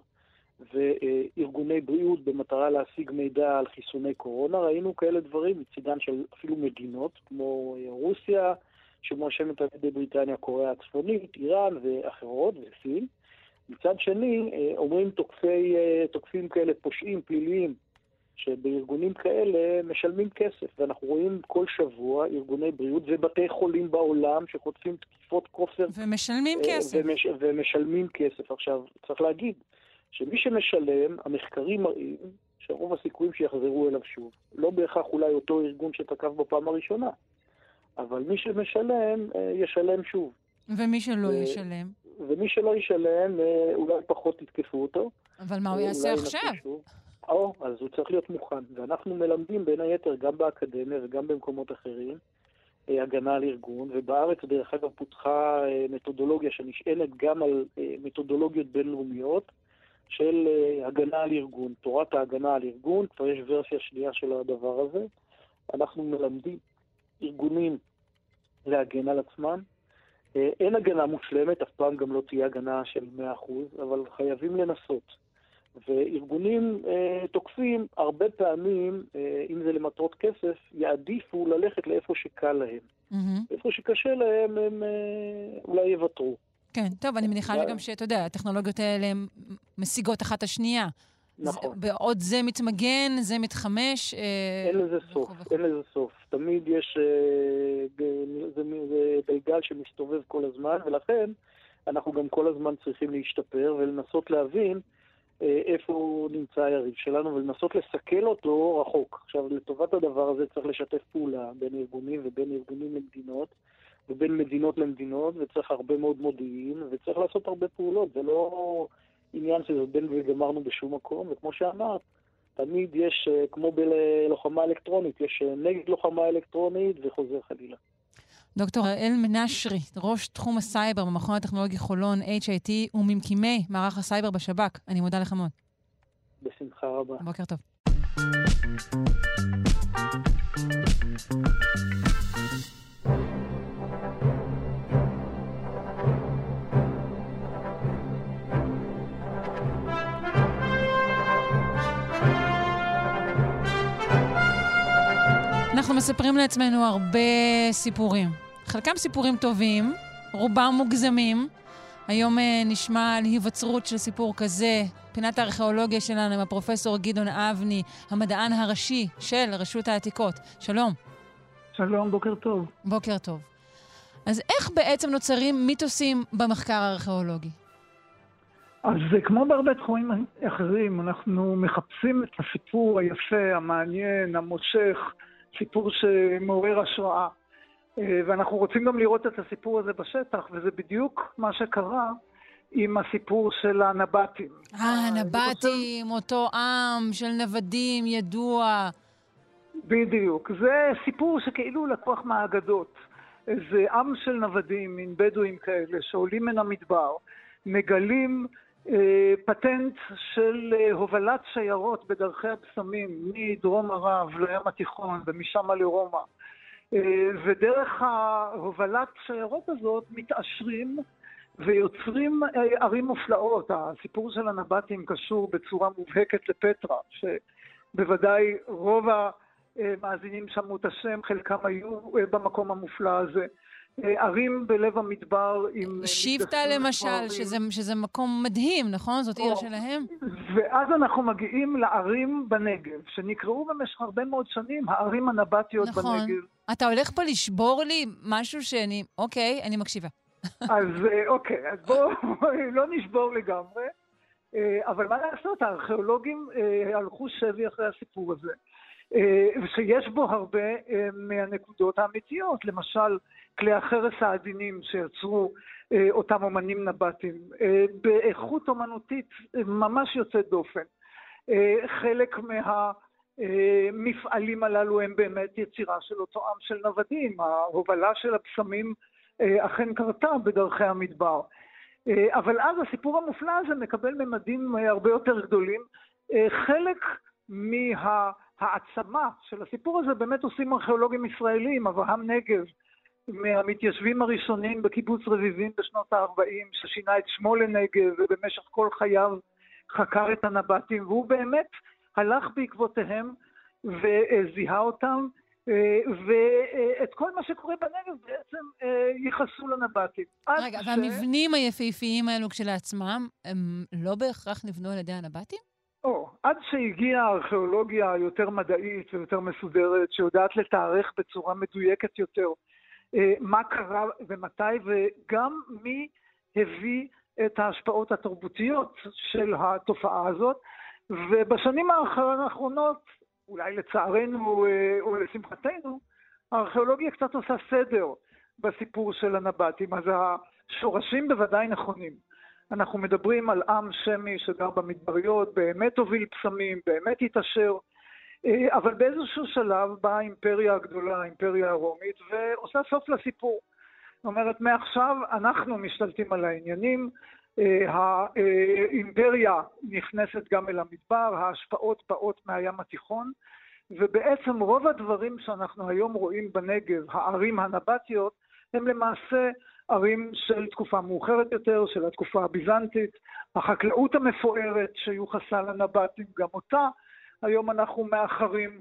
וארגוני בריאות במטרה להשיג מידע על חיסוני קורונה. ראינו כאלה דברים מצידן של אפילו מדינות, כמו רוסיה, שמואשמת על ידי בריטניה, קוריאה הצפונית, איראן ואחרות, וסין. מצד שני, אומרים תוקפי, תוקפים כאלה פושעים, פליליים, שבארגונים כאלה משלמים כסף. ואנחנו רואים כל שבוע ארגוני בריאות ובתי חולים בעולם שחוטפים תקיפות כופר. ומשלמים כסף. ומש, ומשלמים כסף. עכשיו, צריך להגיד שמי שמשלם, המחקרים מראים שרוב הסיכויים שיחזרו אליו שוב. לא בהכרח אולי אותו ארגון שתקף בפעם הראשונה, אבל מי שמשלם, ישלם שוב. ומי שלא ו... ישלם? ומי שלא ישלם, אולי פחות יתקפו אותו. אבל מה הוא יעשה עכשיו? או, אז הוא צריך להיות מוכן. ואנחנו מלמדים בין היתר גם באקדמיה וגם במקומות אחרים הגנה על ארגון, ובארץ דרך אגב פותחה מתודולוגיה שנשענת גם על מתודולוגיות בינלאומיות של הגנה על ארגון. תורת ההגנה על ארגון, כבר יש ורסיה שנייה של הדבר הזה. אנחנו מלמדים ארגונים להגן על עצמם. אין הגנה מושלמת, אף פעם גם לא תהיה הגנה של מאה אחוז, אבל חייבים לנסות. וארגונים אה, תוקפים הרבה פעמים, אה, אם זה למטרות כסף, יעדיפו ללכת לאיפה שקל להם. Mm-hmm. איפה שקשה להם, הם אה, אולי יוותרו. כן, טוב, אני מניחה שגם שאתה יודע, הטכנולוגיות האלה הן משיגות אחת השנייה. נכון. בעוד זה מתמגן, זה מתחמש. אה, אין לזה סוף, אין לזה סוף. תמיד יש, אה, זה, זה בגל שמסתובב כל הזמן, ולכן אנחנו גם כל הזמן צריכים להשתפר ולנסות להבין איפה נמצא היריב שלנו, ולנסות לסכל אותו רחוק. עכשיו, לטובת הדבר הזה צריך לשתף פעולה בין ארגונים ובין ארגונים למדינות, ובין מדינות למדינות, וצריך הרבה מאוד מודיעין, וצריך לעשות הרבה פעולות. זה לא עניין שזה בין וגמרנו בשום מקום, וכמו שאמרת, תמיד יש, כמו בלוחמה אלקטרונית, יש נגד לוחמה אלקטרונית וחוזר חלילה. דוקטור הראל מנשרי, ראש תחום הסייבר במכון הטכנולוגי חולון אייץ' איי טי וממקימי מערך הסייבר בשב"כ. אני מודה לך מאוד. בשמחה רבה. בוקר טוב. אנחנו מספרים לעצמנו הרבה סיפורים. חלקם סיפורים טובים, רובם מוגזמים. היום נשמע על היווצרות של סיפור כזה. פינת הארכיאולוגיה שלנו עם הפרופסור גדעון אבני, המדען הראשי של רשות העתיקות. שלום. שלום, בוקר טוב. בוקר טוב. אז איך בעצם נוצרים מיתוסים במחקר הארכיאולוגי? אז זה כמו בהרבה תחומים אחרים, אנחנו מחפשים את הסיפור היפה, המעניין, המושך, סיפור שמעורר השראה. ואנחנו רוצים גם לראות את הסיפור הזה בשטח, וזה בדיוק מה שקרה עם הסיפור של הנבטים. אה, הנבטים, אותו עם של נוודים ידוע. בדיוק. זה סיפור שכאילו לקוח מהאגדות. זה עם של נוודים, מין בדואים כאלה, שעולים מן המדבר, מגלים אה, פטנט של אה, הובלת שיירות בדרכי הבשמים, מדרום ערב לים התיכון ומשם לרומא. אה, ודרך ההובלת שיירות הזאת מתעשרים ויוצרים אה, ערים מופלאות. הסיפור של הנבטים קשור בצורה מובהקת לפטרה, שבוודאי רוב ה... מאזינים שמעו את השם, חלקם היו במקום המופלא הזה. ערים בלב המדבר עם... שבטה למשל, שזה, שזה מקום מדהים, נכון? זאת עיר שלהם? ואז אנחנו מגיעים לערים בנגב, שנקראו במשך הרבה מאוד שנים הערים הנבטיות נכון. בנגב. אתה הולך פה לשבור לי משהו שאני... אוקיי, אני מקשיבה. אז אוקיי, אז בואו לא נשבור לגמרי, אבל מה לעשות? הארכיאולוגים הלכו שבי אחרי הסיפור הזה. ושיש בו הרבה מהנקודות האמיתיות, למשל כלי החרס העדינים שיצרו אותם אומנים נבטים, באיכות אומנותית ממש יוצאת דופן. חלק מהמפעלים הללו הם באמת יצירה של אותו עם של נוודים, ההובלה של הבשמים אכן קרתה בדרכי המדבר. אבל אז הסיפור המופלא הזה מקבל ממדים הרבה יותר גדולים. חלק מה... העצמה של הסיפור הזה באמת עושים ארכיאולוגים ישראלים, אברהם נגב, מהמתיישבים הראשונים בקיבוץ רביבים בשנות ה-ארבעים, ששינה את שמו לנגב ובמשך כל חייו חקר את הנבטים, והוא באמת הלך בעקבותיהם וזיהה אותם, ואת כל מה שקורה בנגב בעצם ייחסו לנבטים. רגע, ש... והמבנים היפהפיים האלו כשלעצמם, הם לא בהכרח נבנו על ידי הנבטים? או, עד שהגיעה הארכיאולוגיה היותר מדעית ויותר מסודרת, שיודעת לתארך בצורה מדויקת יותר מה קרה ומתי, וגם מי הביא את ההשפעות התרבותיות של התופעה הזאת. ובשנים האחרונות, אולי לצערנו או לשמחתנו, הארכיאולוגיה קצת עושה סדר בסיפור של הנבטים, אז השורשים בוודאי נכונים. אנחנו מדברים על עם שמי שגר במדבריות, באמת הוביל פסמים, באמת התעשר, אבל באיזשהו שלב באה האימפריה הגדולה, האימפריה הרומית, ועושה סוף לסיפור. זאת אומרת, מעכשיו אנחנו משתלטים על העניינים, האימפריה נכנסת גם אל המדבר, ההשפעות באות מהים התיכון, ובעצם רוב הדברים שאנחנו היום רואים בנגב, הערים הנבטיות, הם למעשה ערים של תקופה מאוחרת יותר, של התקופה הביזנטית, החקלאות המפוארת שיוחסה לנבטים, גם אותה היום אנחנו מאחרים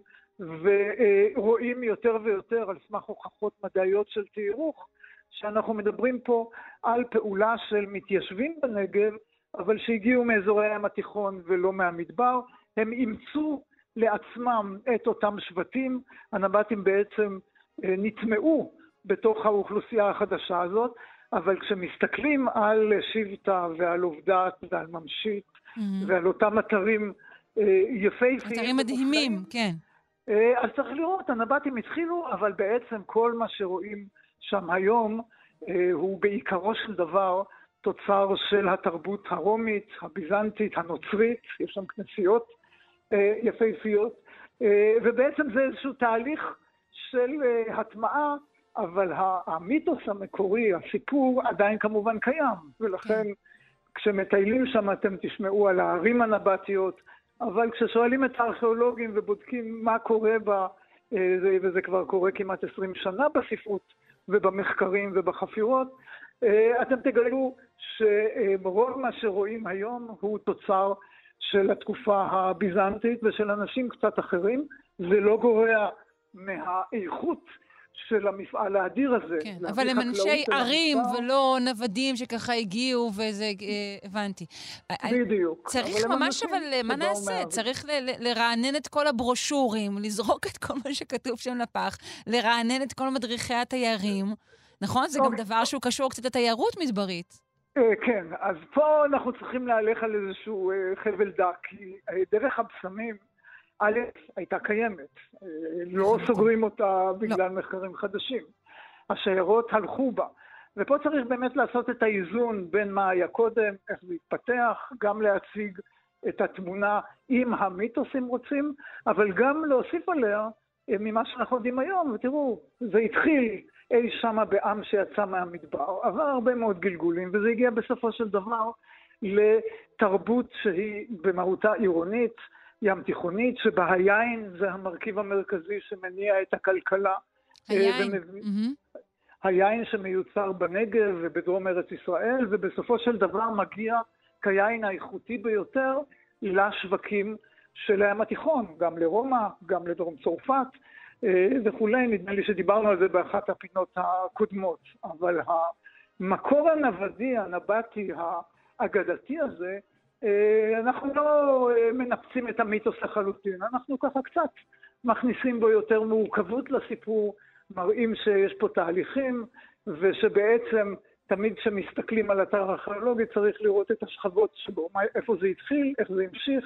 ורואים יותר ויותר על סמך הוכחות מדעיות של תיארוך, שאנחנו מדברים פה על פעולה של מתיישבים בנגב, אבל שהגיעו מאזורי הים התיכון ולא מהמדבר. הם אימצו לעצמם את אותם שבטים, הנבטים בעצם נטמעו בתוך האוכלוסייה החדשה הזאת, אבל כשמסתכלים על שבטה ועל עובדת ועל ממשית mm-hmm. ועל אותם אתרים יפהפיים, אתרים מדהימים, כן. אז צריך לראות, הנבטים התחילו, אבל בעצם כל מה שרואים שם היום הוא בעיקרו של דבר תוצר של התרבות הרומית, הביזנטית, הנוצרית, יש שם כנסיות יפהפיות, ובעצם זה איזשהו תהליך של הטמעה, אבל המיתוס המקורי, הסיפור, עדיין כמובן קיים, ולכן כשמטיילים שם אתם תשמעו על הערים הנבטיות, אבל כששואלים את הארכיאולוגים ובודקים מה קורה בה, וזה כבר קורה כמעט עשרים שנה בספרות ובמחקרים ובחפירות, אתם תגלו שרוב מה שרואים היום הוא תוצר של התקופה הביזנטית ושל אנשים קצת אחרים. זה לא גורע מהאיכות של המפעל האדיר הזה. כן, אבל הם אנשי ערים ולא נוודים שככה הגיעו וזה, הבנתי. בדיוק. צריך ממש, אבל מה נעשה? צריך לרענן את כל הברושורים, לזרוק את כל מה שכתוב שם לפח, לרענן את כל מדריכי התיירים. נכון? זה גם דבר שהוא קשור קצת לתיירות מדברית. כן, אז פה אנחנו צריכים להלך על איזשהו חבל דק, כי דרך הבשמים, א', הייתה קיימת. לא סוגרים אותה בגלל מחקרים חדשים. השיירות הלכו בה. ופה צריך באמת לעשות את האיזון בין מה היה קודם, איך זה התפתח, גם להציג את התמונה עם המיתוסים רוצים, אבל גם להוסיף עליה ממה שאנחנו יודעים היום. ותראו, זה התחיל אי שמה בעם שיצא מהמדבר, עבר הרבה מאוד גלגולים, וזה הגיע בסופו של דבר לתרבות שהיא במהותה עירונית, ים תיכונית, שבה היין זה המרכיב המרכזי שמניע את הכלכלה. היין. ומב... Mm-hmm. היין שמיוצר בנגב ובדרום ארץ ישראל, ובסופו של דבר מגיע כיין האיכותי ביותר לשווקים של הים התיכון, גם לרומא, גם לדרום צרפת וכולי. נדמה לי שדיברנו על זה באחת הפינות הקודמות, אבל המקור הנבדי, הנבטי, האגדתי הזה, אנחנו לא מנפצים את המיתוס לחלוטין, אנחנו ככה קצת מכניסים בו יותר מורכבות לסיפור, מראים שיש פה תהליכים, ושבעצם תמיד כשמסתכלים על אתר ארכיאולוגי צריך לראות את השכבות שבו, איפה זה התחיל, איך זה המשיך,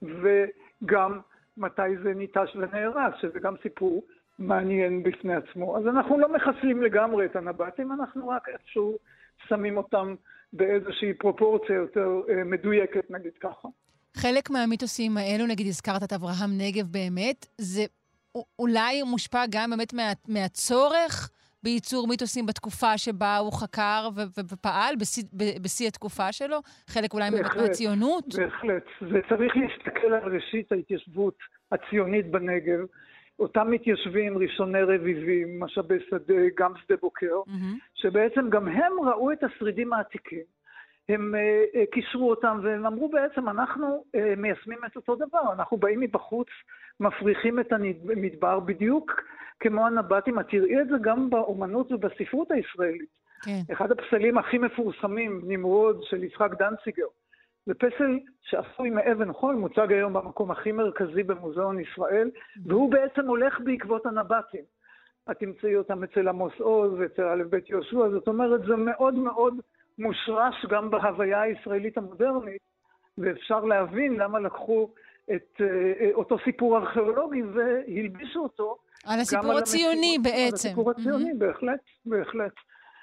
וגם מתי זה ניטש ונהרס, שזה גם סיפור מעניין בפני עצמו. אז אנחנו לא מחסלים לגמרי את הנבטים, אנחנו רק איכשהו שמים אותם באיזושהי פרופורציה יותר מדויקת, נגיד ככה. חלק מהמיתוסים האלו, נגיד הזכרת את אברהם נגב באמת, זה אולי מושפע גם באמת מה, מהצורך בייצור מיתוסים בתקופה שבה הוא חקר ו- ו- ופעל בשיא, בשיא התקופה שלו? חלק אולי באמת מהציונות? בהחלט. זה צריך להסתכל על ראשית ההתיישבות הציונית בנגב. אותם מתיישבים, ראשוני רביבים, משאבי שדה, גם שדה בוקר, mm-hmm. שבעצם גם הם ראו את השרידים העתיקים. הם uh, קישרו אותם והם אמרו בעצם, אנחנו uh, מיישמים את אותו דבר, אנחנו באים מבחוץ, מפריחים את המדבר בדיוק כמו הנבטים. את תראי את זה גם באומנות ובספרות הישראלית. כן. אחד הפסלים הכי מפורסמים, נמרוד של יצחק דנציגר, זה פסל שעשוי מאבן חול, מוצג היום במקום הכי מרכזי במוזיאון ישראל, והוא בעצם הולך בעקבות הנבטים. את תמצאי אותם אצל עמוס עוז ואצל א' בית יהושע, זאת אומרת, זה מאוד מאוד מושרש גם בהוויה הישראלית המודרנית, ואפשר להבין למה לקחו את אותו סיפור ארכיאולוגי והלבישו אותו. על הסיפור הציוני בעצם. על הסיפור הציוני, בהחלט, בהחלט.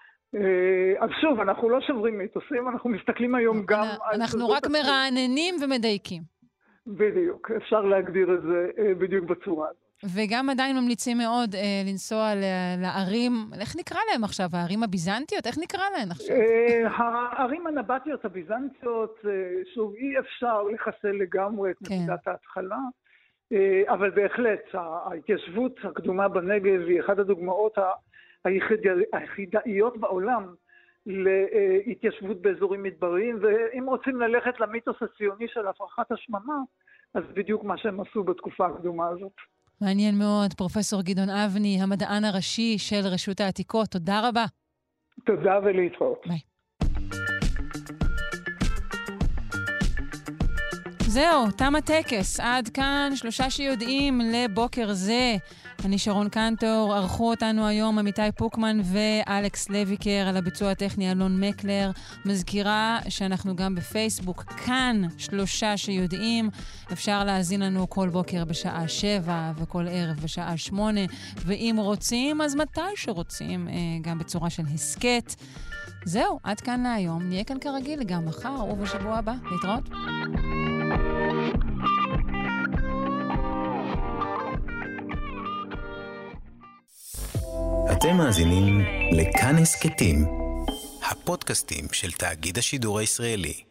אז שוב, אנחנו לא שוברים מיתוסים, אנחנו מסתכלים היום גם על... אנחנו רק מרעננים ומדייקים. בדיוק, אפשר להגדיר את זה בדיוק בצורה הזאת. וגם עדיין ממליצים מאוד אה, לנסוע לערים, איך נקרא להם עכשיו? הערים הביזנטיות? איך נקרא להם עכשיו? אה, הערים הנבטיות הביזנטיות, אה, שוב, אי אפשר לחסל לגמרי את כן. נקודת ההתחלה, אה, אבל בהחלט, ההתיישבות הקדומה בנגב היא אחת הדוגמאות היחידאיות בעולם להתיישבות באזורים מדבריים, ואם רוצים ללכת למיתוס הציוני של הפרחת השממה, אז בדיוק מה שהם עשו בתקופה הקדומה הזאת. מעניין מאוד. פרופסור גדעון אבני, המדען הראשי של רשות העתיקות, תודה רבה. תודה ולהתראות. ביי. זהו, תם הטקס. עד כאן שלושה שיודעים לבוקר זה. אני שרון קנטור, ערכו אותנו היום עמיתי פוקמן ואלכס לויקר, על הביצוע הטכני אלון מקלר. מזכירה שאנחנו גם בפייסבוק, כאן שלושה שיודעים. אפשר להזין לנו כל בוקר בשעה שבע וכל ערב בשעה שמונה, ואם רוצים, אז מתי שרוצים, גם בצורה של הסקט. זהו, עד כאן להיום. נהיה כאן כרגיל גם מחר ובשבוע הבא. להתראות. אתם מאזינים לכאן הסקטים, הפודקאסטים של תאגיד השידור הישראלי.